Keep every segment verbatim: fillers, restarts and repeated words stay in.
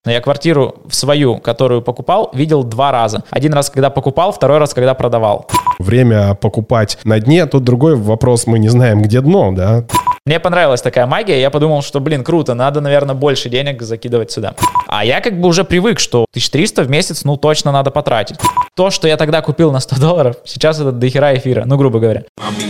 Но я квартиру свою, которую покупал, видел два раза. Один раз, когда покупал, второй раз, когда продавал. Время покупать на дне. Тут другой вопрос, мы не знаем, где дно, да? Мне понравилась такая магия, я подумал, что, блин, круто, надо, наверное, больше денег закидывать сюда. А я как бы уже привык, что тысяча триста в месяц, ну, точно надо потратить. То, что я тогда купил на сто долларов, сейчас это дохера эфира, ну, грубо говоря.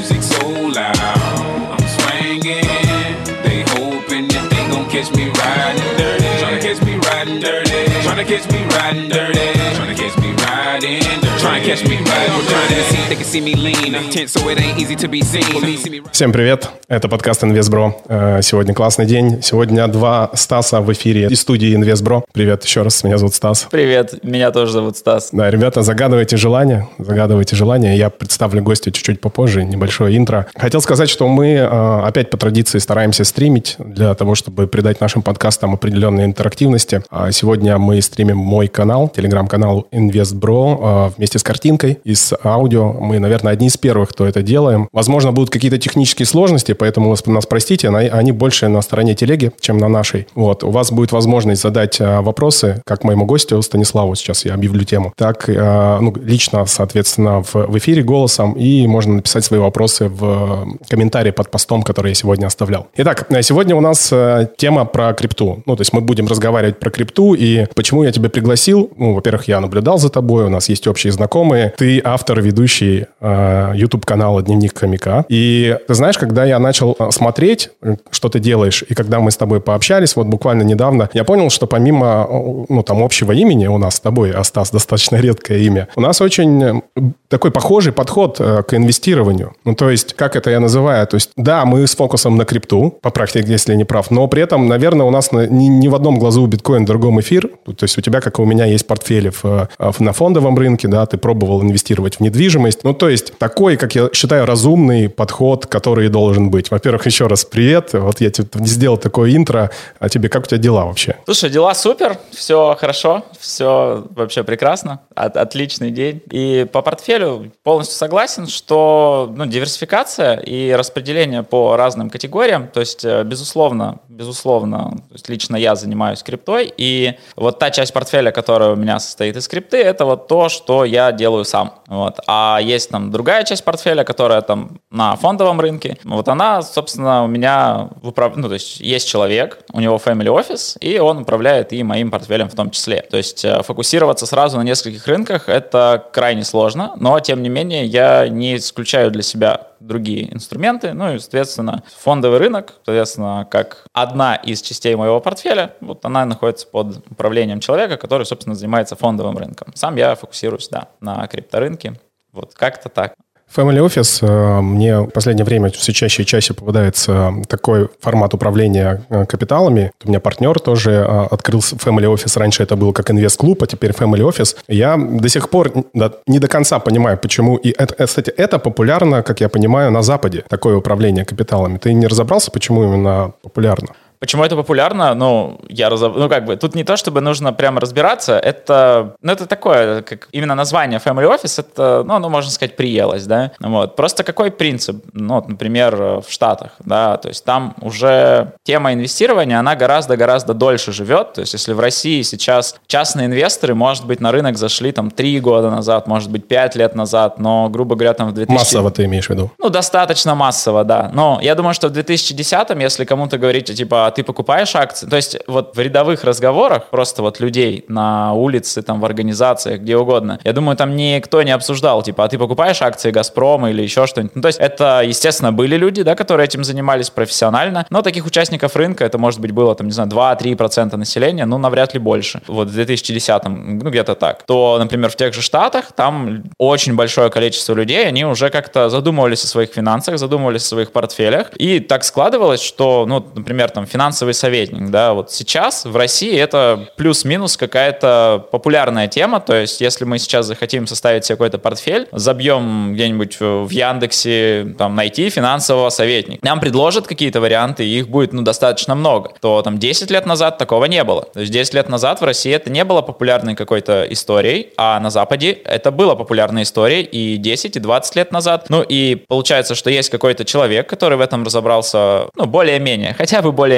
Всем привет, это подкаст InvestBro. Сегодня классный день. Сегодня два Стаса в эфире из студии InvestBro. Привет еще раз, меня зовут Стас. Привет, меня тоже зовут Стас. Да, ребята, загадывайте желание, загадывайте желание. Я представлю гостя чуть-чуть попозже, небольшое интро. Хотел сказать, что мы опять по традиции стараемся стримить для того, чтобы придать нашим подкастам определенной интерактивности. Сегодня мы стримим мой канал, телеграм-канал InvestBro вместе с картинкой и с аудио. Мы, наверное, одни из первых, кто это делаем. Возможно, будут какие-то технические сложности, поэтому нас простите, они больше на стороне телеги, чем на нашей. Вот. У вас будет возможность задать вопросы, как моему гостю Станиславу, сейчас я объявлю тему, так ну, лично, соответственно, в, в эфире голосом, и можно написать свои вопросы в комментарии под постом, который я сегодня оставлял. Итак, сегодня у нас тема про крипту. Ну, то есть мы будем разговаривать про крипту, и почему я тебя пригласил? Ну, во-первых, я наблюдал за тобой, у нас есть общие знакомые. Ты автор, ведущий э, YouTube-канала «Дневник хомяка». И ты знаешь, когда я начал смотреть, что ты делаешь, и когда мы с тобой пообщались, вот буквально недавно, я понял, что помимо, ну, там, общего имени у нас с тобой, а Стас достаточно редкое имя, у нас очень такой похожий подход э, к инвестированию. Ну, то есть, как это я называю? То есть, да, мы с фокусом на крипту, поправьте, если я не прав, но при этом, наверное, у нас на, ни, ни в одном глазу биткоин, в другом эфир. То есть, у тебя, как и у меня, есть портфели в, в, на фондовом рынке, да, ты пробовал инвестировать в недвижимость. Ну, то есть, такой, как я считаю, разумный подход, который должен быть. Во-первых, еще раз привет. Вот я тебе сделал такое интро. А тебе, как у тебя дела вообще? Слушай, дела супер, все хорошо, все вообще прекрасно, от, отличный день. И по портфелю полностью согласен, что ну, диверсификация и распределение по разным категориям, то есть, безусловно, безусловно, то есть лично я занимаюсь криптой, и вот та часть портфеля, которая у меня состоит из крипты, это вот то, что я делаю сам. Вот. А есть там другая часть портфеля, которая там на фондовом рынке. Вот она, собственно, у меня в управ... ну, то есть есть человек, у него family office, и он управляет и моим портфелем в том числе. То есть фокусироваться сразу на нескольких рынках — это крайне сложно, но, тем не менее, я не исключаю для себя другие инструменты, ну и, соответственно, фондовый рынок, соответственно, как одна из частей моего портфеля, вот она находится под управлением человека, который, собственно, занимается фондовым рынком. Сам я фокусируюсь, да, на крипторынке, вот как-то так. Family Office, мне в последнее время все чаще и чаще попадается такой формат управления капиталами. У меня партнер тоже открыл Family Office. Раньше это был как инвест-клуб, а теперь Family Office. Я до сих пор не до конца понимаю, почему. И это, кстати, это популярно, как я понимаю, на Западе, такое управление капиталами. Ты не разобрался, почему именно популярно? Почему это популярно? Ну, я разоб... ну, как бы, тут не то, чтобы нужно прямо разбираться, это, ну, это такое, как именно название Family Office, это, ну, ну, можно сказать, приелось, да, вот, просто какой принцип, ну, вот, например, в Штатах, да, то есть там уже тема инвестирования, она гораздо-гораздо дольше живет, то есть если в России сейчас частные инвесторы, может быть, на рынок зашли там три года назад, может быть, пять лет назад, но, грубо говоря, там в две тысячи... Массово ты имеешь в виду? Ну, достаточно массово, да, но я думаю, что в две тысячи десятом, если кому-то говорить, типа, ты покупаешь акции, то есть вот в рядовых разговорах просто вот людей на улице, там в организациях, где угодно, я думаю, там никто не обсуждал, типа, а ты покупаешь акции Газпрома или еще что-нибудь. Ну, то есть это, естественно, были люди, да, которые этим занимались профессионально, но таких участников рынка, это, может быть, было, там, не знаю, два-три процента населения, ну, навряд ли больше. Вот в две тысячи десятом, ну, где-то так. То, например, в тех же Штатах, там очень большое количество людей, они уже как-то задумывались о своих финансах, задумывались о своих портфелях, и так складывалось, что, ну, например, там, финансовый советник, да, вот сейчас в России это плюс-минус какая-то популярная тема, то есть если мы сейчас захотим составить себе какой-то портфель, забьем где-нибудь в Яндексе, там, найти финансового советника, нам предложат какие-то варианты, и их будет, ну, достаточно много, то там десять лет назад такого не было, то есть десять лет назад в России это не было популярной какой-то историей, а на Западе это было популярной историей и десять, и двадцать лет назад, ну, и получается, что есть какой-то человек, который в этом разобрался, ну, более-менее, хотя бы более-менее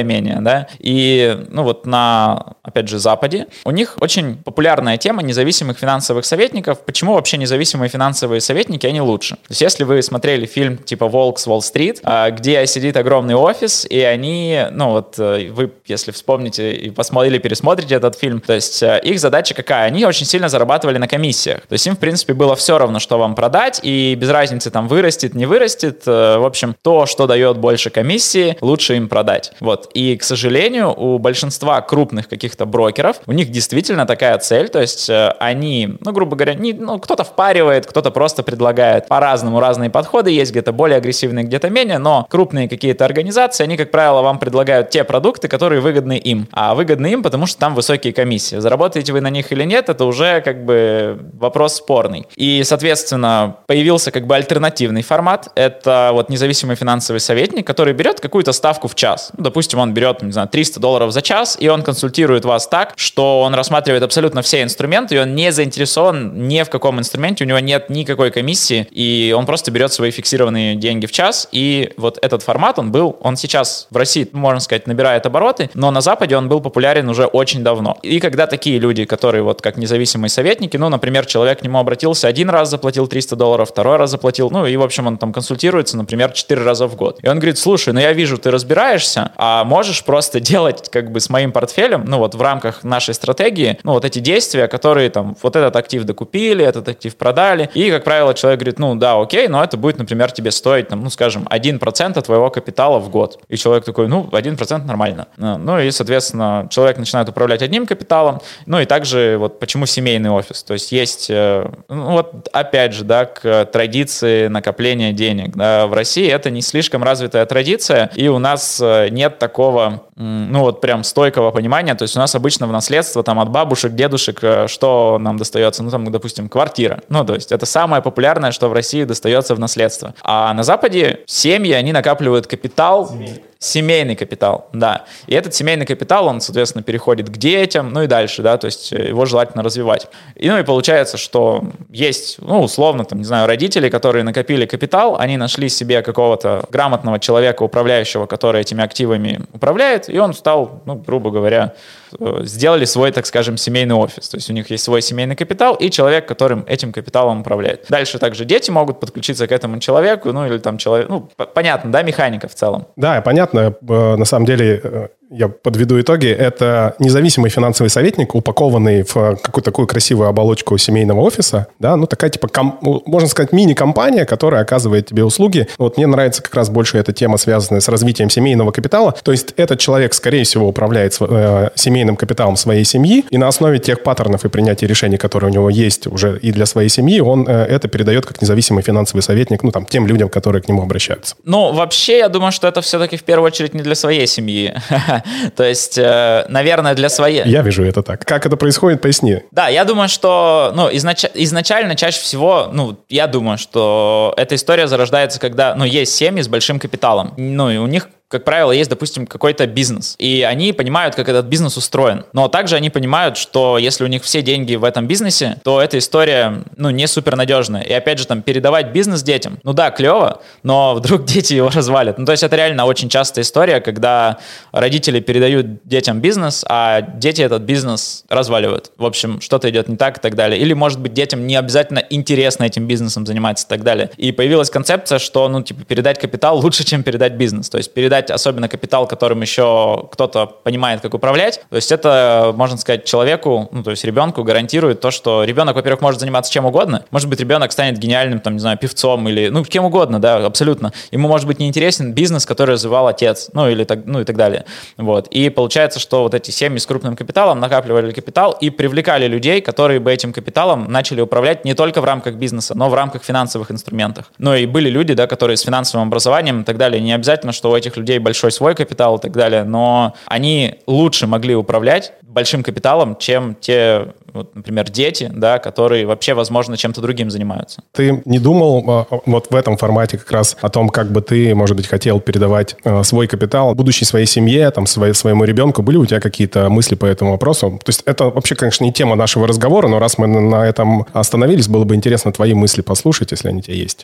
более-менее, да, и, ну, вот на, опять же, Западе у них очень популярная тема независимых финансовых советников. Почему вообще независимые финансовые советники, они лучше? То есть, если вы смотрели фильм типа «Волк с Уолл-стрит», где сидит огромный офис, и они, ну, вот вы, если вспомните и посмотрите, или пересмотрите этот фильм, то есть их задача какая? Они очень сильно зарабатывали на комиссиях. То есть им, в принципе, было все равно, что вам продать, и без разницы, там, вырастет, не вырастет. В общем, то, что дает больше комиссии, лучше им продать. Вот. И, к сожалению, у большинства крупных каких-то брокеров, у них действительно такая цель, то есть они, ну, грубо говоря, не, ну, кто-то впаривает, кто-то просто предлагает по-разному разные подходы, есть где-то более агрессивные, где-то менее, но крупные какие-то организации, они, как правило, вам предлагают те продукты, которые выгодны им. А выгодны им, потому что там высокие комиссии. Заработаете вы на них или нет, это уже как бы вопрос спорный. И, соответственно, появился как бы альтернативный формат. Это вот независимый финансовый советник, который берет какую-то ставку в час. Ну, допустим, он берет, не знаю, триста долларов за час, и он консультирует вас так, что он рассматривает абсолютно все инструменты, и он не заинтересован ни в каком инструменте, у него нет никакой комиссии, и он просто берет свои фиксированные деньги в час. И вот этот формат, он был, он сейчас в России, можно сказать, набирает обороты, но на Западе он был популярен уже очень давно. И когда такие люди, которые вот как независимые советники, ну, например, человек к нему обратился один раз, заплатил триста долларов, второй раз заплатил, ну, и, в общем, он там консультируется, например, четыре раза в год. И он говорит: слушай, ну, я вижу, ты разбираешься, а можешь просто делать как бы с моим портфелем, ну, вот в рамках нашей стратегии, ну, вот эти действия, которые там, вот этот актив докупили, этот актив продали, и, как правило, человек говорит: ну, да, окей, но это будет, например, тебе стоить, там, ну, скажем, один процент от твоего капитала в год. И человек такой: ну, один процент нормально. Ну, и, соответственно, человек начинает управлять одним капиталом. Ну, и также вот почему семейный офис. То есть есть, ну, вот опять же, да, к традиции накопления денег. Да, в России это не слишком развитая традиция, и у нас нет такого, ну, вот прям стойкого понимания. То есть у нас обычно в наследство там от бабушек, дедушек, что нам достается? Ну, там, допустим, квартира. Ну, то есть это самое популярное, что в России достается в наследство. А на Западе семьи, они накапливают капитал. Семейный. Семейный капитал, да. И этот семейный капитал, он, соответственно, переходит к детям, ну и дальше, да, то есть его желательно развивать. И, ну и получается, что есть, ну, условно, там, не знаю, родители, которые накопили капитал, они нашли себе какого-то грамотного человека, управляющего, который этими активами управляет, и он стал, ну, грубо говоря, сделали свой, так скажем, семейный офис. То есть у них есть свой семейный капитал и человек, которым этим капиталом управляет. Дальше также дети могут подключиться к этому человеку, ну или там человек, ну, понятно, да, механика в целом. Да, понятно. На самом деле, я подведу итоги. Это независимый финансовый советник, упакованный в какую-то такую красивую оболочку семейного офиса. Да, ну такая типа, ком, можно сказать, мини-компания, которая оказывает тебе услуги. Вот мне нравится как раз больше эта тема, связанная с развитием семейного капитала. То есть этот человек, скорее всего, управляет э, семейным капиталом своей семьи, и на основе тех паттернов и принятия решений, которые у него есть уже и для своей семьи, он э, это передает как независимый финансовый советник, ну там, тем людям, которые к нему обращаются. Ну, вообще, я думаю, что это все-таки в первую очередь не для своей семьи. То есть, э, наверное, для своей... Я вижу это так. Как это происходит, поясни. Да, я думаю, что ну, изнач... изначально чаще всего, ну, я думаю, что эта история зарождается, когда, ну, есть семьи с большим капиталом. Ну, и у них, как правило, есть, допустим, какой-то бизнес, и они понимают, как этот бизнес устроен. Но также они понимают, что если у них все деньги в этом бизнесе, то эта история, ну, не супернадежная. И опять же, там, передавать бизнес детям, ну да, клево, но вдруг дети его развалят. Ну, то есть это реально очень частая история, когда родители передают детям бизнес, а дети этот бизнес разваливают. В общем, что-то идет не так и так далее. Или, может быть, детям не обязательно интересно этим бизнесом заниматься и так далее. И появилась концепция, что, ну, типа, передать капитал лучше, чем передать бизнес. То есть передать особенно капитал, которым еще кто-то понимает, как управлять. То есть это, можно сказать, человеку, ну, то есть ребенку гарантирует то, что ребенок, во-первых, может заниматься чем угодно. Может быть, ребенок станет гениальным, там, не знаю, певцом или, ну, кем угодно, да, абсолютно. Ему может быть неинтересен бизнес, который развивал отец, ну, или так, ну, и так далее. Вот. И получается, что вот эти семьи с крупным капиталом накапливали капитал и привлекали людей, которые бы этим капиталом начали управлять не только в рамках бизнеса, но в рамках финансовых инструментов. Ну, и были люди, да, которые с финансовым образованием и так далее. Не обязательно, что у этих людей большой свой капитал и так далее, но они лучше могли управлять большим капиталом, чем те, вот, например, дети, да, которые вообще, возможно, чем-то другим занимаются. Ты не думал вот в этом формате как раз о том, как бы ты, может быть, хотел передавать свой капитал будущей своей семье, там, своей, своему ребенку? Были у тебя какие-то мысли по этому вопросу? То есть это вообще, конечно, не тема нашего разговора, но раз мы на этом остановились, было бы интересно твои мысли послушать, если они у тебя есть.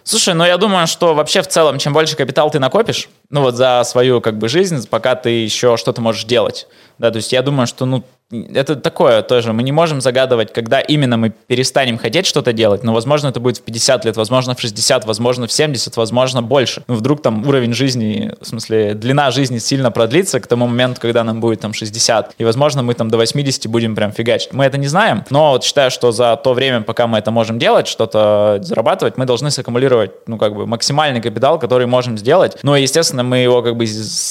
Слушай, ну я думаю, что вообще в целом, чем больше капитал ты накопишь, ну вот за свою как бы жизнь, пока ты еще что-то можешь делать, да, то есть я думаю, что, ну, это такое тоже, мы не можем загадывать, когда именно мы перестанем хотеть что-то делать, но, возможно, это будет в пятьдесят лет, возможно, в шестьдесят, возможно, в семьдесят, возможно, больше. Ну, вдруг там уровень жизни, в смысле, длина жизни сильно продлится к тому моменту, когда нам будет там шестьдесят, и, возможно, мы там до восьмидесяти будем прям фигачить. Мы это не знаем, но вот считаю, что за то время, пока мы это можем делать, что-то зарабатывать, мы должны саккумулировать, ну, как бы, максимальный капитал, который можем сделать. Ну, и, естественно, мы его как бы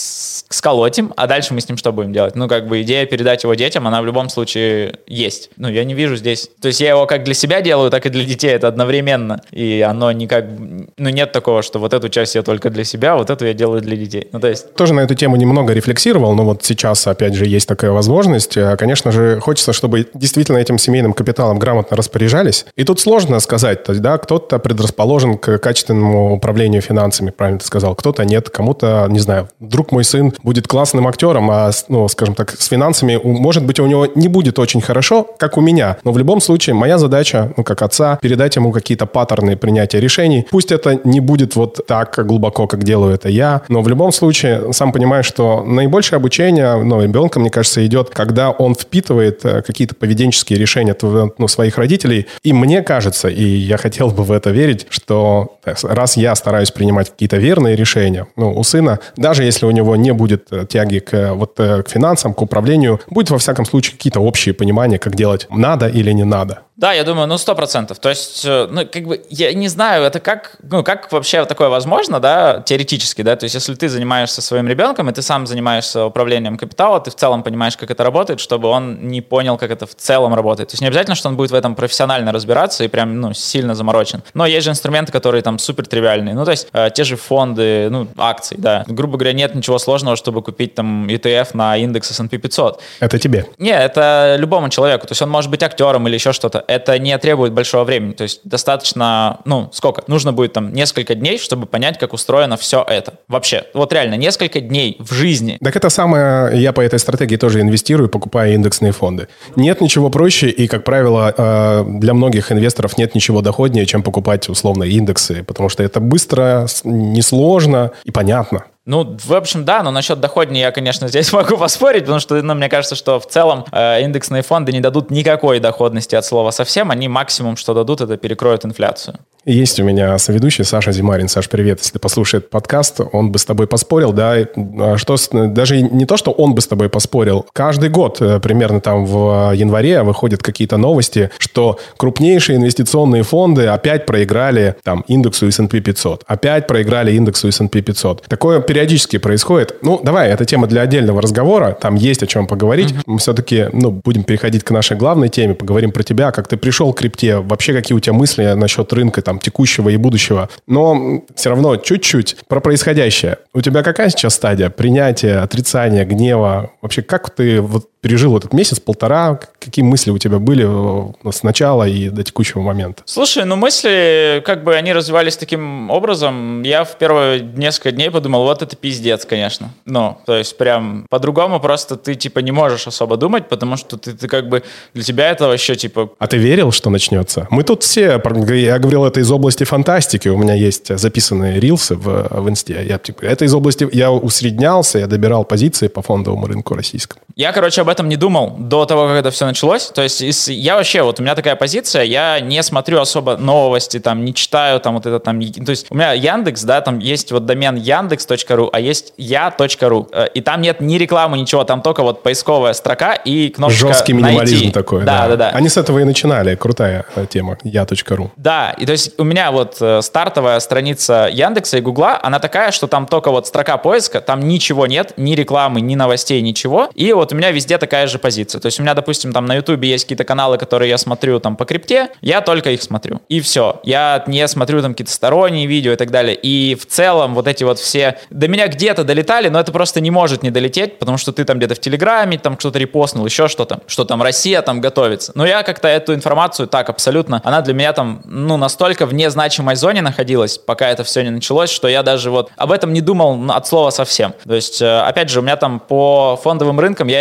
сколотим, а дальше мы с ним что будем делать? Ну, как бы идея передать его детям, она в любом случае есть. Ну, я не вижу здесь... То есть я его как для себя делаю, так и для детей. Это одновременно. И оно никак... Ну, нет такого, что вот эту часть я только для себя, вот эту я делаю для детей. Ну, то есть... Тоже на эту тему немного рефлексировал, но вот сейчас, опять же, есть такая возможность. Конечно же, хочется, чтобы действительно этим семейным капиталом грамотно распоряжались. И тут сложно сказать. То есть, да, кто-то предрасположен к качественному управлению финансами, правильно ты сказал. Кто-то нет, кому-то, не знаю, вдруг мой сын будет классным актером, а, ну, скажем так, с финансами, может быть, у него не будет очень хорошо, как у меня. Но в любом случае, моя задача, ну, как отца, передать ему какие-то паттерны принятия решений. Пусть это не будет вот так глубоко, как делаю это я, но в любом случае, сам понимаешь, что наибольшее обучение, ну, ребенка, мне кажется, идет, когда он впитывает какие-то поведенческие решения, ну, своих родителей. И мне кажется, и я хотел бы в это верить, что раз я стараюсь принимать какие-то верные решения, ну, у сына, даже если у него не будет тяги к, вот, к финансам, к управлению, будет, во всяком случае, какие-то общие понимания, как делать надо или не надо. Да, я думаю, ну, сто процентов. То есть, ну, как бы, я не знаю, это как, ну, как вообще такое возможно, да, теоретически, да, то есть, если ты занимаешься своим ребенком, и ты сам занимаешься управлением капитала, ты в целом понимаешь, как это работает, чтобы он не понял, как это в целом работает. То есть, не обязательно, что он будет в этом профессионально разбираться и прям, ну, сильно заморочен. Но есть же инструменты, которые там супер тривиальные. Ну, то есть, э, те же фонды, ну, акции, да. Грубо говоря, нет ничего сложного, чтобы купить там и ти эф на индекс эс энд пи пятьсот. Это тебе? Не, это любому человеку. То есть, он может быть актером или еще что-то. Это не требует большого времени. То есть достаточно, ну, сколько? Нужно будет там несколько дней, чтобы понять, как устроено все это. Вообще, вот реально, несколько дней в жизни. Так это самое, я по этой стратегии тоже инвестирую, покупая индексные фонды. Нет ничего проще, и, как правило, для многих инвесторов нет ничего доходнее, чем покупать условно индексы, потому что это быстро, несложно и понятно. Ну, в общем, да, но насчет доходней я, конечно, здесь могу поспорить, потому что, ну, мне кажется, что в целом э, индексные фонды не дадут никакой доходности от слова совсем, они максимум, что дадут, это перекроют инфляцию. Есть у меня соведущий Саша Зимарин. Саш, привет. Если послушает подкаст, он бы с тобой поспорил, да, что даже не то, что он бы с тобой поспорил. Каждый год примерно там в январе выходят какие-то новости, что крупнейшие инвестиционные фонды опять проиграли там индексу эс энд пи пятьсот. Опять проиграли индексу эс энд пи пятьсот. Такое периодически происходит. Ну, давай, это тема для отдельного разговора. Там есть о чем поговорить. Mm-hmm. Мы все-таки, ну, будем переходить к нашей главной теме. Поговорим про тебя, как ты пришел к крипте. Вообще, какие у тебя мысли насчет рынка, там, текущего и будущего. Но все равно чуть-чуть про происходящее. У тебя какая сейчас стадия принятия, отрицания, гнева? Вообще, как ты вот пережил этот месяц-полтора? Какие мысли у тебя были с начала и до текущего момента? Слушай, ну мысли, как бы они развивались таким образом. Я в первые несколько дней подумал, вот это пиздец, конечно. Ну, то есть прям по-другому просто ты типа не можешь особо думать, потому что ты, ты как бы для тебя это вообще типа... А ты верил, что начнется? Мы тут все, я говорил, это из области фантастики. У меня есть записанные рилсы в, в инсте. Я, типа, это из области... Я усреднялся, я добирал позиции по фондовому рынку российскому. Я, короче, об этом не думал до того, как это все началось. То есть я вообще, вот у меня такая позиция, я не смотрю особо новости, там, не читаю, там, вот это там... То есть у меня Яндекс, да, там есть вот домен яндекс точка ру, а есть я точка ру. И там нет ни рекламы, ничего, там только вот поисковая строка и кнопочка жесткий минимализм найти. Такой, да, да. да, да. Они с этого и начинали. Крутая тема, я точка ру. Да, и то есть у меня вот стартовая страница Яндекса и Гугла, она такая, что там только вот строка поиска, там ничего нет, ни рекламы, ни новостей, ничего. И вот у меня везде такая же позиция. То есть у меня, допустим, там на Ютубе есть какие-то каналы, которые я смотрю там по крипте, я только их смотрю. И все. Я не смотрю там какие-то сторонние видео и так далее. И в целом вот эти вот все до меня где-то долетали, но это просто не может не долететь, потому что ты там где-то в Телеграме, там что-то репостнул, еще что-то, что там Россия там готовится. Но я как-то эту информацию так абсолютно, она для меня там, ну, настолько в незначимой зоне находилась, пока это все не началось, что я даже вот об этом не думал от слова совсем. То есть, опять же, у меня там по фондовым рынкам я им не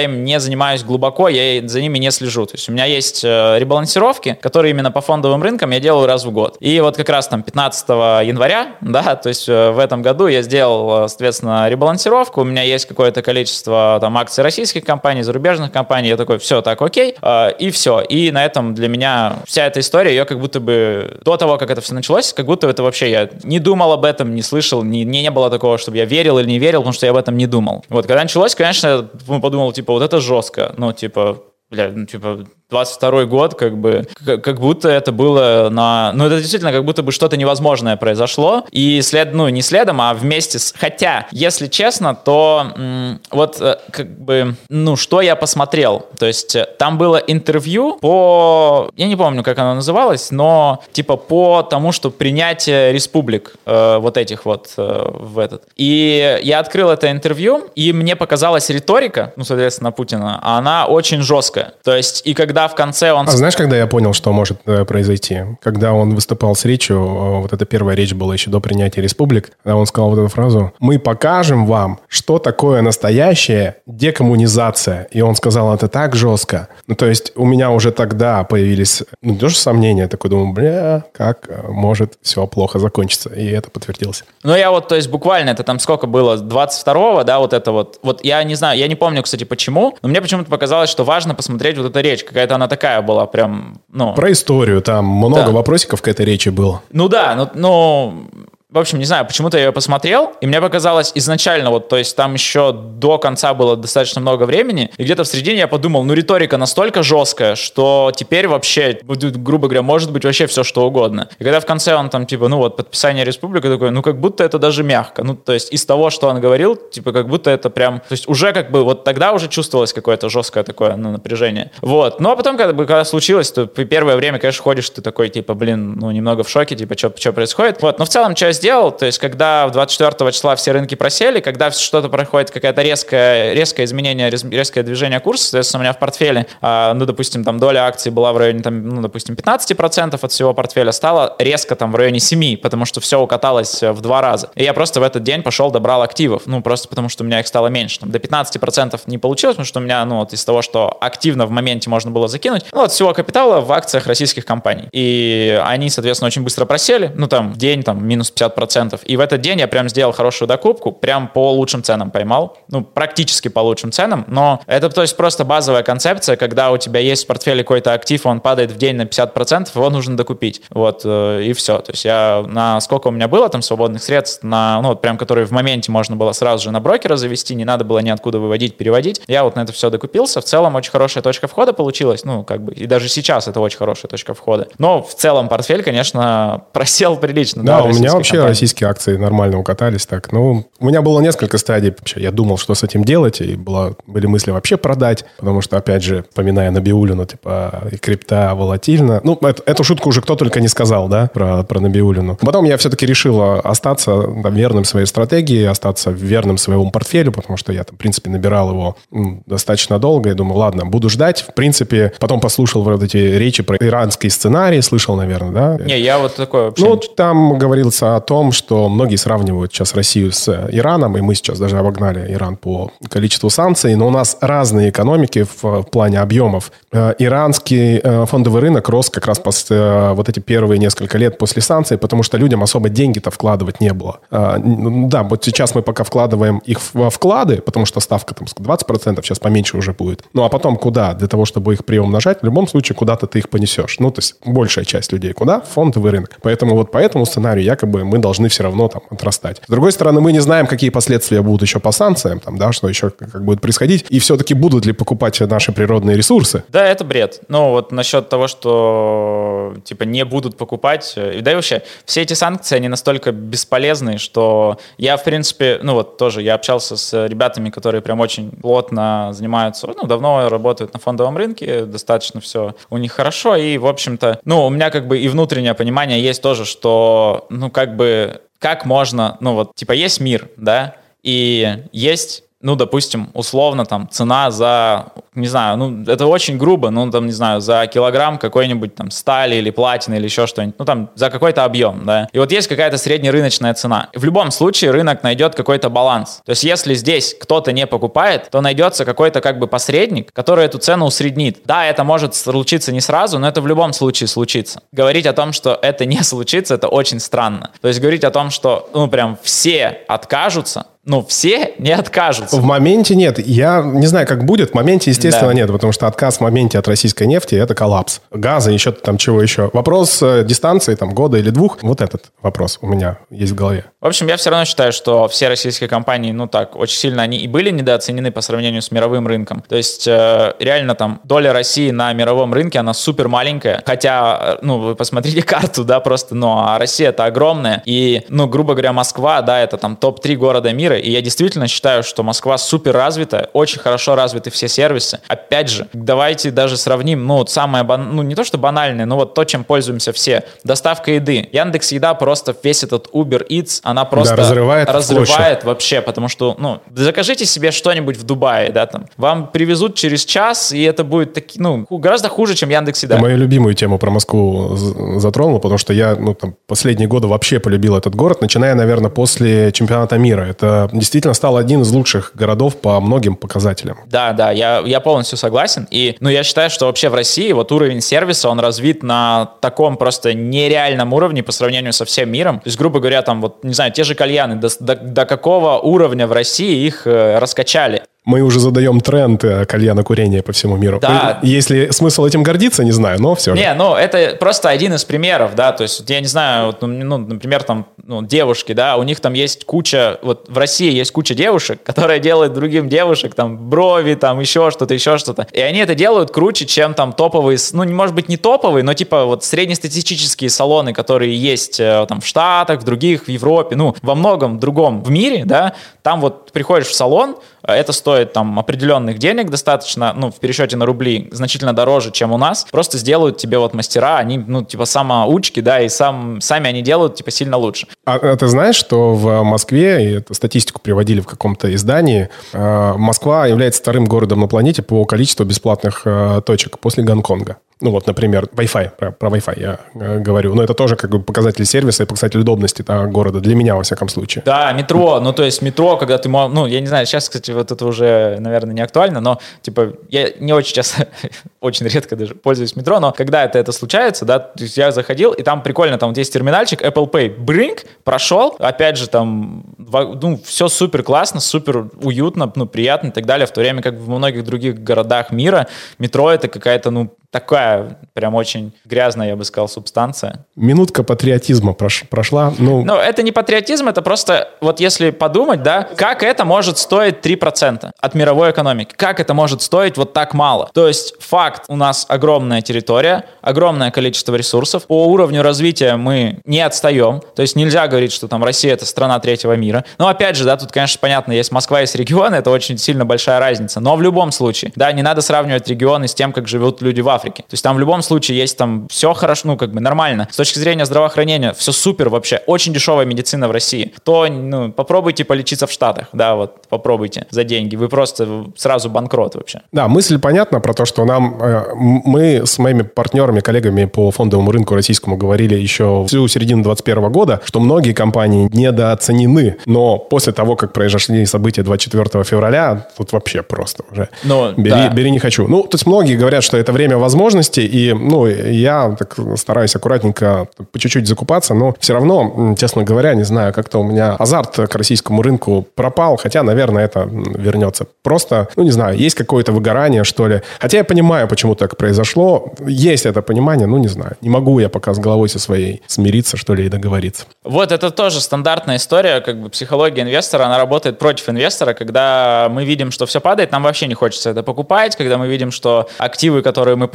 занимаюсь глубоко, я за ними не слежу. То есть у меня есть ребалансировки, которые именно по фондовым рынкам я делаю раз в год. И вот как раз там пятнадцатого января, да, то есть в этом году я сделал, соответственно, ребалансировку, у меня есть какое-то количество там акций российских компаний, зарубежных компаний, я такой, все, так, окей, и все. И на этом для меня вся эта история, ее как будто бы до того, как это все началось, как будто это вообще я не думал об этом, не слышал, не, не, не было такого, чтобы я верил или не верил, потому что я об этом не думал. Вот, когда началось, конечно, я подумал, типа, вот это жестко, ну, типа, бля, ну, типа, двадцать второй год, как бы, как, как будто это было на... Ну, это действительно как будто бы что-то невозможное произошло, и след, ну, не следом, а вместе с... Хотя, если честно, то м- вот, как бы, ну, что я посмотрел? То есть, там было интервью по... Я не помню, как оно называлось, но, типа, по тому, что принятие республик э, вот этих вот э, в этот. И я открыл это интервью, и мне показалась риторика, ну, соответственно, Путина, она очень жесткая. То есть, и когда в конце он... А знаешь, когда я понял, что может э, произойти? Когда он выступал с речью, э, вот эта первая речь была еще до принятия республик, когда он сказал вот эту фразу: «Мы покажем вам, что такое настоящая декоммунизация». И он сказал это так жестко. Ну, то есть у меня уже тогда появились, ну, тоже сомнения. Такой думаю, бля, как может все плохо закончиться? И это подтвердилось. Ну, я вот, то есть буквально это там сколько было? двадцать второго, да, вот это вот. Вот я не знаю, я не помню, кстати, почему, но мне почему-то показалось, что важно посмотреть вот эту речь. Какая-то она такая была прям, ну... Про историю, там много да. вопросиков к этой речи было. Ну да, ну... ну... В общем, не знаю, почему-то я ее посмотрел, и мне показалось изначально, вот, то есть там еще до конца было достаточно много времени, и где-то в середине я подумал, ну, риторика настолько жесткая, что теперь вообще, грубо говоря, может быть вообще все, что угодно. И когда в конце он там, типа, ну, вот, подписание республики, такой, ну, как будто это даже мягко. Ну, то есть из того, что он говорил, типа, как будто это прям... То есть уже как бы, вот тогда уже чувствовалось какое-то жесткое такое, ну, напряжение. Вот. Ну, а потом, когда, когда случилось, то первое время, конечно, ходишь, ты такой, типа, блин, ну, немного в шоке, типа, что происходит. Вот. Но в целом, что я сделал, то есть когда двадцать четвёртого числа все рынки просели, когда что-то происходит, какая-то резкое, резкое изменение, резкое движение курса, соответственно, у меня в портфеле, э, ну, допустим, там доля акций была в районе, там, ну, допустим, пятнадцать процентов от всего портфеля, стала резко там в районе семь процентов, потому что все укаталось в два раза. И я просто в этот день пошел, добрал активов, ну, просто потому что у меня их стало меньше. Там, до пятнадцать процентов не получилось, потому что у меня, ну, вот из того, что активно в моменте можно было закинуть, ну, от всего капитала в акциях российских компаний. И они, соответственно, очень быстро просели, ну, там, в день, там, минус пятьдесят процентов. И в этот день я прям сделал хорошую докупку, прям по лучшим ценам поймал, ну, практически по лучшим ценам, но это, то есть, просто базовая концепция, когда у тебя есть в портфеле какой-то актив, он падает в день на пятьдесят процентов, его нужно докупить, вот, и все. То есть я, на сколько у меня было там свободных средств, на, ну, вот прям, которые в моменте можно было сразу же на брокера завести, не надо было ниоткуда выводить, переводить, я вот на это все докупился, в целом очень хорошая точка входа получилась, ну, как бы, и даже сейчас это очень хорошая точка входа, но в целом портфель, конечно, просел прилично. Да, да, у меня вообще компании. российские акции нормально укатались так. Ну, у меня было несколько стадий. Вообще, я думал, что с этим делать, и было, были мысли вообще продать, потому что, опять же, поминая Набиуллину, типа, и крипта волатильна. Ну, это, эту шутку уже кто только не сказал, да, про, про Набиуллину. Потом я все-таки решил остаться да, верным своей стратегии, остаться верным своему портфелю, потому что я, там, в принципе, набирал его ну, достаточно долго. И думаю, ладно, буду ждать. В принципе, потом послушал вот эти речи про иранский сценарий, слышал, наверное, да? Не, я вот такой вообще... Ну, там говорился о том, что многие сравнивают сейчас Россию с Ираном, и мы сейчас даже обогнали Иран по количеству санкций, но у нас разные экономики в, в плане объемов. Иранский фондовый рынок рос как раз после, вот эти первые несколько лет после санкций, потому что людям особо деньги-то вкладывать не было. Да, вот сейчас мы пока вкладываем их во вклады, потому что ставка там двадцать процентов, сейчас поменьше уже будет. Ну, а потом куда? Для того, чтобы их приумножать, в любом случае куда-то ты их понесешь. Ну, то есть большая часть людей куда? В фондовый рынок. Поэтому вот по этому сценарию якобы мы должны все равно там отрастать. С другой стороны, мы не знаем, какие последствия будут еще по санкциям, там, да, что еще как будет происходить, и все-таки будут ли покупать наши природные ресурсы. Да, это бред. Ну, вот насчет того, что, типа, не будут покупать, да и вообще, все эти санкции, они настолько бесполезны, что я, в принципе, ну, вот тоже, я общался с ребятами, которые прям очень плотно занимаются, ну, давно работают на фондовом рынке, достаточно все у них хорошо, и, в общем-то, ну, у меня как бы и внутреннее понимание есть тоже, что, ну, как бы, как можно, ну, вот, типа, есть мир, да, и есть ну, допустим, условно, там, цена за, не знаю, ну, это очень грубо, ну, там, не знаю, за килограмм какой-нибудь там стали или платины или еще что-нибудь, ну, там, за какой-то объем, да. И вот есть какая-то среднерыночная цена. В любом случае рынок найдет какой-то баланс. То есть если здесь кто-то не покупает, то найдется какой-то как бы посредник, который эту цену усреднит. Да, это может случиться не сразу, но это в любом случае случится. Говорить о том, что это не случится, это очень странно. То есть говорить о том, что, ну, прям все откажутся, ну, все не откажутся. В моменте нет. Я не знаю, как будет. В моменте, естественно, да. нет, потому что отказ в моменте от российской нефти – это коллапс. Газа, еще там чего еще. Вопрос дистанции, там, года или двух. Вот этот вопрос у меня есть в голове. В общем, я все равно считаю, что все российские компании, ну так, очень сильно они и были недооценены по сравнению с мировым рынком. То есть, э, реально там доля России на мировом рынке, она супер маленькая. Хотя, ну, вы посмотрите карту, да, просто, ну, а Россия – это огромная. И, ну, грубо говоря, Москва, да, это там топ три города мира. И я действительно считаю, что Москва супер развита, очень хорошо развиты все сервисы. Опять же, давайте даже сравним, ну, вот самое, бан... ну, не то что банальное, но вот то, чем пользуемся все. Доставка еды. Яндекс.Еда просто весь этот Uber Eats, она просто да, разрывает, разрывает вообще, потому что, ну, закажите себе что-нибудь в Дубае, да, там, вам привезут через час, и это будет, таки, ну, гораздо хуже, чем Яндекс.Еда. Мою любимую тему про Москву затронул, потому что я, ну, там, последние годы вообще полюбил этот город, начиная, наверное, после чемпионата мира. Это действительно стал один из лучших городов по многим показателям. Да, да, я, я полностью согласен. И, ну, я считаю, что вообще в России вот уровень сервиса, он развит на таком просто нереальном уровне по сравнению со всем миром. То есть, грубо говоря, там, вот, не знаю, те же кальяны, до, до, до какого уровня в России их э, раскачали. Мы уже задаем тренд кальяна-курения по всему миру. Да. Если смысл этим гордиться, не знаю, но все же. Не, ну, это просто один из примеров, да, то есть, я не знаю, вот, ну, например, там, ну, девушки, да, у них там есть куча, вот в России есть куча девушек, которые делают другим девушек, там, брови, там, еще что-то, еще что-то, и они это делают круче, чем там топовые, ну, не может быть, не топовые, но, типа, вот среднестатистические салоны, которые есть там в Штатах, в других, в Европе, ну, во многом другом в мире, да, там вот приходишь в салон, это стоит там определенных денег достаточно, ну, в пересчете на рубли значительно дороже, чем у нас. Просто сделают тебе вот мастера, они, ну, типа, самоучки, да, и сам, сами они делают, типа, сильно лучше. А, а ты знаешь, что в Москве, и эту статистику приводили в каком-то издании, э, Москва является вторым городом на планете по количеству бесплатных э, точек после Гонконга? Ну вот, например, Wi-Fi, про, про Wi-Fi я э, говорю. Но это тоже как бы показатель сервиса и показатель удобности да, города, для меня, во всяком случае. Да, метро, ну то есть метро, когда ты, ну я не знаю, сейчас, кстати, вот это уже, наверное, не актуально, но типа я не очень часто, очень редко даже пользуюсь метро, но когда это, это случается, да, то есть я заходил, и там прикольно, там вот есть терминальчик, Apple Pay, бринг, прошел, опять же там, ну все супер классно, супер уютно, ну приятно и так далее, в то время как в многих других городах мира метро это какая-то, ну, такая прям очень грязная, я бы сказал, субстанция. Минутка патриотизма прош, прошла. Ну... Но это не патриотизм, это просто, вот если подумать, да, как это может стоить три процента от мировой экономики? Как это может стоить вот так мало? То есть факт, у нас огромная территория, огромное количество ресурсов, по уровню развития мы не отстаем, то есть нельзя говорить, что там Россия это страна третьего мира. Но опять же, да, тут, конечно, понятно, есть Москва, есть регионы, это очень сильно большая разница. Но в любом случае, да, не надо сравнивать регионы с тем, как живут люди в Африке. То есть там в любом случае есть там все хорошо, ну как бы нормально. С точки зрения здравоохранения все супер вообще. Очень дешевая медицина в России. То, ну, попробуйте полечиться в Штатах, да, вот попробуйте за деньги. Вы просто сразу банкрот вообще. Да, мысль понятна про то, что нам, э, мы с моими партнерами, коллегами по фондовому рынку российскому говорили еще всю середину двадцать первого года, что многие компании недооценены. Но после того, как произошли события двадцать четвёртого февраля, тут вообще просто уже Но, бери, да. бери не хочу. Ну, то есть многие говорят, что это время возможностей, и, ну, я так стараюсь аккуратненько по чуть-чуть закупаться, но все равно, честно говоря, не знаю, как-то у меня азарт к российскому рынку пропал, хотя, наверное, это вернется. Просто, ну, не знаю, есть какое-то выгорание, что ли. Хотя я понимаю, почему так произошло. Есть это понимание, ну, не знаю. Не могу я пока с головой со своей смириться, что ли, и договориться. Вот это тоже стандартная история, как бы психология инвестора, она работает против инвестора, когда мы видим, что все падает, нам вообще не хочется это покупать, когда мы видим, что активы, которые мы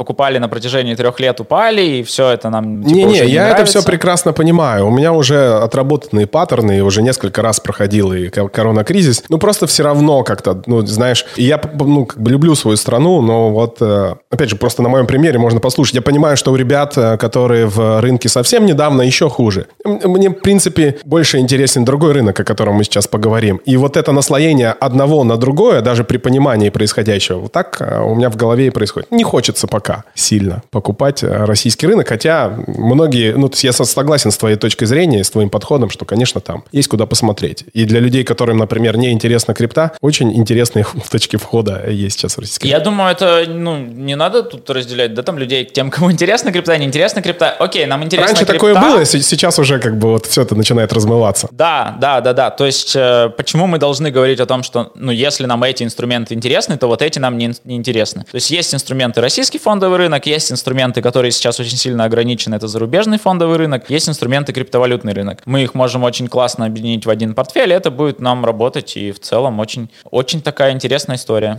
покупали на протяжении трех лет, упали, и все это нам типа, Не-не, уже не я нравится. это все прекрасно понимаю. У меня уже отработанные паттерны, и уже несколько раз проходил и коронакризис. Ну, просто все равно как-то, ну, знаешь, я, ну, как бы люблю свою страну, но вот, опять же, просто на моем примере можно послушать. Я понимаю, что у ребят, которые в рынке совсем недавно, еще хуже. Мне, в принципе, больше интересен другой рынок, о котором мы сейчас поговорим. И вот это наслоение одного на другое, даже при понимании происходящего, вот так у меня в голове и происходит. Не хочется пока сильно покупать российский рынок, хотя многие, ну, то есть я согласен с твоей точкой зрения, с твоим подходом, что, конечно, там есть куда посмотреть. И для людей, которым, например, не интересна крипта, очень интересные точки входа есть сейчас в российский рынок. Я думаю, это, ну, не надо тут разделять, да, там людей, тем, кому интересна крипта, не интересна крипта. Окей, нам интересна Раньше крипта. такое было, сейчас уже как бы вот все это начинает размываться. Да, да, да, да. То есть э, почему мы должны говорить о том, что, ну, если нам эти инструменты интересны, то вот эти нам не, не интересны. То есть есть инструменты российский фондовый рынок, есть инструменты, которые сейчас очень сильно ограничены, это зарубежный фондовый рынок, есть инструменты криптовалютный рынок. Мы их можем очень классно объединить в один портфель, и это будет нам работать, и в целом очень, очень такая интересная история.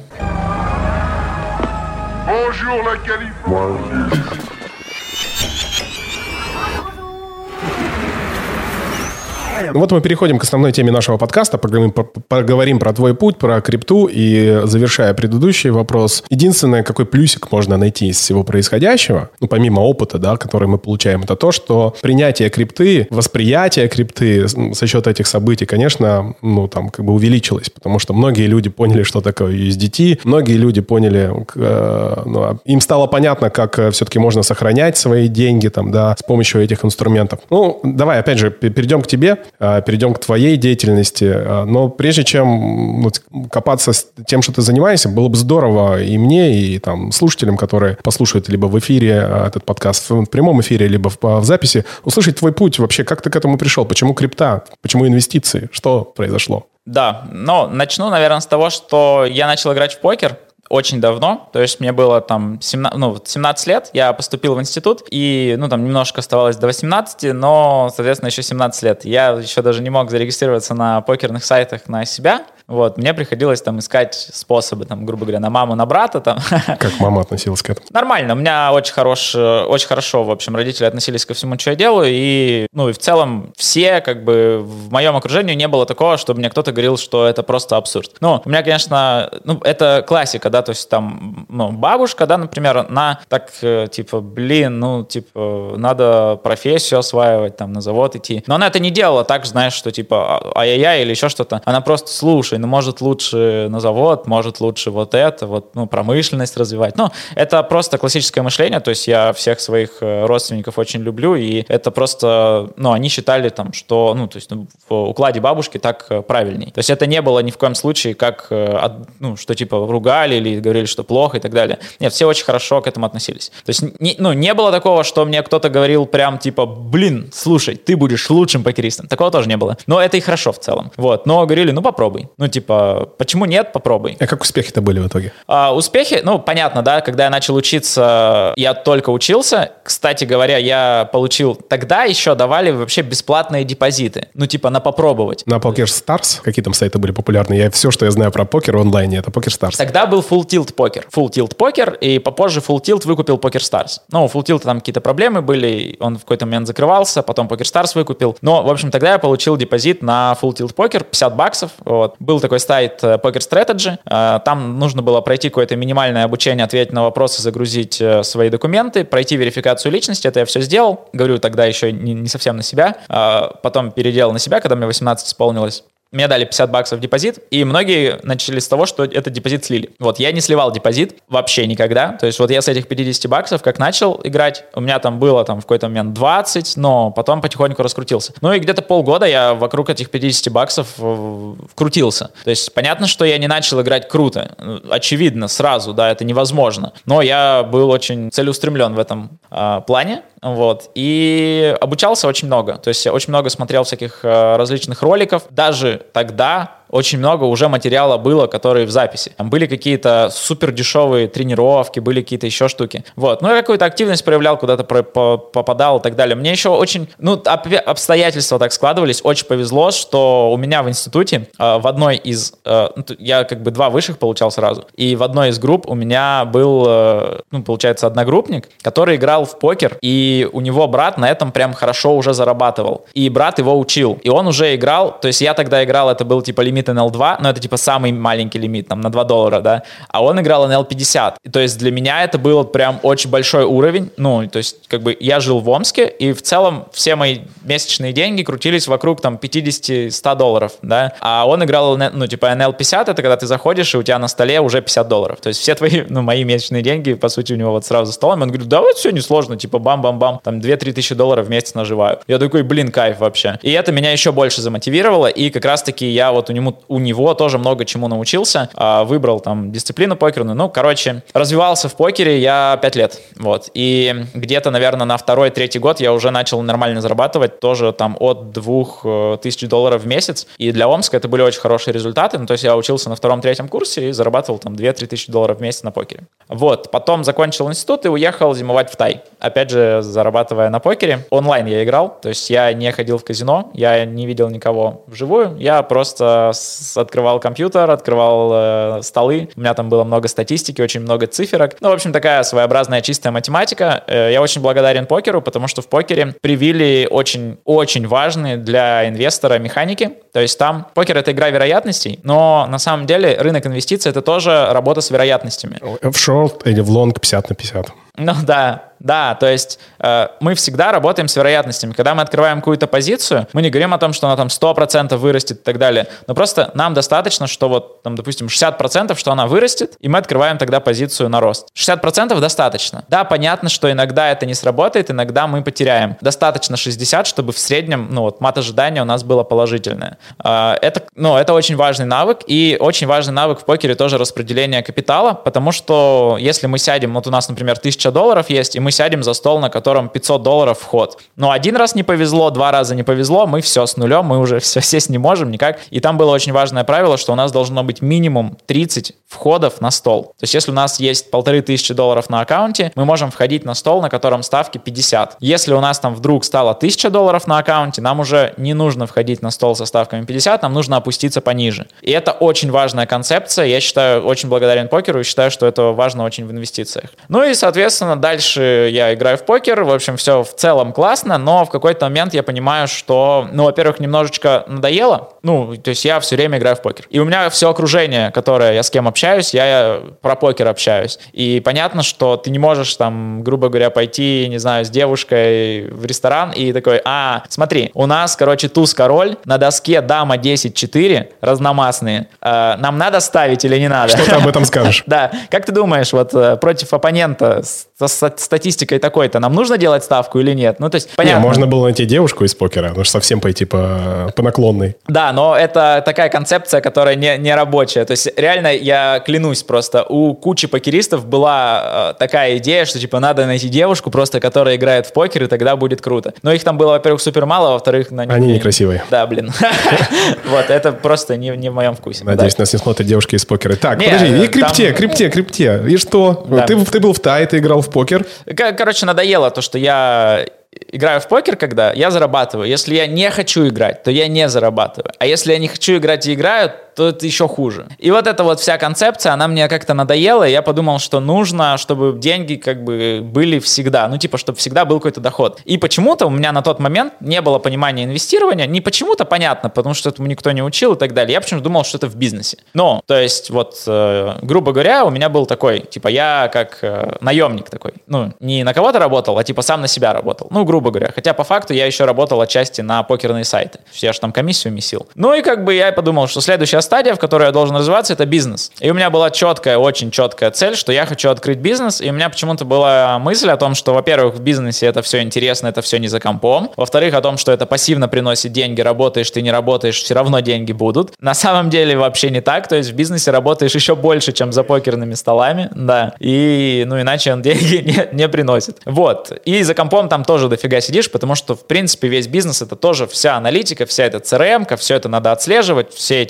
Bonjour, la Californie. Ну вот мы переходим к основной теме нашего подкаста, поговорим, поговорим про твой путь, про крипту, и завершая предыдущий вопрос, единственное, какой плюсик можно найти из всего происходящего, ну помимо опыта, да, который мы получаем, это то, что принятие крипты, восприятие крипты за счет этих событий, конечно, ну там как бы увеличилось, потому что многие люди поняли, что такое ю эс ди ти, многие люди поняли, э, ну, им стало понятно, как все-таки можно сохранять свои деньги там, да, с помощью этих инструментов. Ну, давай, опять же, перейдем к тебе, перейдем к твоей деятельности. Но прежде чем вот, копаться с тем, что ты занимаешься, было бы здорово и мне, и там, слушателям, которые послушают либо в эфире этот подкаст, в прямом эфире, либо в, в записи, услышать твой путь вообще, как ты к этому пришел, почему крипта, почему инвестиции, что произошло? Да, ну, начну, наверное, с того, что я начал играть в покер очень давно, то есть мне было там семнадцать, ну, семнадцать лет, я поступил в институт, и, ну, там немножко оставалось до восемнадцати, но, соответственно, еще семнадцать лет. Я еще даже не мог зарегистрироваться на покерных сайтах на себя, вот, мне приходилось там искать способы, там, грубо говоря, на маму, на брата, там. Как мама относилась к этому? Нормально, у меня очень хорош, очень хорошо, в общем, родители относились ко всему, что я делаю, и, ну, и в целом все, как бы, в моем окружении не было такого, чтобы мне кто-то говорил, что это просто абсурд. Ну, у меня, конечно, ну, это классика, да, то есть там, ну, бабушка, да, например, она так, типа, блин, ну, типа, надо профессию осваивать, там, на завод идти, но она это не делала так, знаешь, что, типа, ай-яй-яй или еще что-то, она просто, слушай, ну, может, лучше на завод, может, лучше вот это, вот, ну, промышленность развивать. Ну, это просто классическое мышление, то есть я всех своих родственников очень люблю, и это просто, ну, они считали там, что, ну, то есть ну, в укладе бабушки так правильней. То есть это не было ни в коем случае как, ну, что типа ругали или говорили, что плохо и так далее. Нет, все очень хорошо к этому относились. То есть, не, ну, не было такого, что мне кто-то говорил прям типа, блин, слушай, ты будешь лучшим покеристом. Такого тоже не было. Но это и хорошо в целом. Вот, но говорили, ну, попробуй. Ну, типа, почему нет, попробуй. А как успехи-то были в итоге? А, успехи, ну, понятно, да, когда я начал учиться, я только учился. Кстати говоря, я получил, тогда еще давали вообще бесплатные депозиты. Ну, типа, на попробовать. На PokerStars? Какие там сайты были популярны? Я все, что я знаю про покер в онлайне, это PokerStars. Тогда был Full Tilt Poker. Full Tilt Poker, и попозже Full Tilt выкупил PokerStars. Ну, у Full Tilt там какие-то проблемы были, он в какой-то момент закрывался, потом PokerStars выкупил. Но, в общем, тогда я получил депозит на Full Tilt Poker, пятьдесят баксов. Вот. Был такой сайт Poker Strategy. Там нужно было пройти какое-то минимальное обучение, ответить на вопросы, загрузить свои документы, пройти верификацию личности. Это я все сделал. Говорю, тогда еще не, не совсем на себя. Потом переделал на себя, когда мне восемнадцать исполнилось. Мне дали пятьдесят баксов депозит, и многие начали с того, что этот депозит слили. Вот, я не сливал депозит вообще никогда. То есть вот я с этих пятидесяти баксов, как начал играть, у меня там было там в какой-то момент двадцать, но потом потихоньку раскрутился. Ну и где-то полгода я вокруг этих пятидесяти баксов вкрутился. То есть понятно, что я не начал играть круто. Очевидно, сразу, да, это невозможно. Но я был очень целеустремлен в этом э, плане. Вот, и обучался очень много. То есть я очень много смотрел всяких э, различных роликов. Даже тогда очень много уже материала было, которые в записи. Там были какие-то супер дешевые тренировки, были какие-то еще штуки. Вот. Ну, я какую-то активность проявлял, куда-то попадал и так далее. Мне еще очень, ну, обстоятельства так складывались, очень повезло, что у меня в институте э, в одной из, э, я как бы два высших получал сразу, и в одной из групп у меня был, э, ну, получается, одногруппник, который играл в покер, и у него брат на этом прям хорошо уже зарабатывал. И брат его учил, и он уже играл, то есть я тогда играл, это был типа лимит эн эл два, но это типа самый маленький лимит, там, на два доллара, да, а он играл эн эл пятьдесят. И, то есть для меня это был прям очень большой уровень, ну, то есть как бы я жил в Омске, и в целом все мои месячные деньги крутились вокруг там пятьдесят-сто долларов, да, а он играл, ну, типа эн эл пятьдесят, это когда ты заходишь, и у тебя на столе уже пятьдесят долларов, то есть все твои, ну, мои месячные деньги, по сути, у него вот сразу за столом, он говорит, да, вот все несложно, типа бам-бам-бам, там две-три тысячи долларов в месяц наживаю. Я такой, блин, кайф вообще. И это меня еще больше замотивировало, и как раз-таки я вот у него, у него тоже много чему научился, выбрал там дисциплину покерную, ну, короче, развивался в покере я пять лет, вот, и где-то, наверное, на второй-третий год я уже начал нормально зарабатывать, тоже там от двух тысяч долларов в месяц, и для Омска это были очень хорошие результаты, ну, то есть я учился на втором-третьем курсе и зарабатывал там две-три тысячи долларов в месяц на покере. Вот, потом закончил институт и уехал зимовать в Тай, опять же, зарабатывая на покере. Онлайн я играл, то есть я не ходил в казино, я не видел никого вживую, я просто с- открывал компьютер, открывал э, столы, у меня там было много статистики, очень много циферок, ну, в общем, такая своеобразная чистая математика. Э, я очень благодарен покеру, потому что в покере привили очень-очень важные для инвестора механики, то есть там покер — это игра вероятностей, но на самом деле рынок инвестиций — это тоже работа с вероятностями. В шорт или в лонг пятьдесят на пятьдесят. Ну да, да, то есть э, мы всегда работаем с вероятностями. Когда мы открываем какую-то позицию, мы не говорим о том, что она там сто процентов вырастет и так далее, но просто нам достаточно, что вот, там, допустим, шестьдесят процентов, что она вырастет, и мы открываем тогда позицию на рост. шестьдесят процентов достаточно. Да, понятно, что иногда это не сработает, иногда мы потеряем. Достаточно шестьдесят, чтобы в среднем, ну вот, мат ожидания у нас было положительное. Э, это, ну, это очень важный навык, и очень важный навык в покере тоже распределение капитала, потому что если мы сядем, вот у нас, например, тысяча долларов есть, и мы сядем за стол, на котором пятьсот долларов вход. Но один раз не повезло, два раза не повезло, мы все с нулем, мы уже все сесть не можем никак. И там было очень важное правило, что у нас должно быть минимум тридцать входов на стол. То есть если у нас есть полторы тысячи долларов на аккаунте, мы можем входить на стол, на котором ставки пятьдесят. Если у нас там вдруг стало тысяча долларов на аккаунте, нам уже не нужно входить на стол со ставками пятьдесят, нам нужно опуститься пониже. И это очень важная концепция. Я считаю, очень благодарен покеру и считаю, что это важно очень в инвестициях. Ну и, соответственно, дальше я играю в покер, в общем, все в целом классно, но в какой-то момент я понимаю, что, ну, во-первых, немножечко надоело, ну, то есть я все время играю в покер. И у меня все окружение, которое я с кем общаюсь, я про покер общаюсь. И понятно, что ты не можешь там, грубо говоря, пойти, не знаю, с девушкой в ресторан и такой, а, смотри, у нас, короче, туз-король, на доске дама десять четыре, разномастные, э, нам надо ставить или не надо? Что ты об этом скажешь? Да, как ты думаешь, вот против оппонента со статистикой такой-то нам нужно делать ставку или нет? Ну, то есть, понятно. Не, можно было найти девушку из покера, но совсем пойти по, по наклонной. Да, но это такая концепция, которая не, не рабочая. То есть, реально, я клянусь просто, у кучи покеристов была э, такая идея, что, типа, надо найти девушку просто, которая играет в покер, и тогда будет круто. Но их там было, во-первых, супер мало, во-вторых... Они некрасивые. Да, блин. Вот, это просто не в моем вкусе. Надеюсь, нас не смотрят девушки из покера. Так, подожди, и крипте, крипте, крипте. И что? Ты был в Тай, ты играл в покер? Короче, надоело то, что я играю в покер, когда я зарабатываю. Если я не хочу играть, то я не зарабатываю. А если я не хочу играть и играю, то это еще хуже. И вот эта вот вся концепция, она мне как-то надоела, и я подумал, что нужно, чтобы деньги как бы были всегда. Ну, типа, чтобы всегда был какой-то доход. И почему-то у меня на тот момент не было понимания инвестирования. Не почему-то, понятно, потому что этому никто не учил и так далее. Я почему-то думал, что это в бизнесе. Ну, то есть, вот, э, грубо говоря, у меня был такой, типа, я как э, наемник такой. Ну, не на кого-то работал, а типа сам на себя работал. Ну, грубо говоря. Хотя по факту я еще работал отчасти на покерные сайты. Я же там комиссию месил. Ну, и как бы я подумал, что следующая стадия, в которой я должен развиваться, это бизнес. И у меня была четкая, очень четкая цель, что я хочу открыть бизнес, и у меня почему-то была мысль о том, что, во-первых, в бизнесе это все интересно, это все не за компом. Во-вторых, о том, что это пассивно приносит деньги, работаешь ты, не работаешь, все равно деньги будут. На самом деле вообще не так, то есть в бизнесе работаешь еще больше, чем за покерными столами, да, и, ну, иначе он деньги не, не приносит. Вот, и за компом там тоже дофига сидишь, потому что, в принципе, весь бизнес — это тоже вся аналитика, вся эта си эр эм-ка, все это надо отслеживать, все эти показатели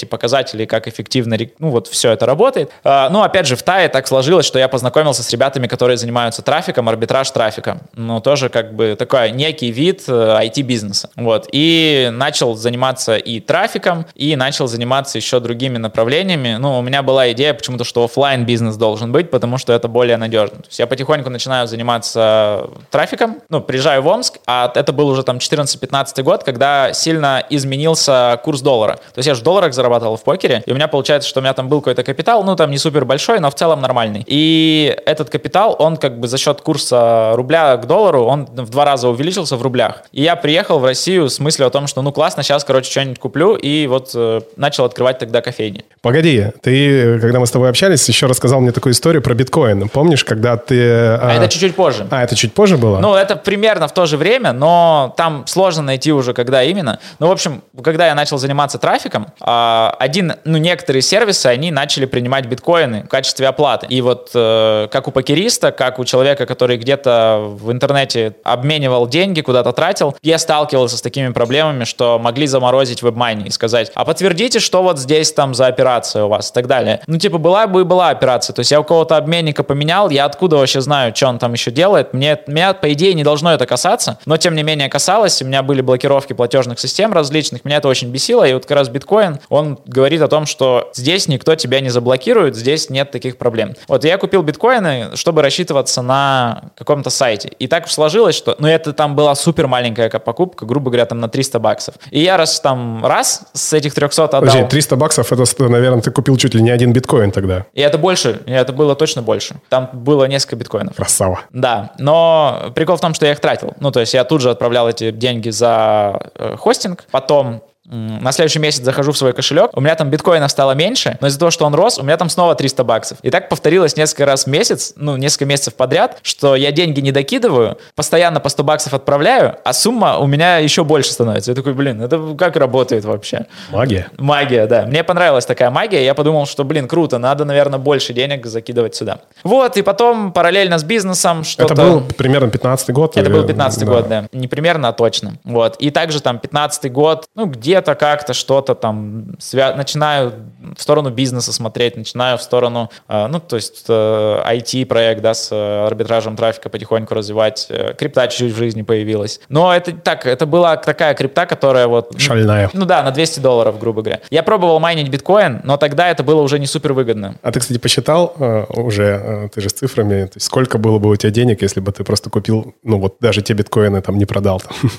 показателей, как эффективно, ну, вот все это работает. Ну, опять же, в Тае так сложилось, что я познакомился с ребятами, которые занимаются трафиком, арбитраж трафика. Ну, тоже как бы такой некий вид ай ти-бизнеса. Вот. И начал заниматься и трафиком, и начал заниматься еще другими направлениями. Ну, у меня была идея почему-то, что офлайн бизнес должен быть, потому что это более надежно. То есть я потихоньку начинаю заниматься трафиком, ну, приезжаю в Омск, а это был уже там четырнадцатый-пятнадцатый год, когда сильно изменился курс доллара. То есть я же в долларах зарабатывал в покере, и у меня получается, что у меня там был какой-то капитал, ну, там не супер большой, но в целом нормальный. И этот капитал, он как бы за счет курса рубля к доллару, он в два раза увеличился в рублях. И я приехал в Россию с мыслью о том, что, ну, классно, сейчас, короче, что-нибудь куплю, и вот э, начал открывать тогда кофейни. Погоди, ты, когда мы с тобой общались, еще рассказал мне такую историю про биткоин. Помнишь, когда ты... А, а это чуть-чуть позже. А, это чуть позже было? Ну, это примерно в то же время, но там сложно найти уже, когда именно. Ну, в общем, когда я начал заниматься трафиком, один, ну, некоторые сервисы, они начали принимать биткоины в качестве оплаты. И вот э, как у покериста, как у человека, который где-то в интернете обменивал деньги, куда-то тратил, я сталкивался с такими проблемами, что могли заморозить WebMoney и сказать, а подтвердите, что вот здесь там за операция у вас и так далее. Ну, типа, была бы и была операция. То есть я у кого-то обменника поменял, я откуда вообще знаю, что он там еще делает. Мне, меня, по идее, не должно это касаться, но, тем не менее, касалось. У меня были блокировки платежных систем различных, меня это очень бесило, и вот как раз биткоин, он говорит о том, что здесь никто тебя не заблокирует, здесь нет таких проблем. Вот я купил биткоины, чтобы рассчитываться на каком-то сайте. И так сложилось, что, ну, это там была супер маленькая покупка, грубо говоря, там на триста баксов. И я раз там, раз с этих трехсот отдал... Подожди, триста баксов, это, наверное, ты купил чуть ли не один биткоин тогда. И это больше, и это было точно больше. Там было несколько биткоинов. Красава. Да, но прикол в том, что я их тратил. Ну, то есть я тут же отправлял эти деньги за э, хостинг, потом на следующий месяц захожу в свой кошелек, у меня там биткоина стало меньше, но из-за того, что он рос, у меня там снова триста баксов. И так повторилось несколько раз в месяц, ну, несколько месяцев подряд, что я деньги не докидываю, постоянно по сто баксов отправляю, а сумма у меня еще больше становится. Я такой, блин, это как работает вообще? Магия. Магия, да. Мне понравилась такая магия, я подумал, что, блин, круто, надо, наверное, больше денег закидывать сюда. Вот, и потом параллельно с бизнесом что-то... Это был примерно пятнадцатый год? Это или... был пятнадцатый да. год, да. Не примерно, а точно. Вот. И также там пятнадцатый год, ну, где-то как-то что-то там свя... начинаю в сторону бизнеса смотреть, начинаю в сторону, э, ну, то есть э, ай ти-проект, да, с э, арбитражем трафика потихоньку развивать. Э, крипта чуть-чуть в жизни появилась. Но это так, это была такая крипта, которая вот... Шальная. Ну да, на двести долларов, грубо говоря. Я пробовал майнить биткоин, но тогда это было уже не супер выгодно. А ты, кстати, посчитал э, уже, э, ты же с цифрами, то есть сколько было бы у тебя денег, если бы ты просто купил, ну вот даже те биткоины там не продал?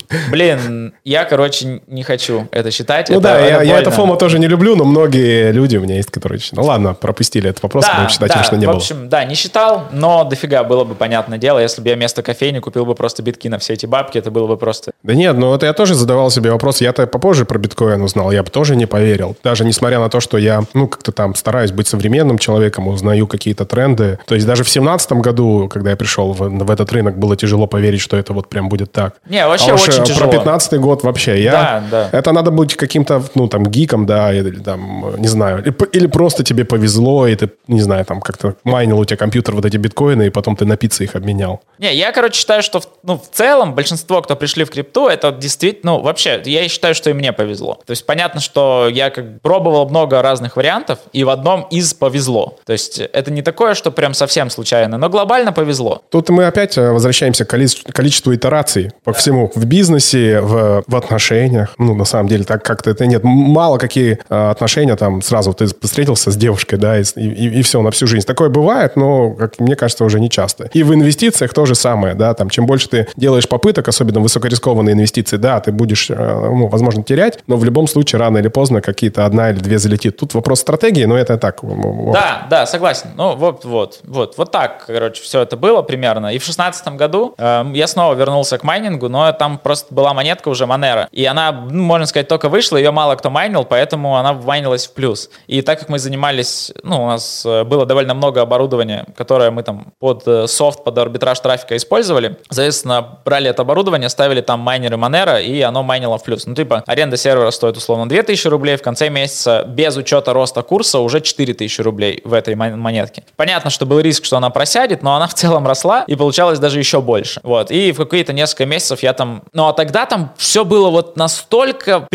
Блин, я, короче, не хочу это считать. Ну это, да, это я, я это больно. фомо тоже не люблю, но многие люди у меня есть, которые... Ну ладно, пропустили этот вопрос, Да, потому что считать, да, конечно, не в было. общем, да, не считал, но дофига было бы, понятное дело, если бы я вместо кофейни купил бы просто битки на все эти бабки, это было бы просто... Да нет, ну это я тоже задавал себе вопрос, я-то попозже про биткоин узнал, я бы тоже не поверил. Даже несмотря на то, что я, ну, как-то там стараюсь быть современным человеком, узнаю какие-то тренды. То есть даже в семнадцатом году, когда я пришел в, в этот рынок, было тяжело поверить, что это вот прям будет так. Не, вообще а уж очень про тяжело. пятнадцатый год вообще. Я, Да, да. Это надо быть каким-то, ну, там, гиком, да, или там, не знаю, или, или просто тебе повезло, и ты, не знаю, там, как-то майнил у тебя компьютер вот эти биткоины, и потом ты на пиццы их обменял. Не, я, короче, считаю, что в, ну, в целом большинство, кто пришли в крипту, это действительно, ну, вообще, я считаю, что и мне повезло. То есть понятно, что я как пробовал много разных вариантов, и в одном из повезло. То есть это не такое, что прям совсем случайно, но глобально повезло. Тут мы опять возвращаемся к количеству, количеству итераций по да. всему. В бизнесе, в, в отношениях. Ну, на самом деле, так как-то это нет. Мало какие а, отношения там сразу ты встретился с девушкой, да, и, и, и все, на всю жизнь. Такое бывает, но, как мне кажется, уже не часто. И в инвестициях то же самое, да, там, чем больше ты делаешь попыток, особенно высокорискованные инвестиции, да, ты будешь, ну, возможно, терять, но в любом случае, рано или поздно какие-то одна или две залетит. Тут вопрос стратегии, но это так. Да, да, согласен. Ну, вот, вот, вот, вот так, короче, все это было примерно. И в шестнадцатом году э, я снова вернулся к майнингу, но там просто была монетка уже Monero, и она, ну, можно сказать, только вышла, ее мало кто майнил, поэтому она майнилась в плюс. И так как мы занимались, ну, у нас было довольно много оборудования, которое мы там под софт, под арбитраж трафика использовали, соответственно, брали это оборудование, ставили там майнеры Monero, и оно майнило в плюс. Ну, типа, аренда сервера стоит условно две тысячи рублей, в конце месяца без учета роста курса уже четыре тысячи рублей в этой монетке. Понятно, что был риск, что она просядет, но она в целом росла, и получалось даже еще больше. Вот, и в какие-то несколько месяцев я там... Ну, а тогда там все было вот настолько при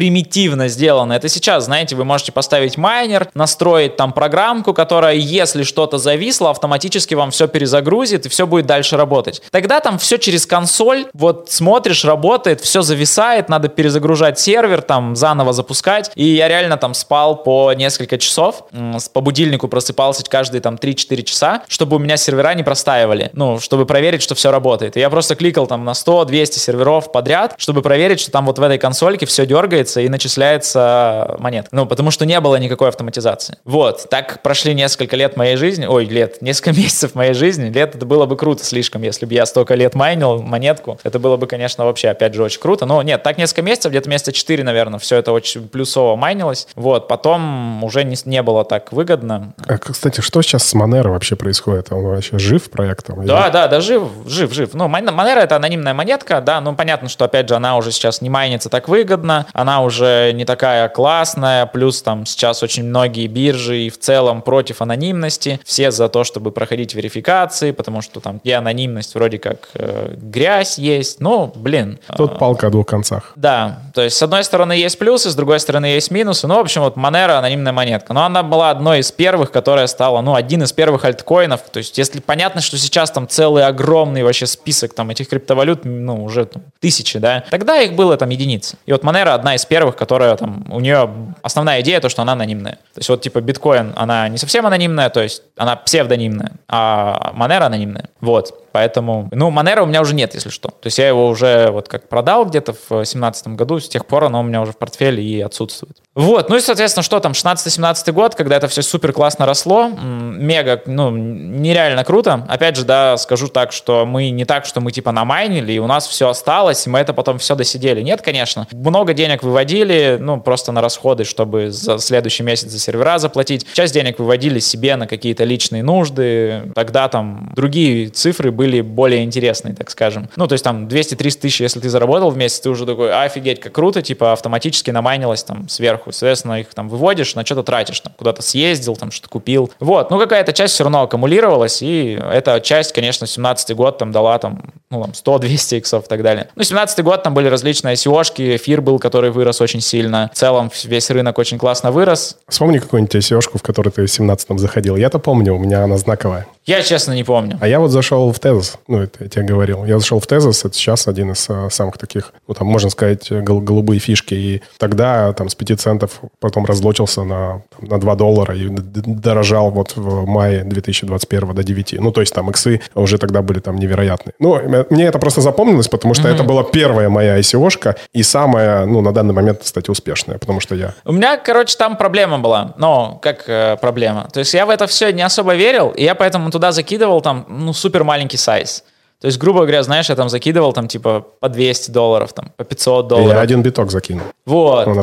примитивно сделано. Это сейчас, знаете, вы можете поставить майнер, настроить там программку, которая, если что-то зависло, автоматически вам все перезагрузит, и все будет дальше работать. Тогда там все через консоль, вот смотришь, работает, все зависает, надо перезагружать сервер, там заново запускать. И я реально там спал по несколько часов, по будильнику просыпался каждые там три-четыре часа, чтобы у меня сервера не простаивали, ну, чтобы проверить, что все работает. И я просто кликал там на сто-двести серверов подряд, чтобы проверить, что там вот в этой консольке все дергается и начисляется монетка. Ну, потому что не было никакой автоматизации. Вот, так прошли несколько лет моей жизни, ой, лет, несколько месяцев моей жизни. Лет это было бы круто слишком, если бы я столько лет майнил монетку. Это было бы, конечно, вообще, опять же, очень круто. Но нет, так несколько месяцев, где-то месяца четыре, наверное, все это очень плюсово майнилось. Вот, потом уже не, не было так выгодно. А, кстати, что сейчас с Monero вообще происходит? Он вообще жив проектом? Да, или... да, да, жив, жив, жив. Ну, Monero — это анонимная монетка, да, ну, понятно, что, опять же, она уже сейчас не майнится так выгодно, она уже не такая классная, плюс там сейчас очень многие биржи и в целом против анонимности, все за то, чтобы проходить верификации, потому что там и анонимность вроде как э, грязь есть, ну, блин. Тут э, палка о двух концах. Да, то есть с одной стороны есть плюсы, с другой стороны есть минусы, ну, в общем, вот Monero — анонимная монетка, но она была одной из первых, которая стала, ну, один из первых альткоинов, то есть если понятно, что сейчас там целый огромный вообще список там этих криптовалют, ну, уже там, тысячи, да, тогда их было там единицы. И вот Monero — одна из первых, которая там, у нее основная идея то, что она анонимная. То есть вот типа биткоин, она не совсем анонимная, то есть она псевдонимная, а Monero анонимная. Вот. Поэтому, ну, Monero у меня уже нет, если что. То есть я его уже вот как продал где-то в две тысячи семнадцатом году, с тех пор оно у меня уже в портфеле и отсутствует. Вот, ну и, соответственно, что там, шестнадцатый-семнадцатый год, когда это все супер классно росло, мега, ну, нереально круто. Опять же, да, скажу так, что мы не так, что мы типа намайнили, и у нас все осталось, и мы это потом все досидели. Нет, конечно. Много денег выводили, ну, просто на расходы, чтобы за следующий месяц за сервера заплатить. Часть денег выводили себе на какие-то личные нужды. Тогда там другие цифры были более интересные, так скажем. Ну, то есть там двести-триста тысяч, если ты заработал в месяц, ты уже такой, офигеть, как круто, типа автоматически намайнилось там сверху. Соответственно, их там выводишь, на что-то тратишь, там куда-то съездил, там что-то купил. Вот, ну какая-то часть все равно аккумулировалась, и эта часть, конечно, семнадцатый год там дала там, ну, там сто-двести иксов и так далее. Ну, семнадцатый год там были различные ай си о-шки, эфир был, который вырос очень сильно. В целом весь рынок очень классно вырос. Вспомни какую-нибудь ай си о-шку, в которую ты в семнадцатом заходил. Я-то помню, у меня она знаковая. Я, честно, не помню. А я вот зашел в Tezos, ну, это я тебе говорил. Я зашел в Tezos, это сейчас один из а, самых таких, ну, там, можно сказать, гол- голубые фишки. И тогда там с пяти центов потом разлочился на, там, на два доллара и дорожал вот в мае две тысячи двадцать первого до девяти. Ну, то есть там иксы уже тогда были там невероятные. Ну, мне это просто запомнилось, потому что mm-hmm. это была первая моя ай си о-шка и самая, ну, на данный момент, кстати, успешная, потому что я... У меня, короче, там проблема была. Ну, как э, проблема? То есть я в это все не особо верил, и я поэтому туда закидывал там, ну, супер маленький сайз. То есть, грубо говоря, знаешь, я там закидывал там типа по двести долларов, там, по пятьсот долларов. Я один биток закинул. Вот. Ну,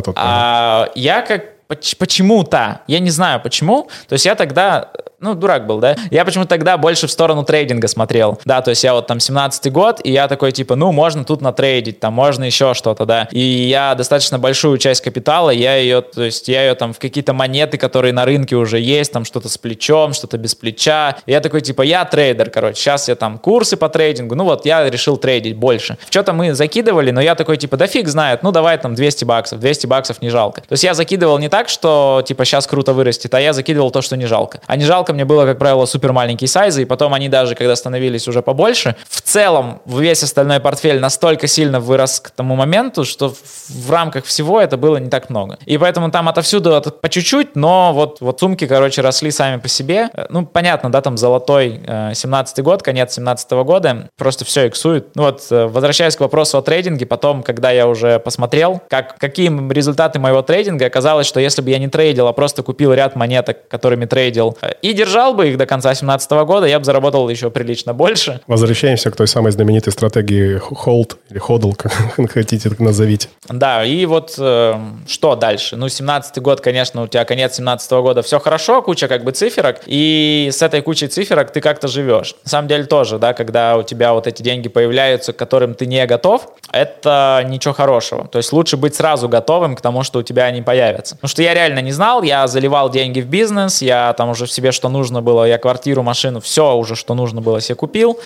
а я как почему-то, я не знаю почему, то есть я тогда, ну, дурак был, да, я почему-то тогда больше в сторону трейдинга смотрел, да, то есть я вот там семнадцатый год, и я такой, типа, ну, можно тут натрейдить, там, можно еще что-то, да, и я достаточно большую часть капитала, я ее, то есть я ее там в какие-то монеты, которые на рынке уже есть, там, что-то с плечом, что-то без плеча, и я такой, типа, я трейдер, короче, сейчас я там курсы по трейдингу, ну, вот, я решил трейдить больше. Что-то мы закидывали, но я такой, типа, да фиг знает, ну, давай там двести баксов, двести баксов не жалко. То есть я закидывал не так, так, что, типа, сейчас круто вырастет, а я закидывал то, что не жалко. А не жалко мне было, как правило, супер маленькие сайзы, и потом они даже, когда становились уже побольше, в целом весь остальной портфель настолько сильно вырос к тому моменту, что в рамках всего это было не так много. И поэтому там отовсюду по чуть-чуть, но вот, вот сумки, короче, росли сами по себе. Ну, понятно, да, там золотой семнадцатый год, конец семнадцатого года, просто все иксует. Ну вот, возвращаясь к вопросу о трейдинге, потом, когда я уже посмотрел, как, какие результаты моего трейдинга, оказалось, что если бы я не трейдил, а просто купил ряд монеток, которыми трейдил, и держал бы их до конца две тысячи семнадцатого года, я бы заработал еще прилично больше. Возвращаемся к той самой знаменитой стратегии hold или hodl, как хотите, так назовите. Да, и вот э, что дальше? Ну, семнадцатый год, конечно, у тебя конец семнадцатого года, все хорошо, куча как бы циферок, и с этой кучей циферок ты как-то живешь. На самом деле тоже, да, когда у тебя вот эти деньги появляются, к которым ты не готов, это ничего хорошего. То есть лучше быть сразу готовым к тому, что у тебя они появятся. Потому что я реально не знал, я заливал деньги в бизнес, я там уже в себе что что нужно было, я квартиру, машину, все уже, что нужно было, себе купил.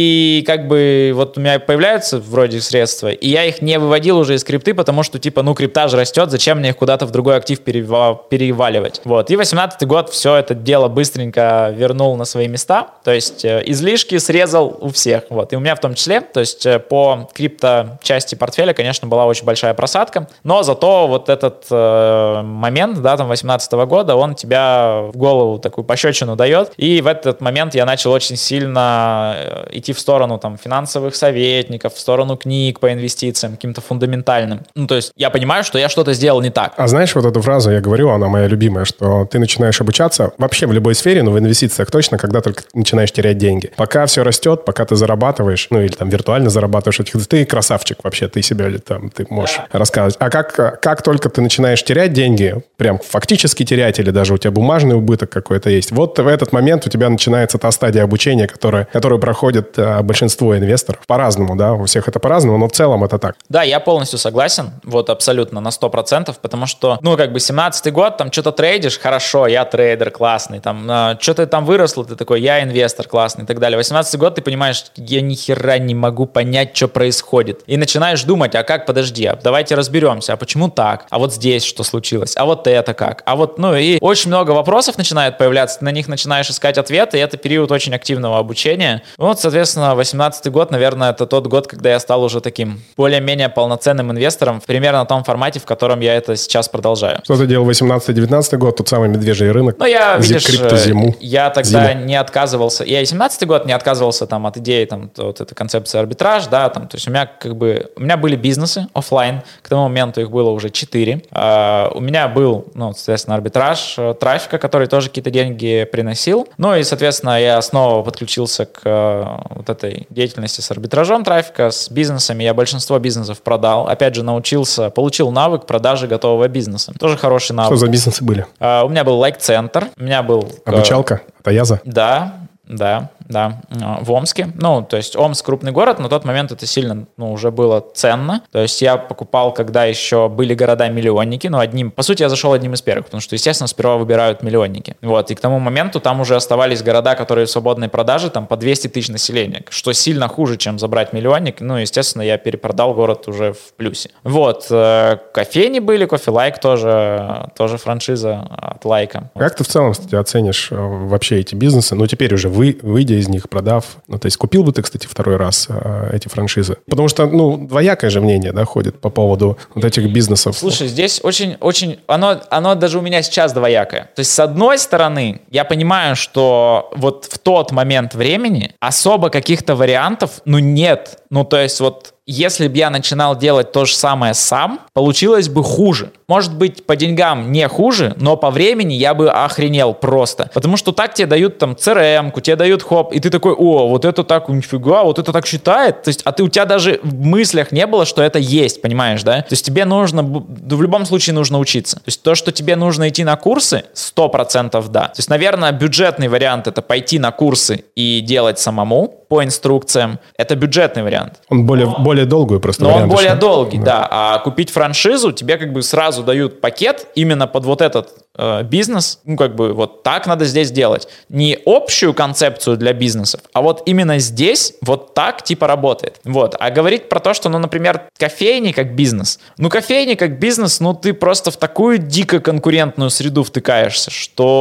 И как бы вот у меня появляются вроде средства, и я их не выводил уже из крипты, потому что типа, ну, крипта же растет, зачем мне их куда-то в другой актив переваливать. Вот. И восемнадцатый год все это дело быстренько вернул на свои места, то есть э, излишки срезал у всех. Вот. И у меня в том числе, то есть э, по крипто части портфеля, конечно, была очень большая просадка, но зато вот этот э, момент, да, там, восемнадцатого года, он тебя в голову такую пощечину дает, и в этот момент я начал очень сильно идти в сторону там финансовых советников, в сторону книг по инвестициям, каким-то фундаментальным. Ну, то есть я понимаю, что я что-то сделал не так. А знаешь, вот эту фразу я говорю, она моя любимая, что ты начинаешь обучаться вообще в любой сфере, но в инвестициях точно, когда только начинаешь терять деньги. Пока все растет, пока ты зарабатываешь, ну, или там виртуально зарабатываешь, ты красавчик вообще, ты себя там, ты можешь да. рассказывать. А как, как только ты начинаешь терять деньги, прям фактически терять, или даже у тебя бумажный убыток какой-то есть, вот в этот момент у тебя начинается та стадия обучения, которая, которую проходит а, большинство инвесторов. По-разному, да, у всех это по-разному, но в целом это так. Да, я полностью согласен, вот абсолютно на сто процентов, потому что, ну, как бы семнадцатый год, там что-то трейдишь, хорошо, я трейдер классный, там, а, что-то там выросло, ты такой, я инвестор классный и так далее. восемнадцатый год, ты понимаешь, я ни хера не могу понять, что происходит. И начинаешь думать, а как, подожди, а давайте разберемся, а почему так? А вот здесь что случилось? А вот это как? А вот, ну, и очень много вопросов начинает появляться, ты на них начинаешь искать ответы, и это период очень активного обучения. Вот, соответственно, восемнадцатый год, наверное, это тот год, когда я стал уже таким более-менее полноценным инвестором, примерно на том формате, в котором я это сейчас продолжаю. Что ты делал восемнадцатый-девятнадцатый год, тот самый медвежий рынок? Ну, я, видишь, криптозиму. я тогда Зиму. не отказывался, я и семнадцатый год не отказывался там от идеи, там, вот этой концепции арбитраж, да, там, то есть у меня как бы, у меня были бизнесы офлайн, к тому моменту их было уже четыре. Uh, у меня был, ну, соответственно, арбитраж uh, трафика, который тоже какие-то деньги приносил. Ну и, соответственно, я снова подключился к uh, вот этой деятельности с арбитражом трафика, с бизнесами. Я большинство бизнесов продал. Опять же, научился, получил навык продажи готового бизнеса. Тоже хороший навык. Что за бизнесы были? Uh, у меня был лайк-центр, у меня был... Обучалка? Uh, Таяза? Да. Да, да, в Омске. Ну, то есть Омск крупный город, на тот момент это сильно, ну, уже было ценно. То есть я покупал, когда еще были города-миллионники, но одним, по сути, я зашел одним из первых, потому что, естественно, сперва выбирают миллионники. Вот, и к тому моменту там уже оставались города, которые в свободной продаже, там по двести тысяч населения, что сильно хуже, чем забрать миллионник. Ну, естественно, я перепродал город уже в плюсе. Вот, кофейни были, кофе-лайк тоже, тоже франшиза от лайка. Как ты в целом, кстати, оценишь вообще эти бизнесы? Ну, теперь уже вы, выйдя из них, продав, ну, то есть купил бы ты, кстати, второй раз э, эти франшизы? Потому что, ну, двоякое же мнение, да, ходит по поводу вот этих бизнесов. Слушай, здесь очень, очень, оно, оно даже у меня сейчас двоякое. То есть, с одной стороны, я понимаю, что вот в тот момент времени особо каких-то вариантов, ну, нет. Ну, то есть, вот, если бы я начинал делать то же самое сам, получилось бы хуже. Может быть, по деньгам не хуже, но по времени я бы охренел просто. Потому что так тебе дают там цэ эр эм-ку, тебе дают хоп, и ты такой, о, вот это так, нифига, вот это так считает. То есть, а ты, у тебя даже в мыслях не было, что это есть, понимаешь, да? То есть тебе нужно, в любом случае нужно учиться. То есть то, что тебе нужно идти на курсы, сто процентов да. То есть, наверное, бюджетный вариант — это пойти на курсы и делать самому по инструкциям. Это бюджетный вариант. Он более, более долгую просто Но вариант. он более да? долгий, да. да. А купить франшизу, тебе как бы сразу дают пакет именно под вот этот э, бизнес. Ну, как бы вот так надо здесь делать. Не общую концепцию для бизнесов, а вот именно здесь вот так типа работает. Вот. А говорить про то, что, ну, например, кофейни как бизнес. Ну, кофейни как бизнес, ну, ты просто в такую дико конкурентную среду втыкаешься,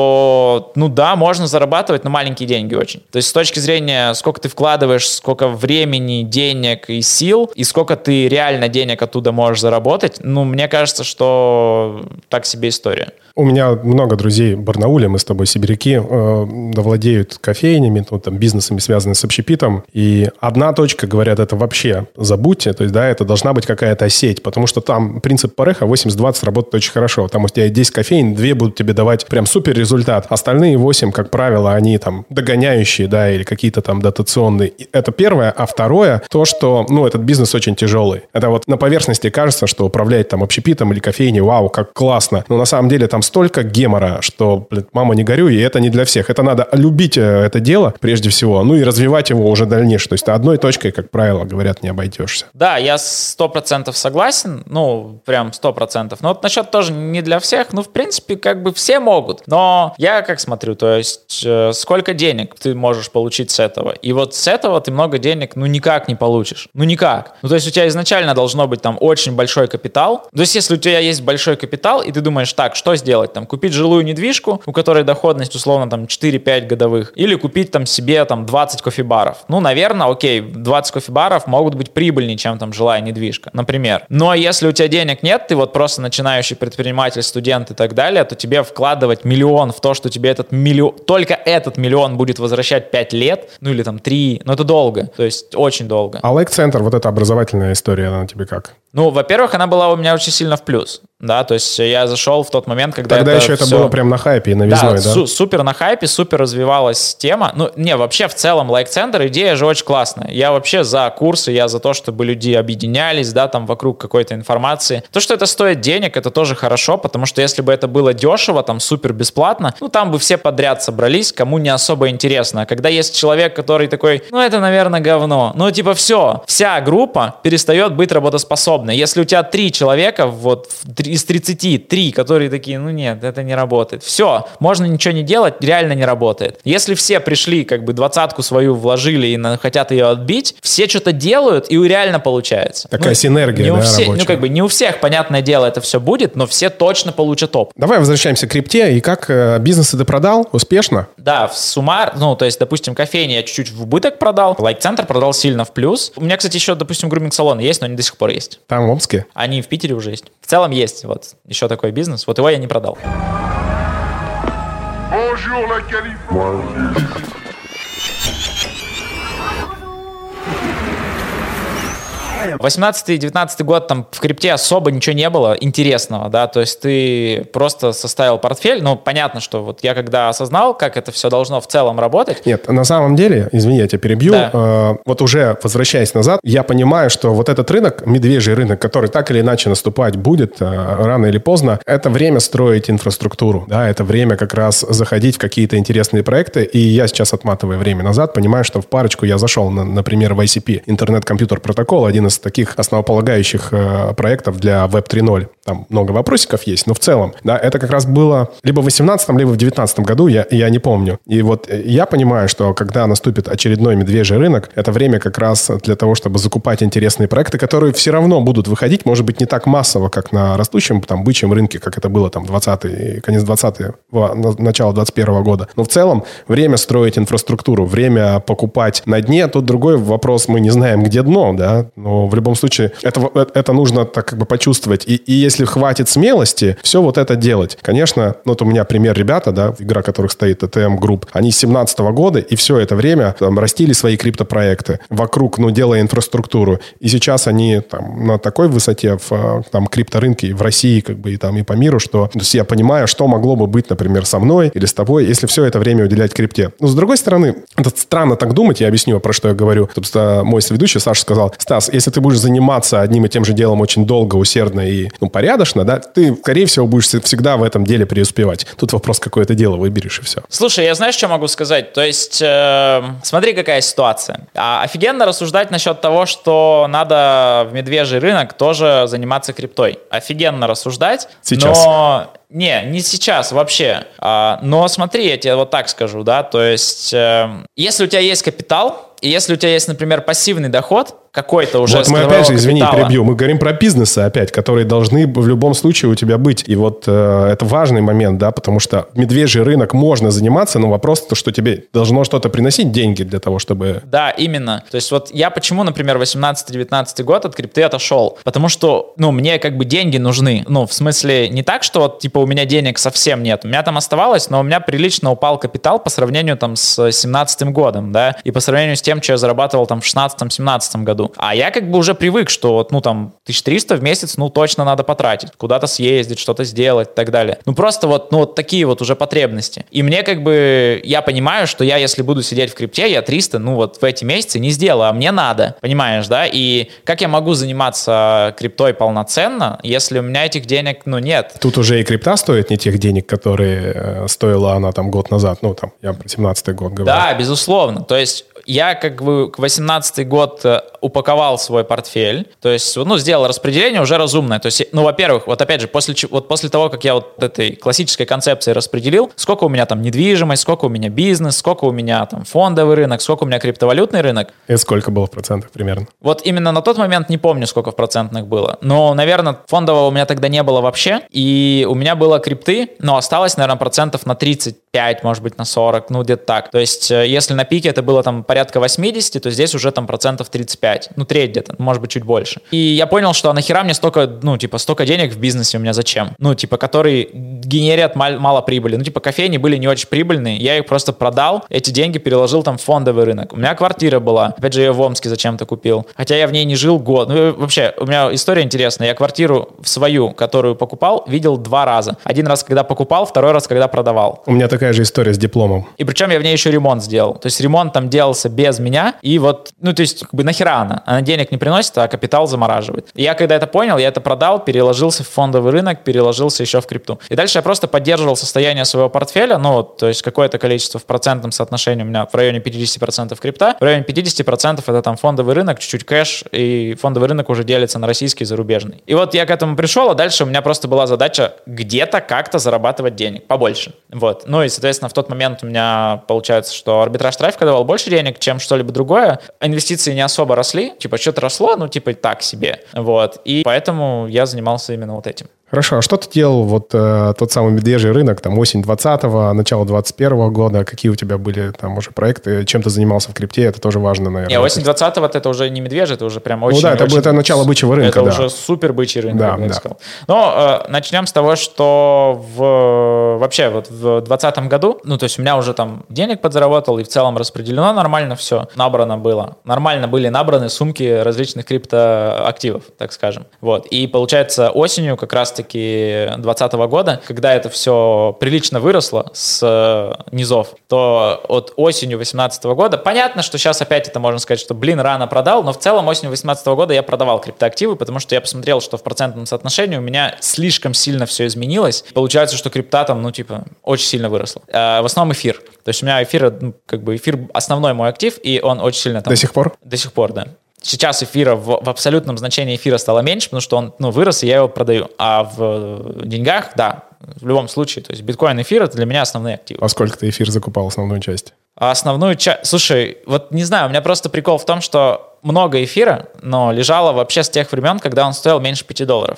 что, ну да, можно зарабатывать, но маленькие деньги очень. То есть с точки зрения, сколько ты вкладываешь, сколько времени, денег и сил, и сколько ты реально денег оттуда можешь заработать, ну, мне кажется, что так себе история. У меня много друзей в Барнауле, мы с тобой сибиряки, э, владеют кофейнями, ну, там, бизнесами, связанными с общепитом. И одна точка, говорят, это вообще забудьте. То есть, да, это должна быть какая-то сеть, потому что там принцип Пареха восемьдесят двадцать работает очень хорошо. Там у тебя десять кофеин, две будут тебе давать прям супер результат. Остальные восемь, как правило, они там догоняющие, да, или какие-то там дотационные. Это первое. А второе, то, что, ну, этот бизнес очень тяжелый. Это вот на поверхности кажется, что управлять там общепитом или кофейней, вау, как классно. Но на самом деле там столько гемора, что, блин, мама, не горюй, и это не для всех. Это надо любить это дело прежде всего, ну и развивать его уже дальнейшее. То есть одной точкой, как правило, говорят, не обойдешься. Да, я сто процентов согласен, ну, прям сто процентов. Но вот насчет тоже не для всех, ну, в принципе, как бы все могут. Но я как смотрю, то есть э, сколько денег ты можешь получить с этого? И вот с этого ты много денег, ну, никак не получишь. Ну, никак. Ну, то есть у тебя изначально должно быть там очень большой капитал. То есть если у тебя есть большой капитал, и ты думаешь, так, что сделать? Там, купить жилую недвижку, у которой доходность, условно, там, четыре-пять годовых, или купить там себе там двадцать кофебаров. Ну, наверное, окей, двадцать кофебаров могут быть прибыльнее, чем там жилая недвижка, например. Но если у тебя денег нет, ты вот просто начинающий предприниматель, студент и так далее, то тебе вкладывать миллион в то, что тебе этот миллион, только этот миллион будет возвращать пять лет, ну или там три, ну это долго, то есть очень долго. А Лайк-центр, вот эта образовательная история, она тебе как? Ну, во-первых, она была у меня очень сильно в плюс, да, то есть я зашел в тот момент, когда Тогда это еще это все... было прям на хайпе и новизной, да? Да, су- супер на хайпе, супер развивалась тема. Ну, не, вообще в целом Лайк-центр, идея же очень классная. Я вообще за курсы, я за то, чтобы люди объединялись, да, там вокруг какой-то информации. То, что это стоит денег, это тоже хорошо, потому что если бы это было дешево, там супер бесплатно, ну, там бы все подряд собрались, кому не особо интересно. А когда есть человек, который такой, ну, это, наверное, говно. Ну, типа, все, вся группа перестает быть работоспособной. Если у тебя три человека, вот, из тридцати три, которые такие, ну, нет, это не работает. Все, можно ничего не делать, реально не работает. Если все пришли, как бы, двадцатку свою вложили и на, хотят ее отбить, все что-то делают, и реально получается. Такая ну, синергия, не у да, все, рабочая. Ну, как бы, не у всех, понятное дело, это все будет, но все точно получат опыт. Давай возвращаемся к крипте. И как э, бизнес ты продал? Успешно? Да, в суммар, ну, то есть, допустим, кофейни я чуть-чуть в убыток продал, Лайк-центр продал сильно в плюс. У меня, кстати, еще, допустим, груминг-салоны есть, но они до сих пор есть. Там, в Омске? Они в Питере уже есть. В целом есть, вот, еще такой бизнес. Вот его я не продал. Bonjour la Californie. восемнадцатый-девятнадцатый год, там в крипте особо ничего не было интересного, да, то есть ты просто составил портфель, ну, понятно, что вот я когда осознал, как это все должно в целом работать. Нет, на самом деле, извини, я тебя перебью, Да. э, вот уже возвращаясь назад, я понимаю, что вот этот рынок, медвежий рынок, который так или иначе наступать будет э, рано или поздно, это время строить инфраструктуру, да, это время как раз заходить в какие-то интересные проекты, и я сейчас, отматывая время назад, понимаю, что в парочку я зашел, на, например, в ай си пи, интернет-компьютер-протокол, один из таких основополагающих э, проектов для веб три ноль. Там много вопросиков есть, но в целом, да, это как раз было либо в восемнадцатом, либо в девятнадцатом году, я, я не помню. И вот я понимаю, что когда наступит очередной медвежий рынок, это время как раз для того, чтобы закупать интересные проекты, которые все равно будут выходить, может быть, не так массово, как на растущем, там, бычьем рынке, как это было там двадцатый, конец двадцатого, начало двадцать первого года. Но в целом время строить инфраструктуру, время покупать на дне. Тут другой вопрос, мы не знаем, где дно, да, но в любом случае это, это нужно так как бы почувствовать. И, и если хватит смелости, все вот это делать. Конечно, ну, вот у меня пример ребята, да, игра которых стоит, и ти эм Group, они с семнадцатого года и все это время там растили свои криптопроекты вокруг, ну, делая инфраструктуру. И сейчас они там на такой высоте в там крипторынке в России, как бы, и там и по миру, что то есть я понимаю, что могло бы быть, например, со мной или с тобой, если все это время уделять крипте. Но с другой стороны, это странно так думать, я объясню, про что я говорю. Собственно, мой соведущий Саша сказал: Стас, если ты будешь заниматься одним и тем же делом очень долго, усердно и, ну, порядочно, да, ты, скорее всего, будешь всегда в этом деле преуспевать. Тут вопрос, какое ты дело выберешь, и все. Слушай, я знаешь, что могу сказать? То есть, э, смотри, какая ситуация. А, офигенно рассуждать насчет того, что надо в медвежий рынок тоже заниматься криптой. Офигенно рассуждать. Сейчас. Но... Не, не сейчас вообще. А, но смотри, я тебе вот так скажу, да, то есть, э, если у тебя есть капитал, и если у тебя есть, например, пассивный доход, какой-то уже вот мы опять же, извини, перебью, мы говорим про бизнесы опять, которые должны в любом случае у тебя быть. И вот э, это важный момент, да, потому что медвежий рынок можно заниматься, но вопрос то, что тебе должно что-то приносить деньги для того, чтобы... Да, именно. То есть вот я почему, например, восемнадцатый-девятнадцатый год от крипты отошел? Потому что, ну, мне как бы деньги нужны. Ну, в смысле, не так, что вот, типа, у меня денег совсем нет. У меня там оставалось, но у меня прилично упал капитал по сравнению там с семнадцатым годом, да, и по сравнению с тем, что я зарабатывал там в шестнадцатом-семнадцатом году. году. А я как бы уже привык, что вот, ну, там, тысяча триста в месяц, ну, точно надо потратить, куда-то съездить, что-то сделать и так далее. Ну, просто вот, ну, вот такие вот уже потребности. И мне как бы, я понимаю, что я, если буду сидеть в крипте, я триста, ну, вот в эти месяцы не сделаю, а мне надо, понимаешь, да? И как я могу заниматься криптой полноценно, если у меня этих денег, ну, нет? Тут уже и крипта стоит не тех денег, которые э, стоила она там год назад, ну, там, я про семнадцатый год говорю. Да, безусловно. То есть я как бы к восемнадцатый год упаковал свой портфель, то есть, ну, сделал распределение уже разумное. То есть, ну, во-первых, вот опять же, после, вот после того, как я вот этой классической концепции распределил, сколько у меня там недвижимость, сколько у меня бизнес, сколько у меня там фондовый рынок, сколько у меня криптовалютный рынок. Это сколько было в процентах примерно? Вот именно на тот момент не помню, сколько в процентных было. Но, наверное, фондового у меня тогда не было вообще. И у меня было крипты, но осталось, наверное, процентов на тридцать пять, может быть, на сорок, ну, где-то так. То есть, если на пике это было там порядка восемьдесят, то здесь уже там процентов тридцать пять. Ну, треть где-то, может быть, чуть больше. И я понял, что а нахера мне столько, ну, типа, столько денег в бизнесе у меня зачем? Ну, типа, который генерят мал- мало прибыли. Ну, типа, кофейни были не очень прибыльные, я их просто продал, эти деньги переложил там в фондовый рынок. У меня квартира была, опять же, я в Омске зачем-то купил. Хотя я в ней не жил год. Ну, вообще, у меня история интересная. Я квартиру свою, которую покупал, видел два раза. Один раз, когда покупал, второй раз, когда продавал. У меня такая же история с дипломом. И причем я в ней еще ремонт сделал. То есть ремонт там делался без меня, и вот, ну, то есть, как бы, нахера она? Она денег не приносит, а капитал замораживает. И я, когда это понял, я это продал, переложился в фондовый рынок, переложился еще в крипту. И дальше я просто поддерживал состояние своего портфеля, ну, то есть, какое-то количество в процентном соотношении у меня в районе пятьдесят процентов крипта, в районе пятьдесят процентов это там фондовый рынок, чуть-чуть кэш, и фондовый рынок уже делится на российский и зарубежный. И вот я к этому пришел, а дальше у меня просто была задача где-то как-то зарабатывать денег, побольше. Вот. Ну, и, соответственно, в тот момент у меня получается, что арбитраж трафика давал больше денег, чем что-либо другое. Инвестиции не особо росли, типа что-то росло, ну типа так себе. Вот. И поэтому я занимался именно вот этим. Хорошо, а что ты делал, вот э, тот самый медвежий рынок, там осень двадцатого, начало двадцать первого года, какие у тебя были там уже проекты, чем ты занимался в крипте, это тоже важно, наверное. Не, осень двадцатого это уже не медвежий, это уже прям очень... Ну да, это, очень, это начало бычьего рынка, это да. уже супер бычий рынок, да, я бы да. сказал. Но э, начнем с того, что в, вообще вот в двадцатом году, ну то есть у меня уже там денег подзаработал, и в целом распределено нормально все, набрано было. Нормально были набраны сумки различных криптоактивов, так скажем. Вот. И получается осенью как раз-таки двадцатого года, когда это все прилично выросло с низов, то от осенью восемнадцатого года, понятно, что сейчас опять это можно сказать, что, блин, рано продал, но в целом осенью восемнадцатого года я продавал криптоактивы, потому что я посмотрел, что в процентном соотношении у меня слишком сильно все изменилось. Получается, что крипта там, ну, типа, очень сильно выросла. А в основном эфир. То есть у меня эфир, ну, как бы эфир основной мой актив, и он очень сильно там... До сих пор? До сих пор, да. Сейчас эфира в, в абсолютном значении эфира стало меньше, потому что он, ну, вырос, и я его продаю. А в деньгах, да, в любом случае. То есть биткоин, эфир — это для меня основные активы. А сколько ты эфир закупал, основную часть? А основную часть... Слушай, вот не знаю, у меня просто прикол в том, что много эфира, но лежало вообще с тех времен, когда он стоил меньше пяти долларов.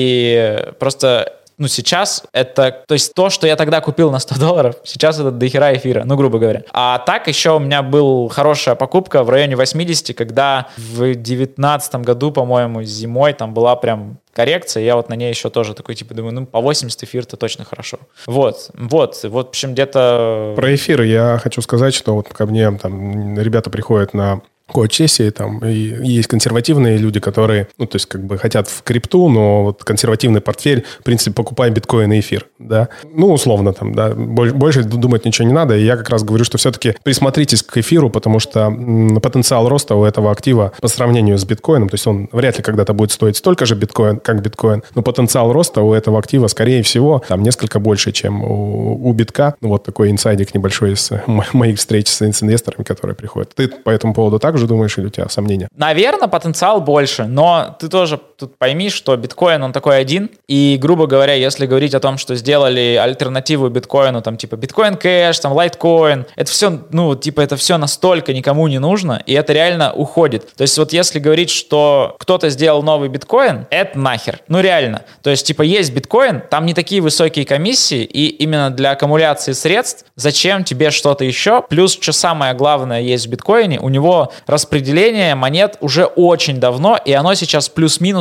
И просто... Ну, сейчас это, то есть то, что я тогда купил на сто долларов, сейчас это дохера эфира, ну, грубо говоря. А так еще у меня была хорошая покупка в районе восьмидесяти, когда в девятнадцатом году, по-моему, зимой там была прям коррекция, я вот на ней еще тоже такой, типа, думаю, ну, по восемьдесят эфир-то точно хорошо. Вот, вот, вот, в общем, где-то... Про эфир я хочу сказать, что вот ко мне там ребята приходят на коуч-сессии, там, и есть консервативные люди, которые, ну, то есть, как бы хотят в крипту, но вот консервативный портфель, в принципе, покупай биткоин и эфир, да. Ну, условно, там, да, больше думать ничего не надо, и я как раз говорю, что все-таки присмотритесь к эфиру, потому что м, потенциал роста у этого актива по сравнению с биткоином, то есть он вряд ли когда-то будет стоить столько же биткоин, как биткоин, но потенциал роста у этого актива, скорее всего, там, несколько больше, чем у, у битка. Ну, вот такой инсайдик небольшой из моих встреч с, с инвесторами, которые приходят. Ты по этому поводу также думаешь, или у тебя сомнения? Наверное, потенциал больше, но ты тоже тут пойми, что биткоин, он такой один, и, грубо говоря, если говорить о том, что сделали альтернативу биткоину, там, типа, биткоин кэш, там, лайткоин, это все, ну, типа, это все настолько никому не нужно, и это реально уходит. То есть вот если говорить, что кто-то сделал новый биткоин, это нахер, ну, реально. То есть, типа, есть биткоин, там не такие высокие комиссии, и именно для аккумуляции средств зачем тебе что-то еще, плюс, что самое главное есть в биткоине, у него распределение монет уже очень давно, и оно сейчас плюс-минус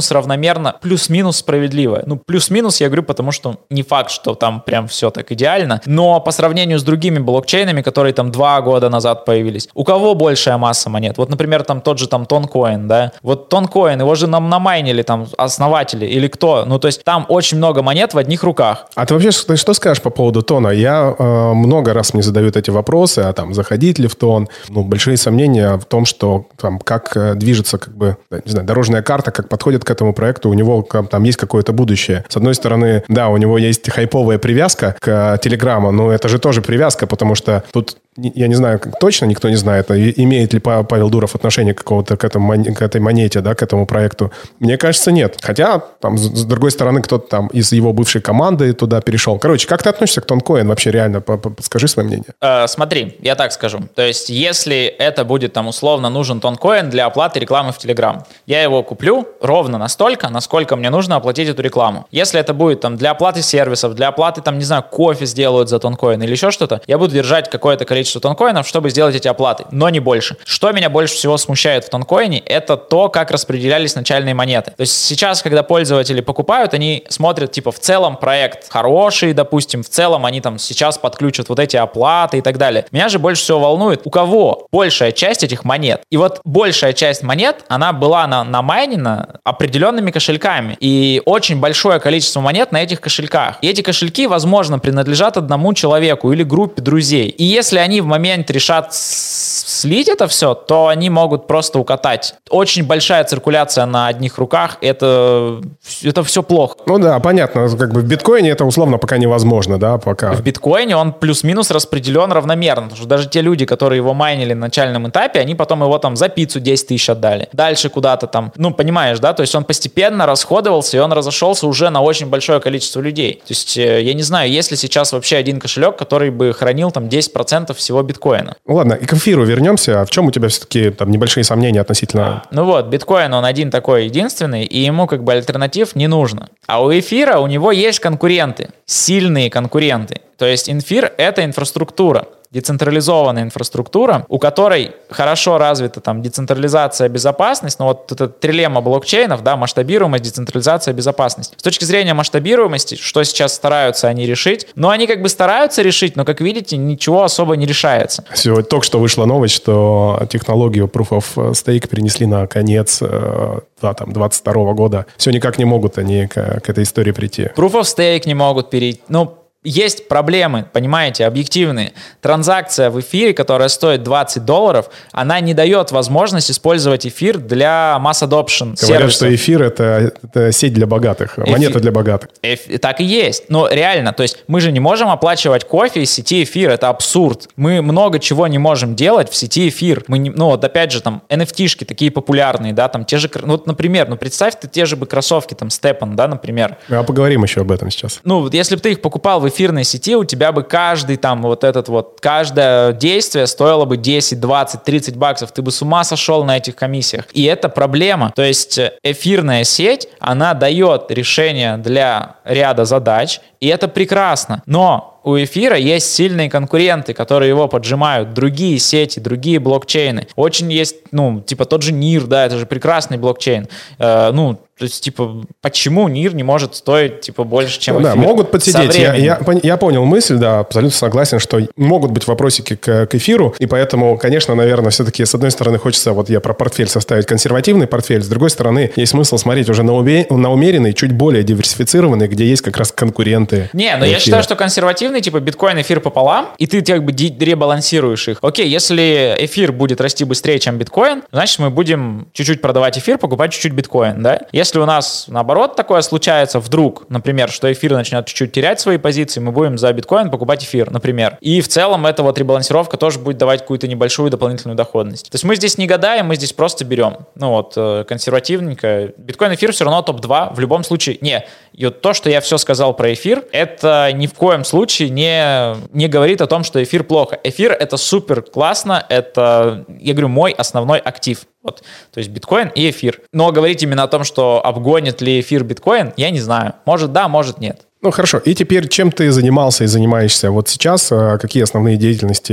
плюс-минус равномерно, плюс-минус справедливая. Ну, плюс-минус я говорю, потому что не факт, что там прям все так идеально, но по сравнению с другими блокчейнами, которые там два года назад появились, у кого большая масса монет? Вот, например, там тот же там Toncoin, да? Вот Toncoin, его же нам намайнили там основатели или кто? Ну, то есть там очень много монет в одних руках. А ты вообще ты что скажешь по поводу Тона? Я э, много раз мне задают эти вопросы, а там заходить ли в Тон? Ну, большие сомнения в том, что там как э, движется как бы, не знаю, дорожная карта, как подходит к этому проекту, у него там есть какое-то будущее. С одной стороны, да, у него есть хайповая привязка к Телеграму, но это же тоже привязка, потому что тут я не знаю, как точно никто не знает, имеет ли Павел Дуров отношение какого-то к, этому, к этой монете, да, к этому проекту. Мне кажется, нет. Хотя, там, с, с другой стороны, кто-то там из его бывшей команды туда перешел. Короче, как ты относишься к Toncoin вообще реально? Подскажи свое мнение. Э, смотри, я так скажу. То есть, если это будет там условно нужен Toncoin для оплаты рекламы в Telegram, я его куплю ровно настолько, насколько мне нужно оплатить эту рекламу. Если это будет там для оплаты сервисов, для оплаты там, не знаю, кофе сделают за Toncoin или еще что-то, я буду держать какое-то количество тонкоинов, чтобы сделать эти оплаты, но не больше. Что меня больше всего смущает в тонкоине, это то, как распределялись начальные монеты. То есть сейчас, когда пользователи покупают, они смотрят, типа, в целом проект хороший, допустим, в целом они там сейчас подключат вот эти оплаты и так далее. Меня же больше всего волнует, у кого большая часть этих монет. И вот большая часть монет, она была на, намайнена определенными кошельками. И очень большое количество монет на этих кошельках. И эти кошельки, возможно, принадлежат одному человеку или группе друзей. И если они в момент решат слить это все, то они могут просто укатать. Очень большая циркуляция на одних руках, это, это все плохо. Ну да, понятно, как бы в биткоине это условно пока невозможно, да, пока. В биткоине он плюс-минус распределен равномерно, потому что даже те люди, которые его майнили на начальном этапе, они потом его там за пиццу десять тысяч отдали. Дальше куда-то там, ну понимаешь, да, то есть он постепенно расходовался, и он разошелся уже на очень большое количество людей. То есть я не знаю, есть ли сейчас вообще один кошелек, который бы хранил там десять процентов всего биткоина. Ну ладно, и к эфиру вернемся. А в чем у тебя все-таки там небольшие сомнения относительно... Ну вот, биткоин, он один такой единственный, и ему как бы альтернатив не нужно. А у эфира у него есть конкуренты, сильные конкуренты. То есть эфир — это инфраструктура. Децентрализованная инфраструктура, у которой хорошо развита там децентрализация, безопасность, но вот эта трилемма блокчейнов, да, масштабируемость, децентрализация, безопасность. С точки зрения масштабируемости, что сейчас стараются они решить? Ну, они как бы стараются решить, но, как видите, ничего особо не решается. Сегодня только что вышла новость, что технологию Proof of Stake перенесли на конец да, там, двадцать второго года. Все никак не могут они к, к этой истории прийти. Proof of Stake не могут перейти. Ну, есть проблемы, понимаете, объективные. Транзакция в эфире, которая стоит двадцать долларов, она не дает возможность использовать эфир для mass adoption сервисов. Говорят, что эфир это, это сеть для богатых, Эфи... монета для богатых. Эфи... Так и есть. Но реально, то есть мы же не можем оплачивать кофе из сети эфир, это абсурд. Мы много чего не можем делать в сети эфир. Мы не... Ну вот опять же там эн эф ти-шки такие популярные, да, там те же, ну вот, например, ну представь ты те же бы кроссовки, там Степан, да, например. А поговорим еще об этом сейчас. Ну вот если бы ты их покупал в эфирной сети, у тебя бы каждый там вот этот вот, каждое действие стоило бы десять, двадцать, тридцать баксов, ты бы с ума сошел на этих комиссиях. И это проблема. То есть эфирная сеть, она дает решение для ряда задач, и это прекрасно. Но у эфира есть сильные конкуренты, которые его поджимают, другие сети, другие блокчейны. Очень есть, ну, типа тот же нир, да, это же прекрасный блокчейн. Э, ну, то есть, типа, почему нир не может стоить, типа, больше, чем ну, эфир? Да, могут подсидеть. Я, я, я понял мысль, да, абсолютно согласен, что могут быть вопросики к, к эфиру, и поэтому, конечно, наверное, все-таки, с одной стороны, хочется, вот я про портфель составить консервативный портфель, с другой стороны, есть смысл смотреть уже на, убе, на умеренный, чуть более диверсифицированный, где есть как раз конкуренты. Не, но эфира. Я считаю, что консервативный, типа, биткоин, эфир пополам, и ты, как бы, ребалансируешь их. Окей, если эфир будет расти быстрее, чем биткоин, значит, мы будем чуть-чуть продавать эфир, покупать чуть-чуть биткоин, да? Если у нас, наоборот, такое случается вдруг, например, что эфир начнет чуть-чуть терять свои позиции, мы будем за биткоин покупать эфир, например. И в целом эта вот ребалансировка тоже будет давать какую-то небольшую дополнительную доходность. То есть мы здесь не гадаем, мы здесь просто берем. Ну вот, консервативненько. Биткоин, эфир все равно топ два в любом случае. Не, и вот то, что я все сказал про эфир, это ни в коем случае не, не говорит о том, что эфир плохо. Эфир — это супер классно, это, я говорю, мой основной актив. Вот. То есть биткоин и эфир. Но говорить именно о том, что обгонит ли эфир биткоин, я не знаю. Может да, может нет. Ну хорошо, и теперь чем ты занимался и занимаешься вот сейчас? Какие основные деятельности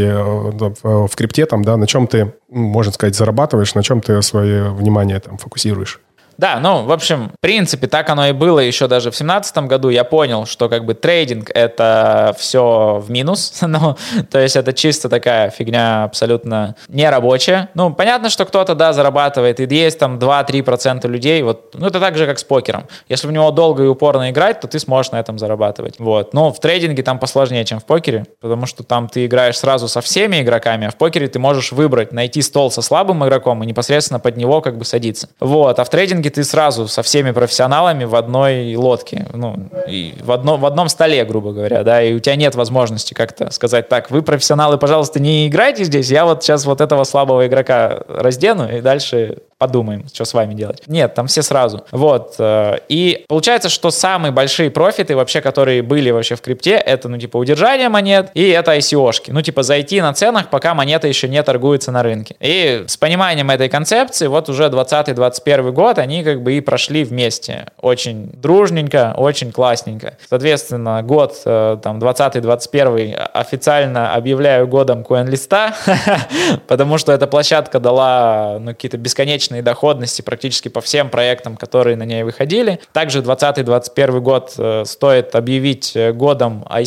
в крипте, там, да, на чем ты, можно сказать, зарабатываешь, на чем ты свое внимание там фокусируешь? Да, ну, в общем, в принципе, так оно и было еще даже в семнадцатом году. Я понял, что как бы трейдинг — это все в минус. Ну, то есть это чисто такая фигня абсолютно нерабочая. Ну, понятно, что кто-то, да, зарабатывает, и есть там два-три процента людей. Вот, ну, это так же, как с покером. Если в него долго и упорно играть, то ты сможешь на этом зарабатывать. Вот. Но в трейдинге там посложнее, чем в покере, потому что там ты играешь сразу со всеми игроками, а в покере ты можешь выбрать, найти стол со слабым игроком и непосредственно под него как бы садиться. Вот. А в трейдинге ты сразу со всеми профессионалами в одной лодке, ну, и в, одно, в одном столе, грубо говоря, да, и у тебя нет возможности как-то сказать: так, вы профессионалы, пожалуйста, не играйте здесь, я вот сейчас вот этого слабого игрока раздену и дальше подумаем, что с вами делать. Нет, там все сразу. Вот. И получается, что самые большие профиты вообще, которые были вообще в крипте, это, ну, типа, удержание монет и это ай си о-шки. Ну, типа, зайти на ценах, пока монета еще не торгуется на рынке. И с пониманием этой концепции вот уже двадцатый-двадцать первый год они как бы и прошли вместе. Очень дружненько, очень классненько. Соответственно, год там двадцатый-двадцать первый официально объявляю годом CoinList'а, потому что эта площадка дала, ну, какие-то бесконечные доходности практически по всем проектам, которые на ней выходили. Также двадцатый-двадцать первый год э, стоит объявить годом ай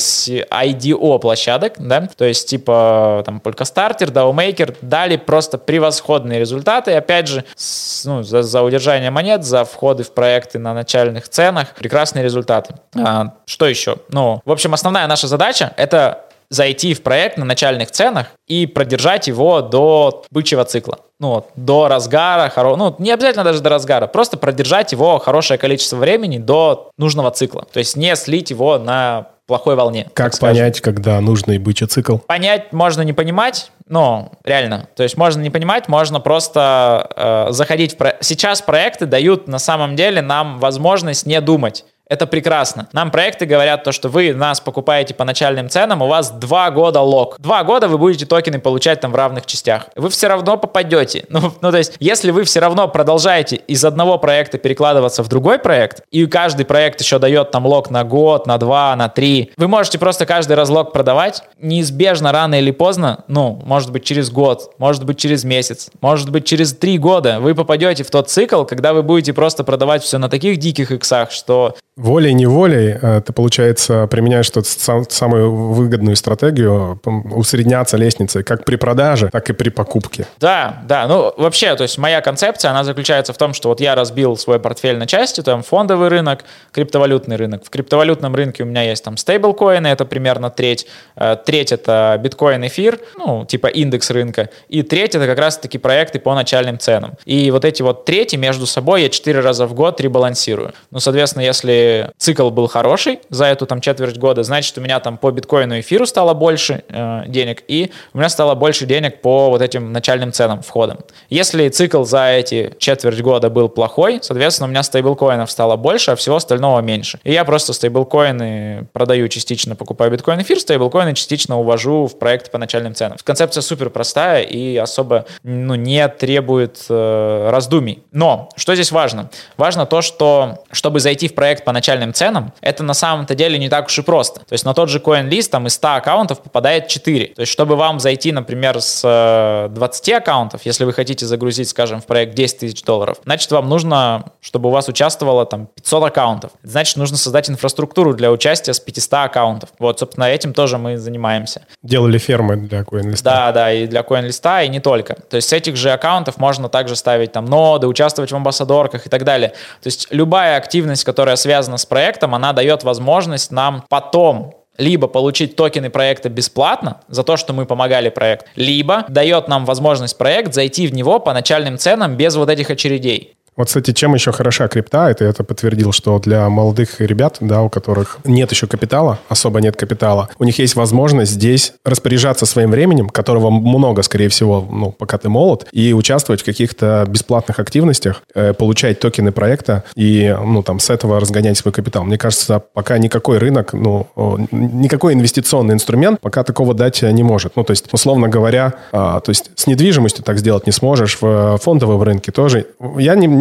ди о площадок, да, то есть типа там Polkastarter, дао Maker дали просто превосходные результаты, опять же, с, ну, за, за удержание монет, за входы в проекты на начальных ценах, прекрасные результаты. А, что еще? Ну, в общем, основная наша задача — это зайти в проект на начальных ценах и продержать его до бычьего цикла. Ну, вот, до разгара, хоро... ну, не обязательно даже до разгара, просто продержать его хорошее количество времени до нужного цикла. То есть не слить его на плохой волне. Как понять, когда нужный бычий цикл? Понять можно не понимать, но реально. То есть можно не понимать, можно просто э, заходить в... Про... Сейчас проекты дают на самом деле нам возможность не думать. Это прекрасно. Нам проекты говорят то, что вы нас покупаете по начальным ценам, у вас два года лок. Два года вы будете токены получать там в равных частях. Вы все равно попадете. Ну, ну, то есть, если вы все равно продолжаете из одного проекта перекладываться в другой проект, и каждый проект еще дает там лок на год, на два, на три, вы можете просто каждый разлог продавать. Неизбежно, рано или поздно, ну, может быть, через год, может быть, через месяц, может быть, через три года вы попадете в тот цикл, когда вы будете просто продавать все на таких диких иксах, что... Волей-неволей ты, получается, применяешь ту самую выгодную стратегию усредняться лестницей как при продаже, так и при покупке. Да, да. Ну, вообще, то есть моя концепция, она заключается в том, что вот я разбил свой портфель на части, там фондовый рынок, криптовалютный рынок. В криптовалютном рынке у меня есть там стейблкоины, это примерно треть. Треть — это биткоин, эфир, ну, типа индекс рынка. И треть — это как раз-таки проекты по начальным ценам. И вот эти вот трети между собой я четыре раза в год ребалансирую. Ну, соответственно, если цикл был хороший за эту там четверть года, значит, у меня там по биткоину и эфиру стало больше э, денег, и у меня стало больше денег по вот этим начальным ценам, входам. Если цикл за эти четверть года был плохой, соответственно, у меня стейблкоинов стало больше, а всего остального меньше. И я просто стейблкоины продаю частично, покупаю биткоин, эфир, стейблкоины частично увожу в проекты по начальным ценам. Концепция супер простая и особо, ну, не требует э, раздумий. Но что здесь важно? Важно то, что чтобы зайти в проект по начальным ценам, это на самом-то деле не так уж и просто. То есть на тот же CoinList там из ста аккаунтов попадает четыре. То есть чтобы вам зайти, например, с двадцати аккаунтов, если вы хотите загрузить, скажем, в проект десять тысяч долларов, значит, вам нужно, чтобы у вас участвовало там пятьсот аккаунтов. Значит, нужно создать инфраструктуру для участия с пятисот аккаунтов. Вот, собственно, этим тоже мы занимаемся. Делали фермы для CoinList. Да, да, и для CoinList, и не только. То есть с этих же аккаунтов можно также ставить там ноды, участвовать в амбассадорках и так далее. То есть любая активность, которая связана с проектом, она дает возможность нам потом либо получить токены проекта бесплатно за то, что мы помогали проекту, либо дает нам возможность проект зайти в него по начальным ценам без вот этих очередей. Вот, кстати, чем еще хороша крипта, это это подтвердил, что для молодых ребят, да, у которых нет еще капитала, особо нет капитала, у них есть возможность здесь распоряжаться своим временем, которого много, скорее всего, ну, пока ты молод, и участвовать в каких-то бесплатных активностях, э, получать токены проекта и, ну, там, с этого разгонять свой капитал. Мне кажется, пока никакой рынок, ну, никакой инвестиционный инструмент пока такого дать не может. Ну, то есть, условно говоря, э, то есть с недвижимостью так сделать не сможешь, в фондовом рынке тоже. Я не, не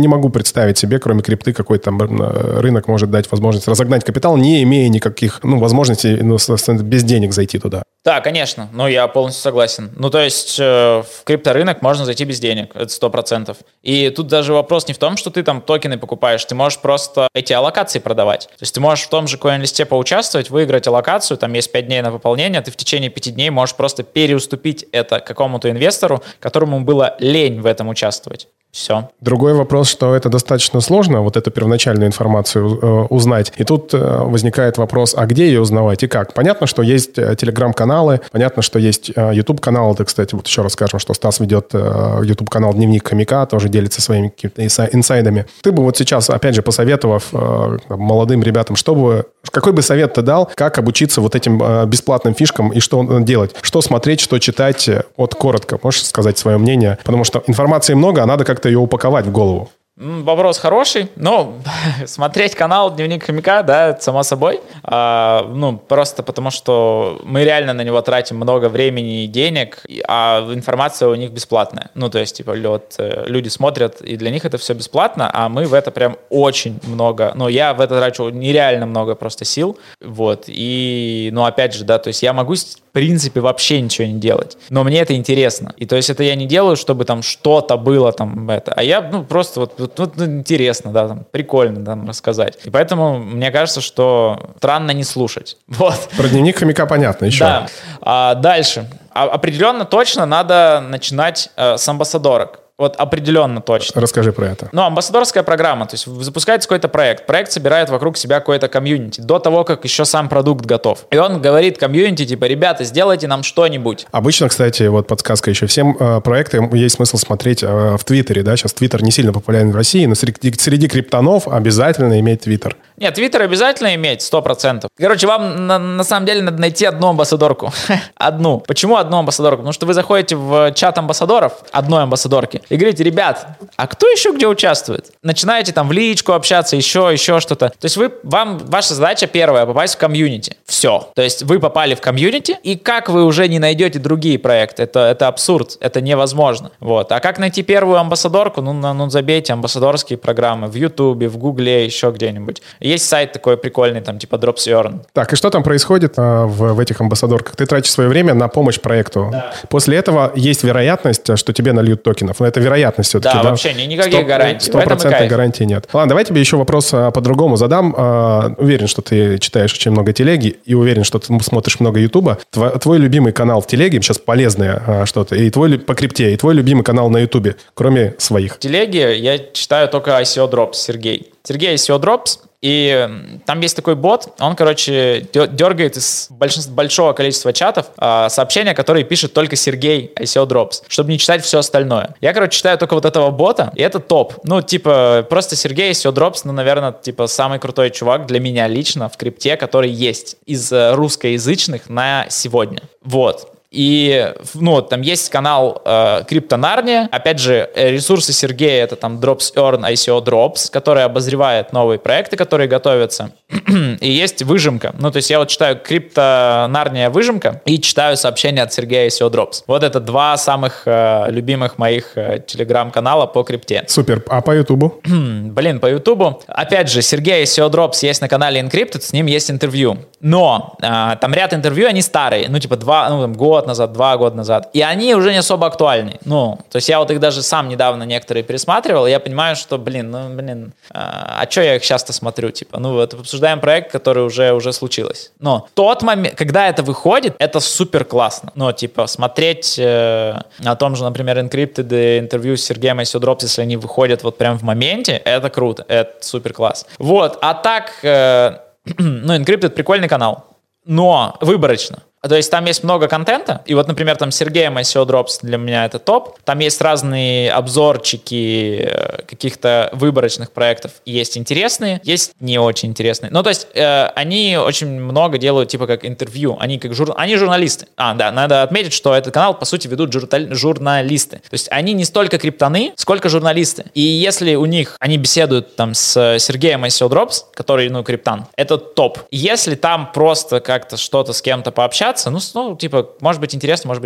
не могу представить себе, кроме крипты, какой там рынок может дать возможность разогнать капитал, не имея никаких ну, возможностей ну, без денег зайти туда. Да, конечно, ну я полностью согласен. Ну то есть э, в крипторынок можно зайти без денег, это сто процентов. И тут даже вопрос не в том, что ты там токены покупаешь, ты можешь просто эти аллокации продавать. То есть ты можешь в том же CoinList'е поучаствовать, выиграть аллокацию, там есть пять дней на выполнение, ты в течение пяти дней можешь просто переуступить это какому-то инвестору, которому было лень в этом участвовать. Все. Другой вопрос, что это достаточно сложно, вот эту первоначальную информацию э, узнать. И тут э, возникает вопрос, а где ее узнавать и как? Понятно, что есть э, телеграм-каналы, понятно, что есть э, YouTube-канал. Это, кстати, вот еще раз скажем, что Стас ведет э, YouTube-канал «Дневник хомяка», тоже делится своими какими-то инсайдами. Ты бы вот сейчас, опять же, посоветовав э, молодым ребятам, что бы, какой бы совет ты дал, как обучиться вот этим э, бесплатным фишкам и что делать? Что смотреть, что читать? Вот коротко, можешь сказать свое мнение? Потому что информации много, а надо как-то ее упаковать в голову. Вопрос хороший. Ну, смотреть канал «Дневник хомяка», да, это само собой. А, ну, просто потому, что мы реально на него тратим много времени и денег, а информация у них бесплатная. Ну, то есть, типа, вот, люди смотрят, и для них это все бесплатно, а мы в это прям очень много, ну, я в это трачу нереально много просто сил, вот, и, ну, опять же, да, то есть я могу в принципе вообще ничего не делать, но мне это интересно, и то есть это я не делаю, чтобы там что-то было там это, а я, ну, просто вот, вот, вот интересно, да, там, прикольно там рассказать, и поэтому мне кажется, что странно не слушать, вот. Про «Дневник хомяка» понятно, еще. Да, а дальше, а, определенно точно надо начинать э, с амбассадорок. Вот определенно точно. Расскажи про это. Ну, амбассадорская программа, то есть запускается какой-то проект, проект собирает вокруг себя какой-то комьюнити до того, как еще сам продукт готов. И он говорит комьюнити, типа, ребята, сделайте нам что-нибудь. Обычно, кстати, вот подсказка еще всем, э, проекты есть смысл смотреть э, в Твиттере, да, сейчас Твиттер не сильно популярен в России, но среди, среди криптонов обязательно иметь Твиттер. Нет, Твиттер обязательно иметь, сто процентов. Короче, вам на, на самом деле надо найти одну амбассадорку. Одну. Почему одну амбассадорку? Потому что вы заходите в чат амбассадоров, одной амбассадорки, и говорите, ребят, а кто еще где участвует? Начинаете там в личку общаться, еще, еще что-то. То есть вы, вам, ваша задача первая — попасть в комьюнити. Все. То есть вы попали в комьюнити, и как вы уже не найдете другие проекты? Это, это абсурд, это невозможно. Вот. А как найти первую амбассадорку? Ну, ну, забейте амбассадорские программы в Ютубе, в Гугле, еще где-нибудь. Есть сайт такой прикольный, там типа Drops Earn. Так, и что там происходит а, в, в этих амбассадорках? Ты тратишь свое время на помощь проекту. Да. После этого есть вероятность, что тебе нальют токенов. Но это вероятность все-таки. Да, да? вообще никаких гарантий. Стопроцентной гарантии нет. Ладно, давай тебе еще вопрос а, по-другому задам. А, уверен, что ты читаешь очень много телеги и уверен, что ты смотришь много Ютуба. Твой, твой любимый канал в телеге, сейчас полезное а, что-то, и твой по крипте, и твой любимый канал на Ютубе, кроме своих. В телеге я читаю только ай си о Drops, Сергей. Сергей ай си о Drops. И там есть такой бот, он, короче, дергает из большинства, большого количества чатов э, сообщения, которые пишет только Сергей ай си о Drops, чтобы не читать все остальное. Я, короче, читаю только вот этого бота, и это топ. Ну, типа, просто Сергей ай си о Drops, ну, наверное, типа, самый крутой чувак для меня лично в крипте, который есть из русскоязычных на сегодня. Вот. И, ну, там есть канал э, Криптонарния. Опять же, ресурсы Сергея — это там Drops Earn, ай си о Drops, который обозревает новые проекты, которые готовятся. И есть выжимка. Ну, то есть я вот читаю Криптонарния выжимка и читаю сообщения от Сергея ай си о Drops. Вот это два самых э, любимых моих э, телеграм-канала по крипте. Супер. А по Ютубу? Блин, по Ютубу. Опять же, Сергей ай си о Drops есть на канале Encrypted, с ним есть интервью. Но э, там ряд интервью, они старые. Ну, типа, два, ну, там, год назад, два года назад. И они уже не особо актуальны. Ну, то есть я вот их даже сам недавно некоторые пересматривал, и я понимаю, что, блин, ну, блин, а, а что я их часто смотрю? Типа, ну, вот обсуждаем проект, который уже, уже случилось. Но тот момент, когда это выходит, это супер классно. Ну, типа, смотреть э, о том же, например, Encrypted интервью с Сергеем ай си о Drops, если они выходят вот прям в моменте, это круто, это супер класс. Вот, а так, э, ну, Encrypted прикольный канал, но выборочно. То есть там есть много контента, и вот, например, там Сергей ай си о Drops для меня это топ. Там есть разные обзорчики каких-то выборочных проектов. Есть интересные, есть не очень интересные. Ну, то есть э, они очень много делают типа как интервью. Они как жур... они журналисты. А, да, надо отметить, что этот канал, по сути, ведут журталь... журналисты. То есть они не столько криптоны, сколько журналисты. И если у них, они беседуют там с Сергеем ай си о Drops, который, ну, криптан, это топ. Если там просто как-то что-то с кем-то пообщаться, Ну, ну, типа, может быть интересно, может быть нет.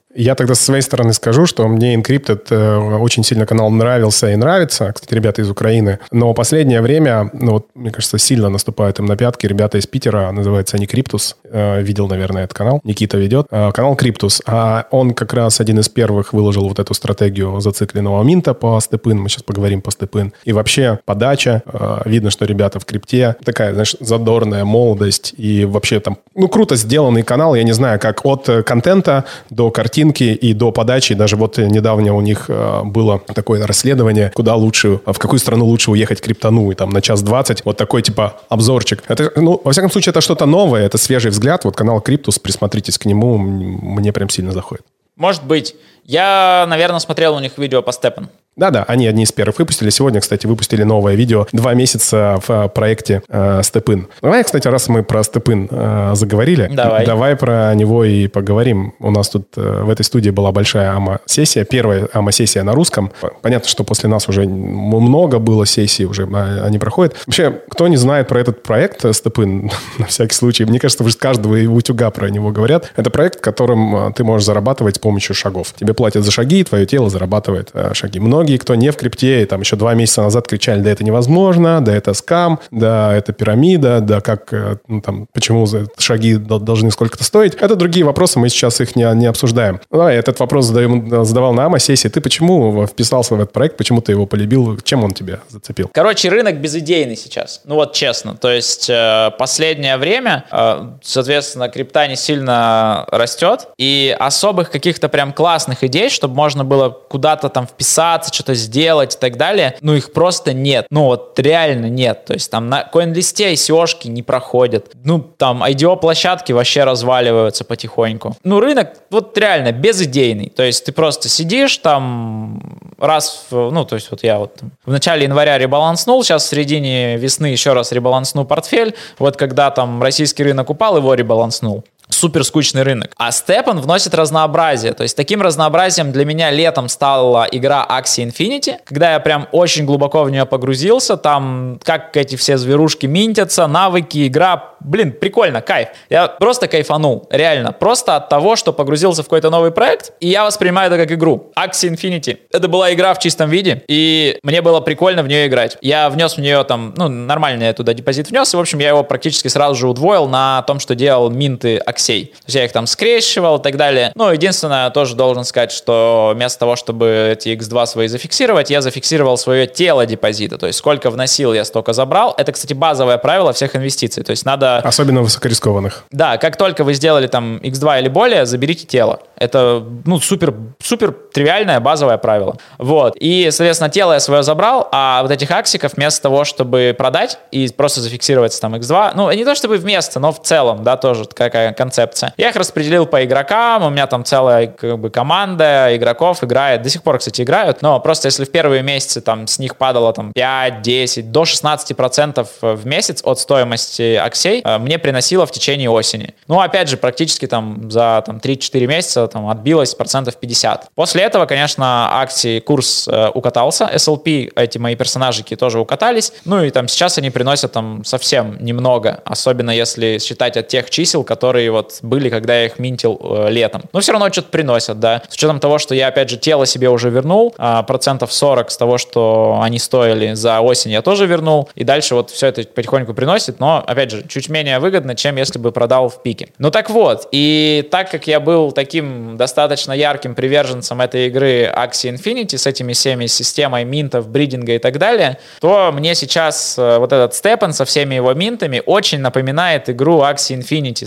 Я тогда со своей стороны скажу, что мне Encrypted э, очень сильно канал нравился и нравится. Кстати, ребята из Украины. Но последнее время, ну, вот, мне кажется, сильно наступают им на пятки. Ребята из Питера, называются они Cryptus. Э, видел, наверное, этот канал. Никита ведет. Э, канал Cryptus. А он как раз один из первых выложил вот эту стратегию зацикленного минта по степын. Мы сейчас поговорим по степын. И вообще подача. Э, видно, что ребята в крипте. Такая, знаешь, задорная молодость. И вообще там, ну, круто сделанный канал. Я не знаю, как от контента до картинки и до подачи. Даже вот недавно у них было такое расследование, куда лучше, в какую страну лучше уехать криптану, и там на час двадцать. Вот такой типа обзорчик. Это, ну, во всяком случае, это что-то новое, это свежий взгляд. Вот канал Cryptus, присмотритесь к нему, мне прям сильно заходит. Может быть. Я, наверное, смотрел у них видео по степэн. Да-да, они одни из первых выпустили. Сегодня, кстати, выпустили новое видео. Два месяца в проекте э, степын. Давай, кстати, раз мы про степын э, заговорили, давай. давай про него и поговорим. У нас тут э, в этой студии была большая АМА-сессия. Первая АМА-сессия на русском. Понятно, что после нас уже много было сессий, уже они проходят. Вообще, кто не знает про этот проект степын, на всякий случай, мне кажется, уже с каждого утюга про него говорят. Это проект, в котором ты можешь зарабатывать с помощью шагов. Тебе платят за шаги, и твое тело зарабатывает э, шаги. Многие, кто не в крипте, и там еще два месяца назад кричали, да это невозможно, да это скам, да это пирамида, да как, ну, там, почему шаги должны сколько-то стоить. Это другие вопросы, мы сейчас их не, не обсуждаем. Ну, давай, этот вопрос задаем, задавал на АМА-сессии. Ты почему вписался в этот проект, почему ты его полюбил, чем он тебя зацепил? Короче, рынок безидейный сейчас. Ну вот честно. То есть э, последнее время, э, соответственно, крипта не сильно растет, и особых каких-то прям классных идей, чтобы можно было куда-то там вписаться, что-то сделать и так далее, ну их просто нет. Ну вот реально нет. То есть там на CoinList'е ай си о-шки не проходят. Ну там ай ди о-площадки вообще разваливаются потихоньку. Ну рынок вот реально безидейный. То есть ты просто сидишь там раз, в, ну то есть вот я вот там, в начале января ребаланснул, сейчас в середине весны еще раз ребалансну портфель. Вот когда там российский рынок упал, его ребаланснул. Супер скучный рынок. А степэн вносит разнообразие. То есть таким разнообразием для меня летом стала игра Axie Infinity, когда я прям очень глубоко в нее погрузился. Там как эти все зверушки минтятся, навыки, игра. Блин, прикольно, кайф. Я просто кайфанул. Реально. Просто от того, что погрузился в какой-то новый проект, и я воспринимаю это как игру. Axie Infinity. Это была игра в чистом виде, и мне было прикольно в нее играть. Я внес в нее там, ну, нормально я туда депозит внес, и, в общем, я его практически сразу же удвоил на том, что делал минты Axie. То есть я их там скрещивал и так далее. Ну, единственное, тоже должен сказать, что вместо того, чтобы эти икс два свои зафиксировать, я зафиксировал свое тело депозита. То есть сколько вносил, я столько забрал. Это, кстати, базовое правило всех инвестиций. То есть надо... Особенно высокорискованных. Да, как только вы сделали там икс два или более, заберите тело. Это, ну, супер, супер тривиальное базовое правило. Вот. И, соответственно, тело я свое забрал, а вот этих аксиков вместо того, чтобы продать и просто зафиксировать там икс два, ну, не то чтобы вместо, но в целом, да, тоже какая концепция. Я их распределил по игрокам, у меня там целая как бы команда игроков играет, до сих пор, кстати, играют, но просто если в первые месяцы там с них падало там пять, десять, до шестнадцать процентов в месяц от стоимости аксей, мне приносило в течение осени. Ну, опять же, практически там за там, три-четыре месяца там отбилось процентов пятьдесят. После этого, конечно, акции, курс э, укатался, эс эл пи, эти мои персонажики тоже укатались, ну и там сейчас они приносят там совсем немного, особенно если считать от тех чисел, которые вот были, когда я их минтил э, летом. Но все равно что-то приносят, да. С учетом того, что я, опять же, тело себе уже вернул, э, процентов сорок с того, что они стоили за осень, я тоже вернул, и дальше вот все это потихоньку приносит, но, опять же, чуть менее выгодно, чем если бы продал в пике. Ну так вот, и так как я был таким достаточно ярким приверженцем этой игры Axie Infinity с этими всеми системой минтов, бридинга и так далее, то мне сейчас э, вот этот степэн со всеми его минтами очень напоминает игру Axie Infinity.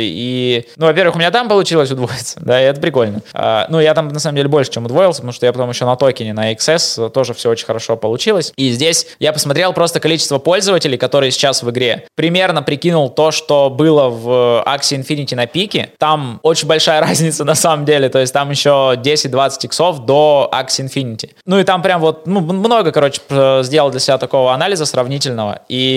И, ну, во-первых, у меня там получилось удвоиться, да, и это прикольно. А, ну, я там, на самом деле, больше, чем удвоился, потому что я потом еще на токене, на икс эс тоже все очень хорошо получилось. И здесь я посмотрел просто количество пользователей, которые сейчас в игре. Примерно прикинул то, что было в Axie Infinity на пике. Там очень большая разница на самом деле, то есть там еще десять-двадцать иксов до Axie Infinity. Ну, и там прям вот, ну, много, короче, сделал для себя такого анализа сравнительного, и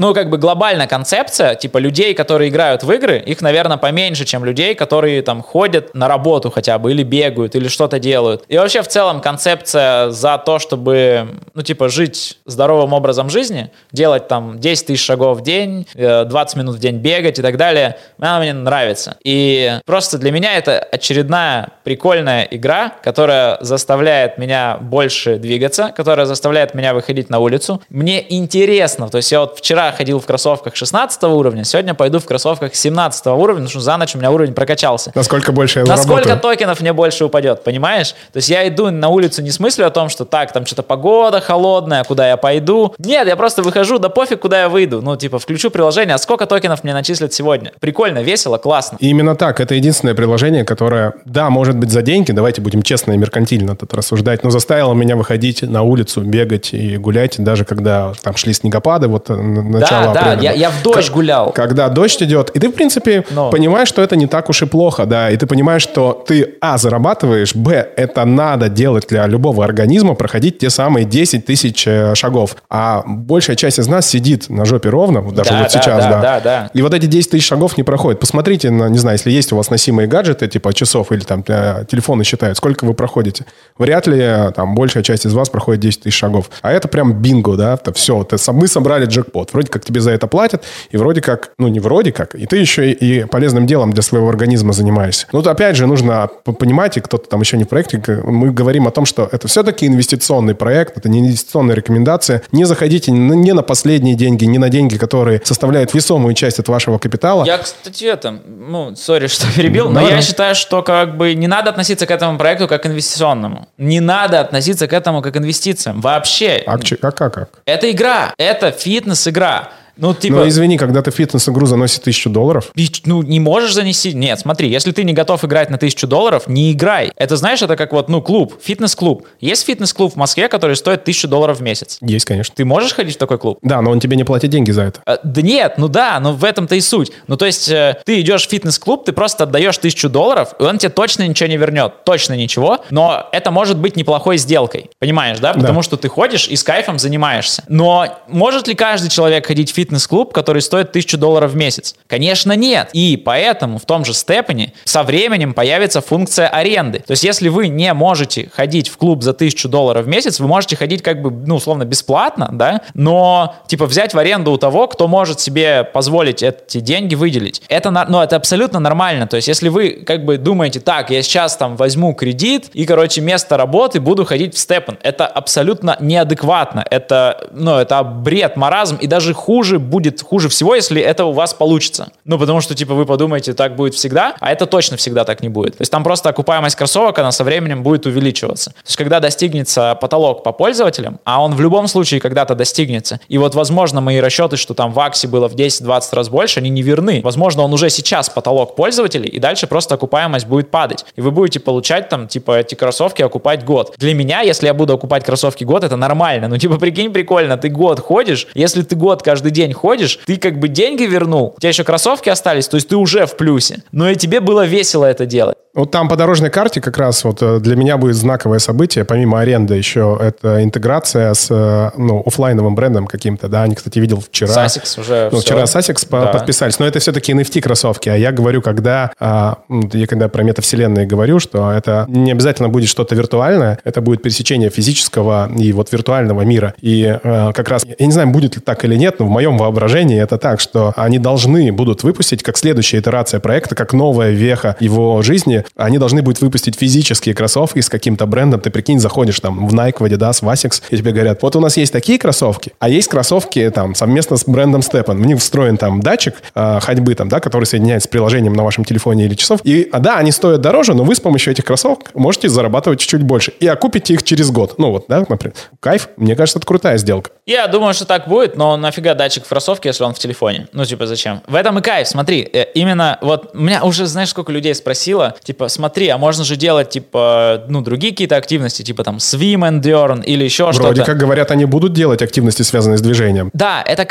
ну, как бы глобальная концепция, типа, людей, которые играют в игры, их, наверное, поменьше, чем людей, которые там ходят на работу хотя бы, или бегают, или что-то делают. И вообще, в целом, концепция за то, чтобы, ну, типа, жить здоровым образом жизни, делать там десять тысяч шагов в день, двадцать минут в день бегать и так далее, она мне нравится. И просто для меня это очередная прикольная игра, которая заставляет меня больше двигаться, которая заставляет меня выходить на улицу. Мне интересно, то есть я вот вчера ходил в кроссовках шестнадцатого уровня, сегодня пойду в кроссовках семнадцатого уровня, потому что за ночь у меня уровень прокачался. Насколько больше я заработаю? Насколько токенов мне больше упадет, понимаешь? То есть я иду на улицу не с мыслью о том, что так, там что-то погода холодная, куда я пойду. Нет, я просто выхожу, да пофиг, куда я выйду. Ну, типа, включу приложение, а сколько токенов мне начислят сегодня? Прикольно, весело, классно. И именно так. Это единственное приложение, которое, да, может быть, за деньги, давайте будем честно и меркантильно тут рассуждать, но заставило меня выходить на улицу, бегать и гулять, даже когда там шли снегопады, вот начало да, апреля. Да, я, я в дождь К- гулял. Когда дождь идет, и ты, в принципе, но. понимаешь, что это не так уж и плохо, да, и ты понимаешь, что ты, а, зарабатываешь, б, это надо делать для любого организма, проходить те самые десять тысяч шагов. А большая часть из нас сидит на жопе ровно, даже да, вот да, сейчас, да, да. да, да. И вот эти десять тысяч шагов не проходят. Посмотрите, на, не знаю, если есть у вас носимые гаджеты, типа часов или там телефоны считают, сколько вы проходите. Вряд ли там большая часть из вас проходит десять тысяч шагов. А это прям бинго, да, это все. Это, мы собрали джекпот. Вроде как тебе за это платят, и вроде как, ну не вроде как, и ты еще и, и полезным делом для своего организма занимаешься. Ну, опять же, нужно понимать, и кто-то там еще не в проекте, мы говорим о том, что это все-таки инвестиционный проект, это не инвестиционная рекомендация. Не заходите не на последние деньги, не на деньги, которые составляют весомую часть от вашего капитала. Я, кстати, это, ну, сори, что перебил, но да, я да. считаю, что как бы не надо относиться к этому проекту как к инвестиционному. Не надо относиться к этому как к инвестициям. Вообще. А как, как, как? Это игра, это фитнес-игра. Ну, типа... Ну, извини, когда ты фитнес-игру заносит тысячу долларов... Ну, не можешь занести... Нет, смотри, если ты не готов играть на тысячу долларов, не играй. Это, знаешь, это как вот, ну, клуб, фитнес-клуб. Есть фитнес-клуб в Москве, который стоит тысячу долларов в месяц? Есть, конечно. Ты можешь ходить в такой клуб? Да, но он тебе не платит деньги за это. А, да нет, ну да, но в этом-то и суть. Ну, то есть, э, ты идешь в фитнес-клуб, ты просто отдаешь тысячу долларов, и он тебе точно ничего не вернет. Точно ничего. Но это может быть неплохой сделкой. Понимаешь, да? Потому да. что ты ходишь и с кайфом занимаешься. Но может ли каждый человек ходить в фитнес-клуб, который стоит тысячу долларов в месяц? Конечно, нет. И поэтому в том же Степане со временем появится функция аренды. То есть, если вы не можете ходить в клуб за тысячу долларов в месяц, вы можете ходить как бы, ну, условно, бесплатно, да, но, типа, взять в аренду у того, кто может себе позволить эти деньги выделить. Это, ну, это абсолютно нормально. То есть, если вы, как бы, думаете, так, я сейчас там возьму кредит и, короче, вместо работы буду ходить в Степан. Это абсолютно неадекватно. Это, ну, это бред, маразм, и даже хуже будет, хуже всего, если это у вас получится. Ну, потому что, типа, вы подумаете, так будет всегда, а это точно всегда так не будет. То есть там просто окупаемость кроссовок, она со временем будет увеличиваться. То есть когда достигнется потолок по пользователям, а он в любом случае когда-то достигнется, и вот, возможно, мои расчеты, что там в Аксе было в десять-двадцать раз больше, они не верны. Возможно, он уже сейчас потолок пользователей, и дальше просто окупаемость будет падать. И вы будете получать там, типа, эти кроссовки окупать год. Для меня, если я буду окупать кроссовки год, это нормально. Ну, типа, прикинь, прикольно, ты год ходишь, если ты год каждый день ходишь, ты как бы деньги вернул, у тебя еще кроссовки остались, то есть ты уже в плюсе. Но и тебе было весело это делать. Вот там по дорожной карте как раз вот для меня будет знаковое событие, помимо аренды еще, это интеграция с, ну, офлайновым брендом каким-то, да, они, кстати, видел вчера. Сасикс уже Ну, все. вчера Сасикс да. подписались, но это все-таки эн эф ти кроссовки, а я говорю, когда, а, я когда про метавселенные говорю, что это не обязательно будет что-то виртуальное, это будет пересечение физического и вот виртуального мира. И а, как раз, я не знаю, будет ли так или нет, но в моем воображении это так, что они должны будут выпустить, как следующая итерация проекта, как новая веха его жизни, они должны будут выпустить физические кроссовки с каким-то брендом. Ты, прикинь, заходишь там в Nike, в Adidas, в Asics, и тебе говорят, вот у нас есть такие кроссовки, а есть кроссовки там совместно с брендом Stepan. В них встроен там датчик э, ходьбы, там, да, который соединяется с приложением на вашем телефоне или часов. И, а, да, они стоят дороже, но вы с помощью этих кроссовок можете зарабатывать чуть-чуть больше. И окупите их через год. Ну вот, да, например. Кайф. Мне кажется, это крутая сделка. Я думаю, что так будет, но нафига датчик в кроссовке, если он в телефоне? Ну, типа, зачем? В этом и кайф. Смотри, именно вот меня уже, знаешь, сколько людей спросило, типа, смотри, а можно же делать, типа, ну, другие какие-то активности, типа, там, swim and earn или еще Вроде что-то. Вроде как говорят, они будут делать активности, связанные с движением. Да, это кайф.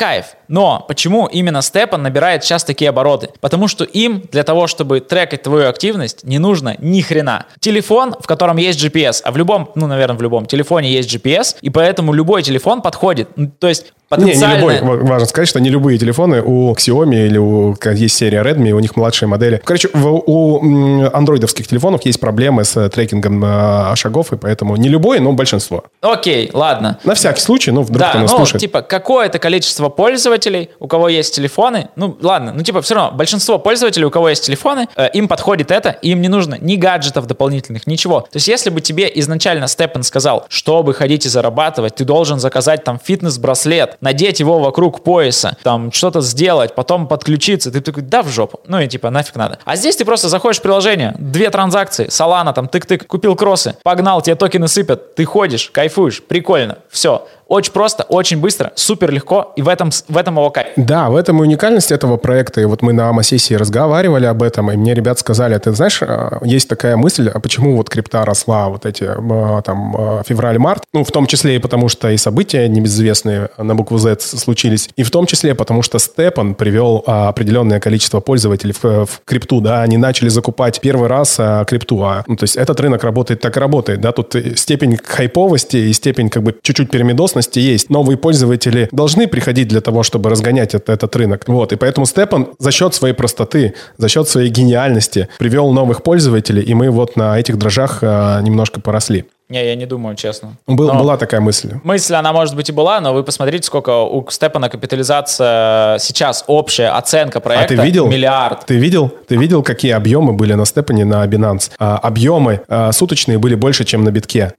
Но почему именно Степан набирает сейчас такие обороты? Потому что им для того, чтобы трекать твою активность, не нужно ни хрена. Телефон, в котором есть джи пи эс, а в любом, ну, наверное, в любом телефоне есть джи пи эс, и поэтому любой телефон подходит. То есть потенциально... Не, не любой. Важно сказать, что не любые телефоны у Xiaomi или у есть серия Redmi, у них младшие модели. Короче, в, у андроидовских телефонов есть проблемы с трекингом э, шагов, и поэтому не любой, но большинство. Окей, ладно. На всякий случай, ну, вдруг да, кто нас ну, слушает. типа, какое-то количество пользователей, у кого есть телефоны, ну, ладно, ну, типа, все равно, большинство пользователей, у кого есть телефоны, э, им подходит это, и им не нужно ни гаджетов дополнительных, ничего. То есть, если бы тебе изначально Степан сказал, чтобы ходить и зарабатывать, ты должен заказать там фитнес-браслет, надеть его вокруг пояса, там, что-то сделать, потом подключиться, ты такой, да в жопу, ну, и типа, нафиг надо. А здесь ты просто заходишь в приложение, две транзакции, Solana, там, тык-тык, купил кроссы, погнал, тебе токены сыпят, ты ходишь, кайфуешь, прикольно, все. Очень просто, очень быстро, супер легко, и в этом, в этом его кайф. Да, в этом и уникальность этого проекта. И вот мы на АМА-сессии разговаривали об этом, и мне ребята сказали, ты знаешь, есть такая мысль, а почему вот крипта росла вот эти там февраль-март, ну, в том числе и потому, что и события небезызвестные на букву Z случились, и в том числе потому, что Степан привел определенное количество пользователей в, в крипту, да, они начали закупать первый раз а, крипту, а, ну, то есть этот рынок работает так и работает, да, тут степень хайповости и степень как бы чуть-чуть перемидосности есть. Новые пользователи должны приходить для того, чтобы разгонять это, этот рынок. Вот. И поэтому Степан за счет своей простоты, за счет своей гениальности привел новых пользователей, и мы вот на этих дрожжах а, немножко поросли. Не, я не думаю, честно. Был, была такая мысль. Мысль, она, может быть, и была, но вы посмотрите, сколько у Степана капитализация сейчас, общая оценка проекта. А ты видел? Миллиард. Ты видел? Ты видел, какие объемы были на Степане, на Binance? А, объемы а, суточные были больше, чем на битке.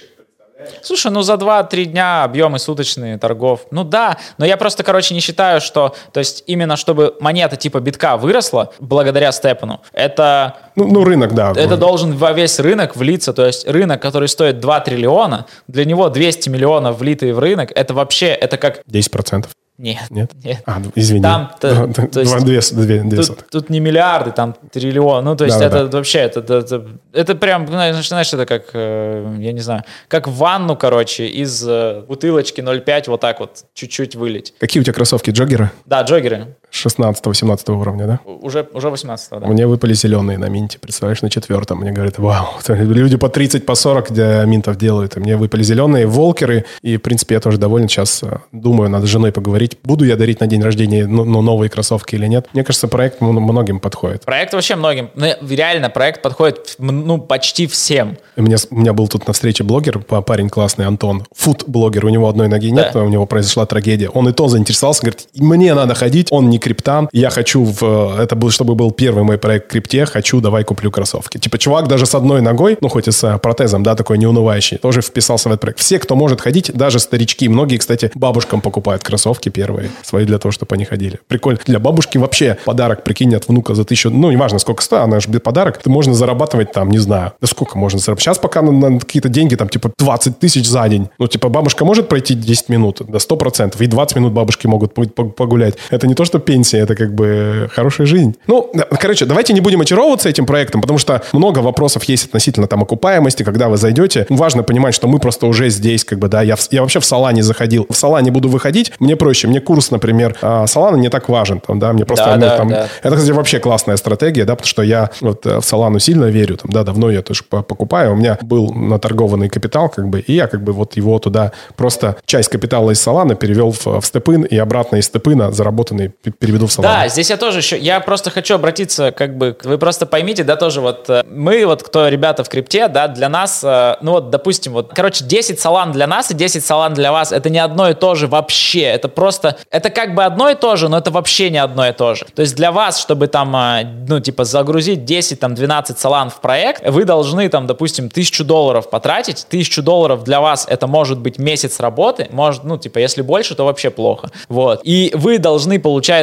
Слушай, ну за два-три дня объемы суточные торгов. Ну да, но я просто, короче, не считаю, что... То есть именно чтобы монета типа битка выросла благодаря Степану, это... Ну, ну рынок, да. Это должен во весь рынок влиться. То есть рынок, который стоит два триллиона, для него двести миллионов влитые в рынок, это вообще, это как... десять процентов. Нет. Нет? Нет. А, извини. Там, то, то есть, две, две, две тут, тут не миллиарды, там триллион. Ну, то есть да, это да. вообще, это, это, это, это прям, знаешь, знаешь, это как, я не знаю, как в ванну, короче, из бутылочки ноль пять вот так вот чуть-чуть вылить. Какие у тебя кроссовки, джоггеры? Да, джоггеры. шестнадцатого-семнадцатого уровня, да? Уже, уже восемнадцатого, да. Мне выпали зеленые на минте, представляешь, на четвертом. Мне говорят, вау, люди по тридцать, по сорок где минтов делают. И мне выпали зеленые волкеры, и, в принципе, я тоже доволен. Сейчас думаю, надо с женой поговорить. Буду я дарить на день рождения ну, новые кроссовки или нет? Мне кажется, проект многим подходит. Проект вообще многим. Ну, реально, проект подходит ну, почти всем. У меня, у меня был тут на встрече блогер, парень классный, Антон. Фуд-блогер, у него одной ноги нет, да. У него произошла трагедия. Он и то заинтересовался, говорит, мне надо ходить, он не криптан, я хочу, в, это был, чтобы был первый мой проект в крипте, хочу, давай куплю кроссовки. Типа чувак даже с одной ногой, ну хоть и с протезом, да, такой неунывающий, тоже вписался в этот проект. Все, кто может ходить, даже старички, многие, кстати, бабушкам покупают кроссовки первые свои для того, чтобы они ходили. Прикольно. Для бабушки вообще подарок, прикинь, от внука за тысячу, ну неважно сколько стоит, она же подарок, ты можно зарабатывать там, не знаю, да сколько можно зарабатывать. Сейчас пока на, на какие-то деньги там типа двадцать тысяч за день. Ну типа бабушка может пройти десять минут, да сто процентов, и двадцать минут бабушки могут погулять. Это не то, что пенсия, это как бы хорошая жизнь. Ну, короче, давайте не будем очаровываться этим проектом, потому что много вопросов есть относительно там окупаемости, когда вы зайдете. Важно понимать, что мы просто уже здесь, как бы, да, я, в, я вообще в Solana заходил. В Solana буду выходить, мне проще, мне курс, например, Solana не так важен, там, да, мне просто... Да, ну, да, там, да. Это, кстати, вообще классная стратегия, да, потому что я вот в Solana сильно верю, там, да, давно я тоже покупаю, у меня был наторгованный капитал, как бы, и я как бы вот его туда просто часть капитала из Solana перевел в, в Степын, и обратно из Степына заработанный переведу в Solana. Да, здесь я тоже еще, я просто хочу обратиться, как бы, вы просто поймите, да, тоже вот, мы вот, кто ребята в крипте, да, для нас, ну вот, допустим, вот, короче, десять Solana для нас и десять Solana для вас, это не одно и то же вообще, это просто, это как бы одно и то же, но это вообще не одно и то же. То есть для вас, чтобы там, ну, типа, загрузить десять, там, двенадцать Solana в проект, вы должны, там, допустим, тысячу долларов потратить, тысячу долларов для вас это может быть месяц работы, может, ну, типа, если больше, то вообще плохо, вот, и вы должны, получается,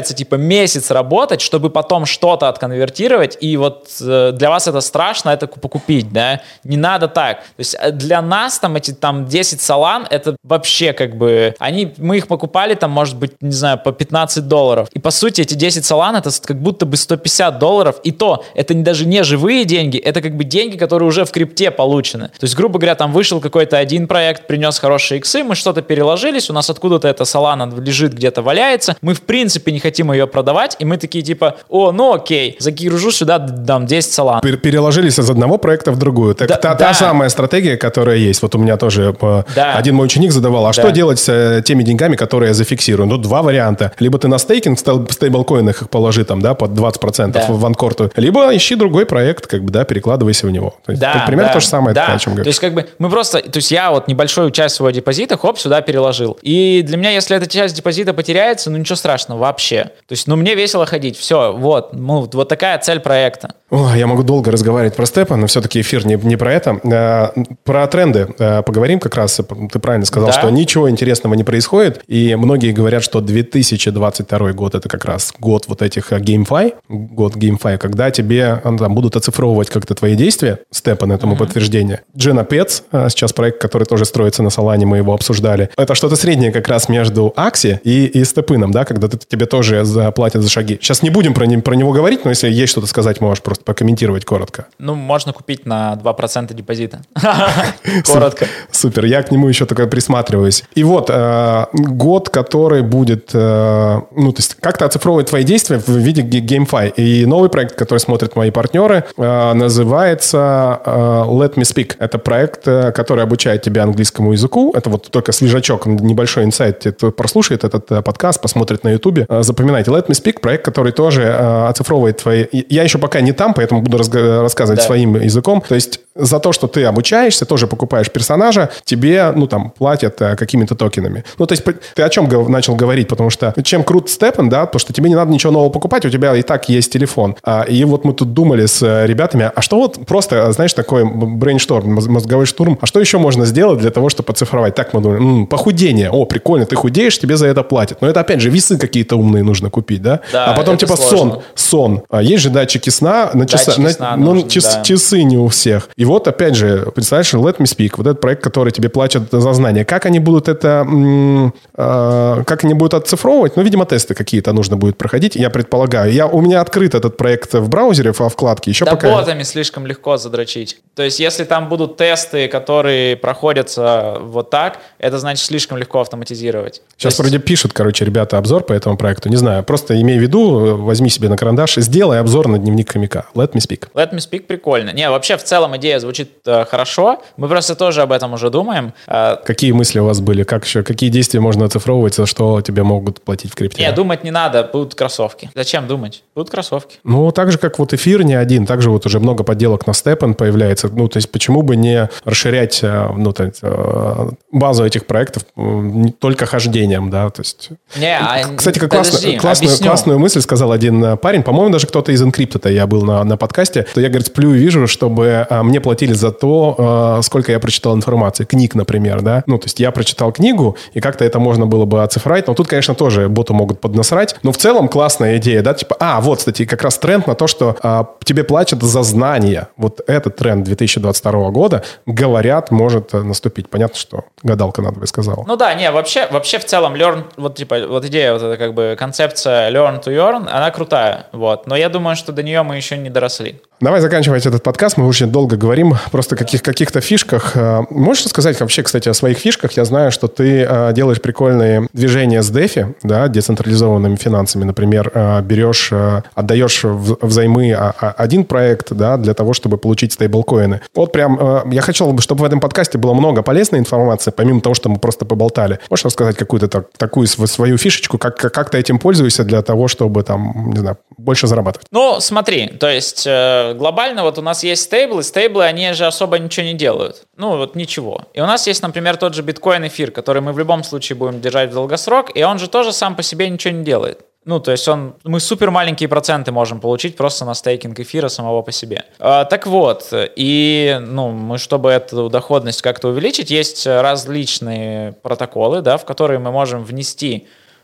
заставляется, типа, месяц работать, чтобы потом что-то отконвертировать, и вот э, для вас это страшно, это покупить, да? Не надо так. То есть для нас там эти там десять Solana, это вообще как бы... Они, мы их покупали там, может быть, не знаю, по пятнадцать долларов. И по сути эти десять Solana, это как будто бы сто пятьдесят долларов, и то, это даже не живые деньги, это как бы деньги, которые уже в крипте получены. То есть, грубо говоря, там вышел какой-то один проект, принес хорошие иксы, мы что-то переложились, у нас откуда-то эта Solana лежит, где-то валяется, мы в принципе не хотим ее продавать, и мы такие типа, о, ну окей, загружу сюда, дам десять Solana. Переложились из одного проекта в другую. Так, да, та, да. та самая стратегия, которая есть. Вот у меня тоже да. один мой ученик задавал, а да. что делать с теми деньгами, которые я зафиксирую? Ну, два варианта. Либо ты на стейкинг в стейблкоинах их положи там, да, под двадцать процентов да. в ванкорту, либо ищи другой проект, как бы, да, перекладывайся в него. То есть, да, примерно да, то же самое, да. это, о чем говорю. То есть, как бы, мы просто, то есть, я вот небольшую часть своего депозита, хоп, сюда переложил. И для меня, если эта часть депозита потеряется, ну, ничего страшного вообще. То есть, ну, мне весело ходить, все, вот, ну, вот такая цель проекта. О, я могу долго разговаривать про степы, но все-таки эфир не, не про это. А, про тренды а, поговорим как раз. Ты правильно сказал, да. что ничего интересного не происходит. И многие говорят, что две тысячи двадцать второй год – это как раз год вот этих GameFi, год GameFi, когда тебе там, будут оцифровывать как-то твои действия, степы на этому mm-hmm. подтверждение. Джена Петс, сейчас проект, который тоже строится на Solana, мы его обсуждали. Это что-то среднее как раз между Axie и, и степыном, да, когда ты, тебе тоже заплатят за шаги. Сейчас не будем про, не, про него говорить, но если есть что-то сказать, можешь просто покомментировать коротко. Ну, можно купить на два процента депозита. Коротко. Супер, я к нему еще только присматриваюсь. И вот, год, который будет, ну, то есть как-то оцифровывать твои действия в виде GameFi. И новый проект, который смотрят мои партнеры, называется Let Me Speak. Это проект, который обучает тебя английскому языку. Это вот только свежачок, небольшой инсайт. Прослушает этот подкаст, посмотрит на Ютубе. Запоминайте. Let Me Speak, проект, который тоже оцифровывает твои... Я еще пока не там, поэтому буду разга- рассказывать да. своим языком. То есть за то, что ты обучаешься, тоже покупаешь персонажа, тебе, ну, там, платят а, какими-то токенами. Ну, то есть ты о чем г- начал говорить? Потому что чем крут степен, да, потому что тебе не надо ничего нового покупать, у тебя и так есть телефон. А, и вот мы тут думали с ребятами, а что вот просто, знаешь, такой брейншторм, мозговой штурм, а что еще можно сделать для того, чтобы оцифровать? Так мы думали, м-м, похудение. О, прикольно, ты худеешь, тебе за это платят. Но это, опять же, весы какие-то умные нужно купить, да? Да, а потом, типа, сложно. сон. Сон. А есть же датчики сна, на часа, датчики на, сна ну, нужны, час, да. часы не у всех. И вот, опять же, представляешь, Let Me Speak, вот этот проект, который тебе платят за знания. Как они будут это, м- э- как они будут оцифровывать? Ну, видимо, тесты какие-то нужно будет проходить, я предполагаю. Я, у меня открыт этот проект в браузере, во вкладке. Еще да пока... ботами слишком легко задрочить. То есть, если там будут тесты, которые проходятся вот так, это значит слишком легко автоматизировать. Сейчас есть... вроде пишут, короче, ребята обзор по этому проекту. Не знаю, просто имей в виду, возьми себе на карандаш, сделай обзор на дневник хомяка. Let Me Speak. Let Me Speak прикольно. Не, вообще в целом идея звучит э, хорошо. Мы просто тоже об этом уже думаем. Э, Какие мысли у вас были? Как еще, какие действия можно оцифровывать, за что тебе могут платить в крипте? Не, думать не надо, будут кроссовки. Зачем думать? Будут кроссовки. Ну, так же, как вот эфир не один, так же вот уже много подделок на степен появляется. Ну, то есть почему бы не расширять ну, то есть, базу этих проектов не только хождением, да, то есть... Не, а... Кстати, как классно, классную, классную мысль сказал один парень, по-моему, даже кто-то из Encrypted, я был на, на подкасте, то я, говорит, сплю и вижу, чтобы а, мне платили за то, а, сколько я прочитал информации, книг, например, да, ну, то есть я прочитал книгу, и как-то это можно было бы оцифровать, но тут, конечно, тоже боту могут поднасрать, но в целом классная идея, да, типа, а, вот, кстати, как раз тренд на то, что а, тебе платят за знания, вот этот тренд две тысячи двадцать второго года, говорят, может наступить, понятно, что гадалка надо бы сказала. Ну да, не, вообще, вообще в целом learn, вот типа, вот идея, вот эта как бы концепция learn to earn, она крутая, вот, но я думаю, что до нее мы еще не доросли. Давай заканчивать этот подкаст, мы очень долго говорим просто о каких, каких-то фишках. Можешь рассказать вообще, кстати, о своих фишках? Я знаю, что ты делаешь прикольные движения с DeFi, да, децентрализованными финансами. Например, берешь, отдаешь взаймы один проект, да, для того, чтобы получить стейблкоины. Вот прям я хотел бы, чтобы в этом подкасте было много полезной информации, помимо того, что мы просто поболтали. Можешь рассказать какую-то так, такую свою фишечку, как, как ты этим пользуешься для того, чтобы там, не знаю, больше зарабатывать? Ну, смотри, то есть глобально вот у нас есть стейблы, стейблы, они же особо ничего не делают. Ну, вот ничего. И у нас есть, например, тот же биткоин эфир, который мы в любом случае будем держать в долгосрок, и он же тоже сам по себе ничего не делает. Ну, то есть он, мы супер маленькие проценты можем получить просто на стейкинг эфира самого по себе. А, так вот, и, ну, мы, чтобы эту доходность как-то увеличить, есть различные протоколы, да, в которые мы можем внести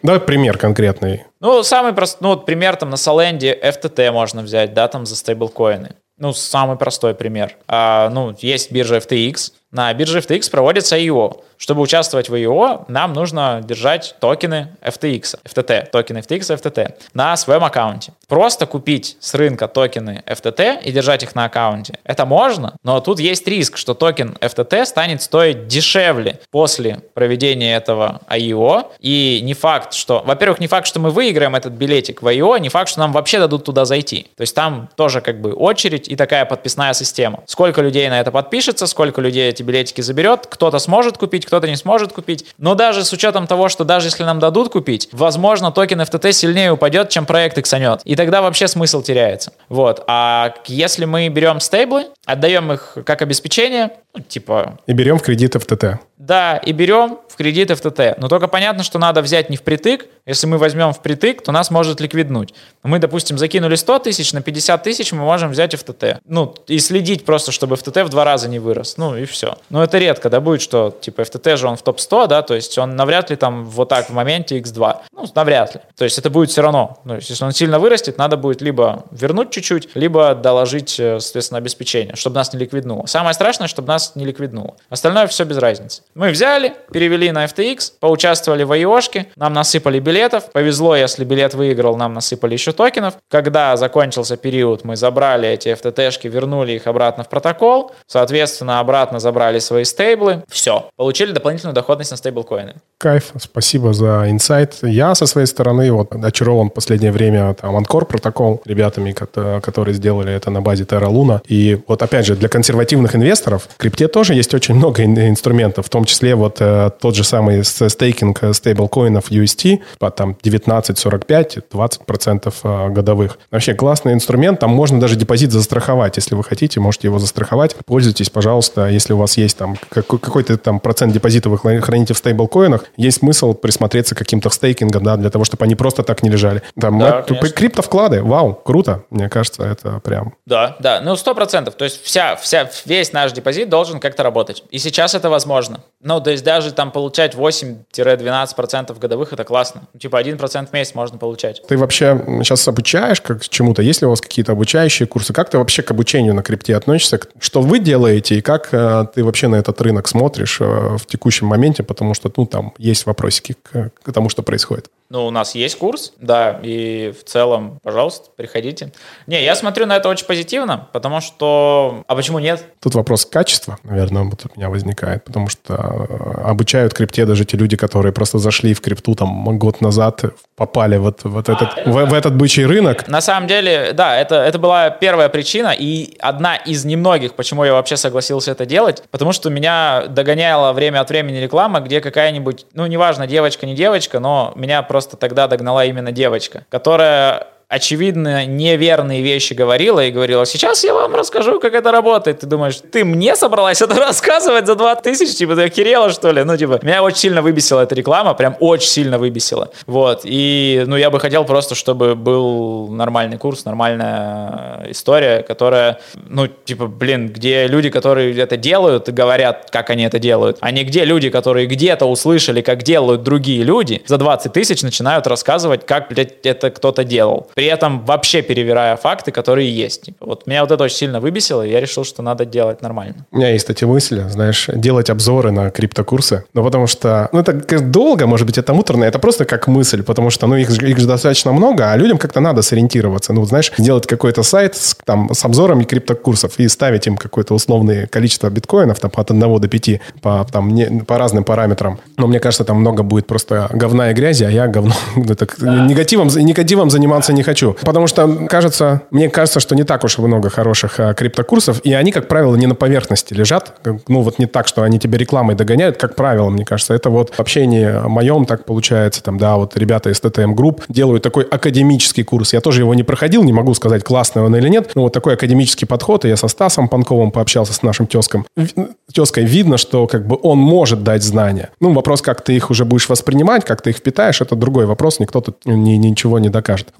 Давай пример конкретный. Ну, самый простой, ну, вот пример там на Solandy эф ти ти можно взять, да, там за стейблкоины. Ну, самый простой пример. А, ну, есть биржа эф ти экс. На бирже эф ти экс проводится ай о. Чтобы участвовать в ай о, нам нужно держать токены эф ти экс, эф ти ти, токены эф ти экс и эф ти ти на своем аккаунте. Просто купить с рынка токены эф ти ти и держать их на аккаунте, это можно, но тут есть риск, что токен эф ти ти станет стоить дешевле после проведения этого ай о, и не факт, что, во-первых, не факт, что мы выиграем этот билетик в ай о, не факт, что нам вообще дадут туда зайти. То есть там тоже как бы очередь и такая подписная система. Сколько людей на это подпишется, сколько людей эти билетики заберет, кто-то сможет купить, кто-то не сможет купить. Но даже с учетом того, что даже если нам дадут купить, возможно, токен эф ти ти сильнее упадет, чем проект иксанет. И тогда вообще смысл теряется. Вот. А если мы берем стейблы, отдаем их как обеспечение, ну, типа... И берем в кредит эф ти ти. Да, и берем в кредит эф ти ти. Но только понятно, что надо взять не впритык. Если мы возьмем впритык, то нас может ликвиднуть. Мы, допустим, закинули сто тысяч, на пятьдесят тысяч мы можем взять эф ти ти. Ну, и следить просто, чтобы эф ти ти в два раза не вырос. Ну, и все. Но это редко, да, будет, что, типа, эф ти ти же он в топ сто, да, то есть он навряд ли там вот так в моменте икс два. Ну, навряд ли. То есть это будет все равно. То есть если он сильно вырастет, надо будет либо вернуть чуть-чуть, либо доложить, соответственно, обеспечение, чтобы нас не ликвиднуло. Самое страшное, чтобы нас не ликвиднуло. Остальное все без разницы. Мы взяли, перевели на эф ти экс, поучаствовали в ай о-шке, нам насыпали билетов. Повезло, если билет выиграл, нам насыпали еще токенов. Когда закончился период, мы забрали эти эф ти ти-шки, вернули их обратно в протокол. Соответственно, обратно забрали свои стейблы. Все. Получили дополнительную доходность на стейблкоины. Кайф. Спасибо за инсайт. Я со своей стороны вот очарован в последнее время там Анкор протокол ребятами, которые сделали это на базе Terra Luna. И вот опять же, для консервативных инвесторов в крипте тоже есть очень много инструментов, в том числе вот э, тот же самый стейкинг стейблкоинов ю эс ти, по там девятнадцать сорок пять, двадцать процентов э, годовых. Вообще классный инструмент, там можно даже депозит застраховать, если вы хотите, можете его застраховать. Пользуйтесь, пожалуйста, если у вас есть там какой- какой-то там процент депозита вы храните в стейблкоинах, есть смысл присмотреться к каким-то стейкингам, да, для того, чтобы они просто так не лежали. Там Да, это, криптовклады, вау, круто, мне кажется, это прям... Да, да, ну сто процентов. То есть вся, вся, весь наш депозит должен как-то работать. И сейчас это возможно. Ну, то есть даже там получать восемь-двенадцать процентов годовых, это классно. Типа один процент в месяц можно получать. Ты вообще сейчас обучаешь как чему-то? Есть ли у вас какие-то обучающие курсы? Как ты вообще к обучению на крипте относишься? Что вы делаете и как э, ты вообще на этот рынок смотришь э, в текущем моменте? Потому что, ну, там есть вопросики к, к тому, что происходит. Ну, у нас есть курс, да, и в целом, пожалуйста, приходите. Не, я смотрю на это очень позитивно, потому что... А почему нет? Тут вопрос качества, наверное, вот у меня возникает, потому что обучают крипте даже те люди, которые просто зашли в крипту там год назад, попали вот, вот этот, а, в, в этот бычий рынок. На самом деле, да, это, это была первая причина и одна из немногих, почему я вообще согласился это делать, потому что меня догоняла время от времени реклама, где какая-нибудь, ну, неважно, девочка, не девочка, но меня просто тогда догнала именно девочка, которая... очевидно, неверные вещи говорила и говорила, сейчас я вам расскажу, как это работает. Ты думаешь, ты мне собралась это рассказывать за двадцать тысяч? Типа, ты охерела, что ли? Ну, типа, меня очень сильно выбесила эта реклама, прям очень сильно выбесила. Вот, и, ну, я бы хотел просто, чтобы был нормальный курс, нормальная история, которая, ну, типа, блин, где люди, которые это делают, говорят, как они это делают, а не где люди, которые где-то услышали, как делают другие люди, за двадцать тысяч начинают рассказывать, как, блядь, это кто-то делал. При этом вообще перевирая факты, которые есть. Вот меня вот это очень сильно выбесило, и я решил, что надо делать нормально. У меня есть эти мысли, знаешь, делать обзоры на криптокурсы. Ну, потому что, ну, это долго, может быть, это муторно, это просто как мысль, потому что, ну, их, их же достаточно много, а людям как-то надо сориентироваться. Ну, знаешь, сделать какой-то сайт с, там, с обзорами криптокурсов и ставить им какое-то условное количество биткоинов, там, от одного до пяти, по, там, не, по разным параметрам. Но мне кажется, там много будет просто говна и грязи, а я говно, негативом, негативом заниматься не хочу. Потому что, кажется, мне кажется, что не так уж много хороших а, криптокурсов, и они, как правило, не на поверхности лежат. Ну, вот не так, что они тебя рекламой догоняют, как правило, мне кажется. Это вот в общении моем так получается. Там, да, вот ребята из ти ти эм Group делают такой академический курс. Я тоже его не проходил, не могу сказать, классный он или нет. Но вот такой академический подход. И я со Стасом Панковым пообщался, с нашим тезком. Тезкой видно, что как бы он может дать знания. Ну, вопрос, как ты их уже будешь воспринимать, как ты их впитаешь, это другой вопрос. Никто тут ни, ничего не докажет. Ладно,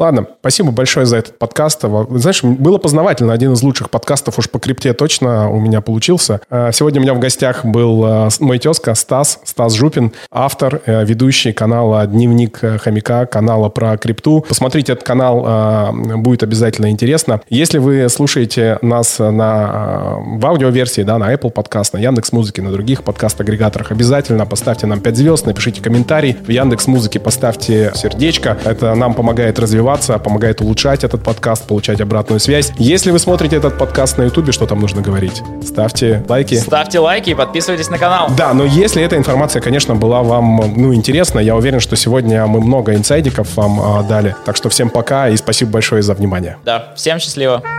Спасибо большое за этот подкаст. Знаешь, было познавательно. Один из лучших подкастов уж по крипте точно у меня получился. Сегодня у меня в гостях был мой тезка Стас, Стас Жупин, автор, ведущий канала «Дневник хомяка», канала про крипту. Посмотрите этот канал, будет обязательно интересно. Если вы слушаете нас на, в аудиоверсии, да, на Apple Podcast, на Яндекс.Музыке, на других подкаст-агрегаторах, обязательно поставьте нам пять звезд, напишите комментарий. В Яндекс.Музыке поставьте сердечко. Это нам помогает развиваться, помогает улучшать этот подкаст, получать обратную связь. Если вы смотрите этот подкаст на Ютубе, что там нужно говорить? Ставьте лайки. Ставьте лайки и подписывайтесь на канал. Да, но если эта информация, конечно, была вам, ну, интересна, я уверен, что сегодня мы много инсайдиков вам а, дали. Так что всем пока и спасибо большое за внимание. Да, всем счастливо.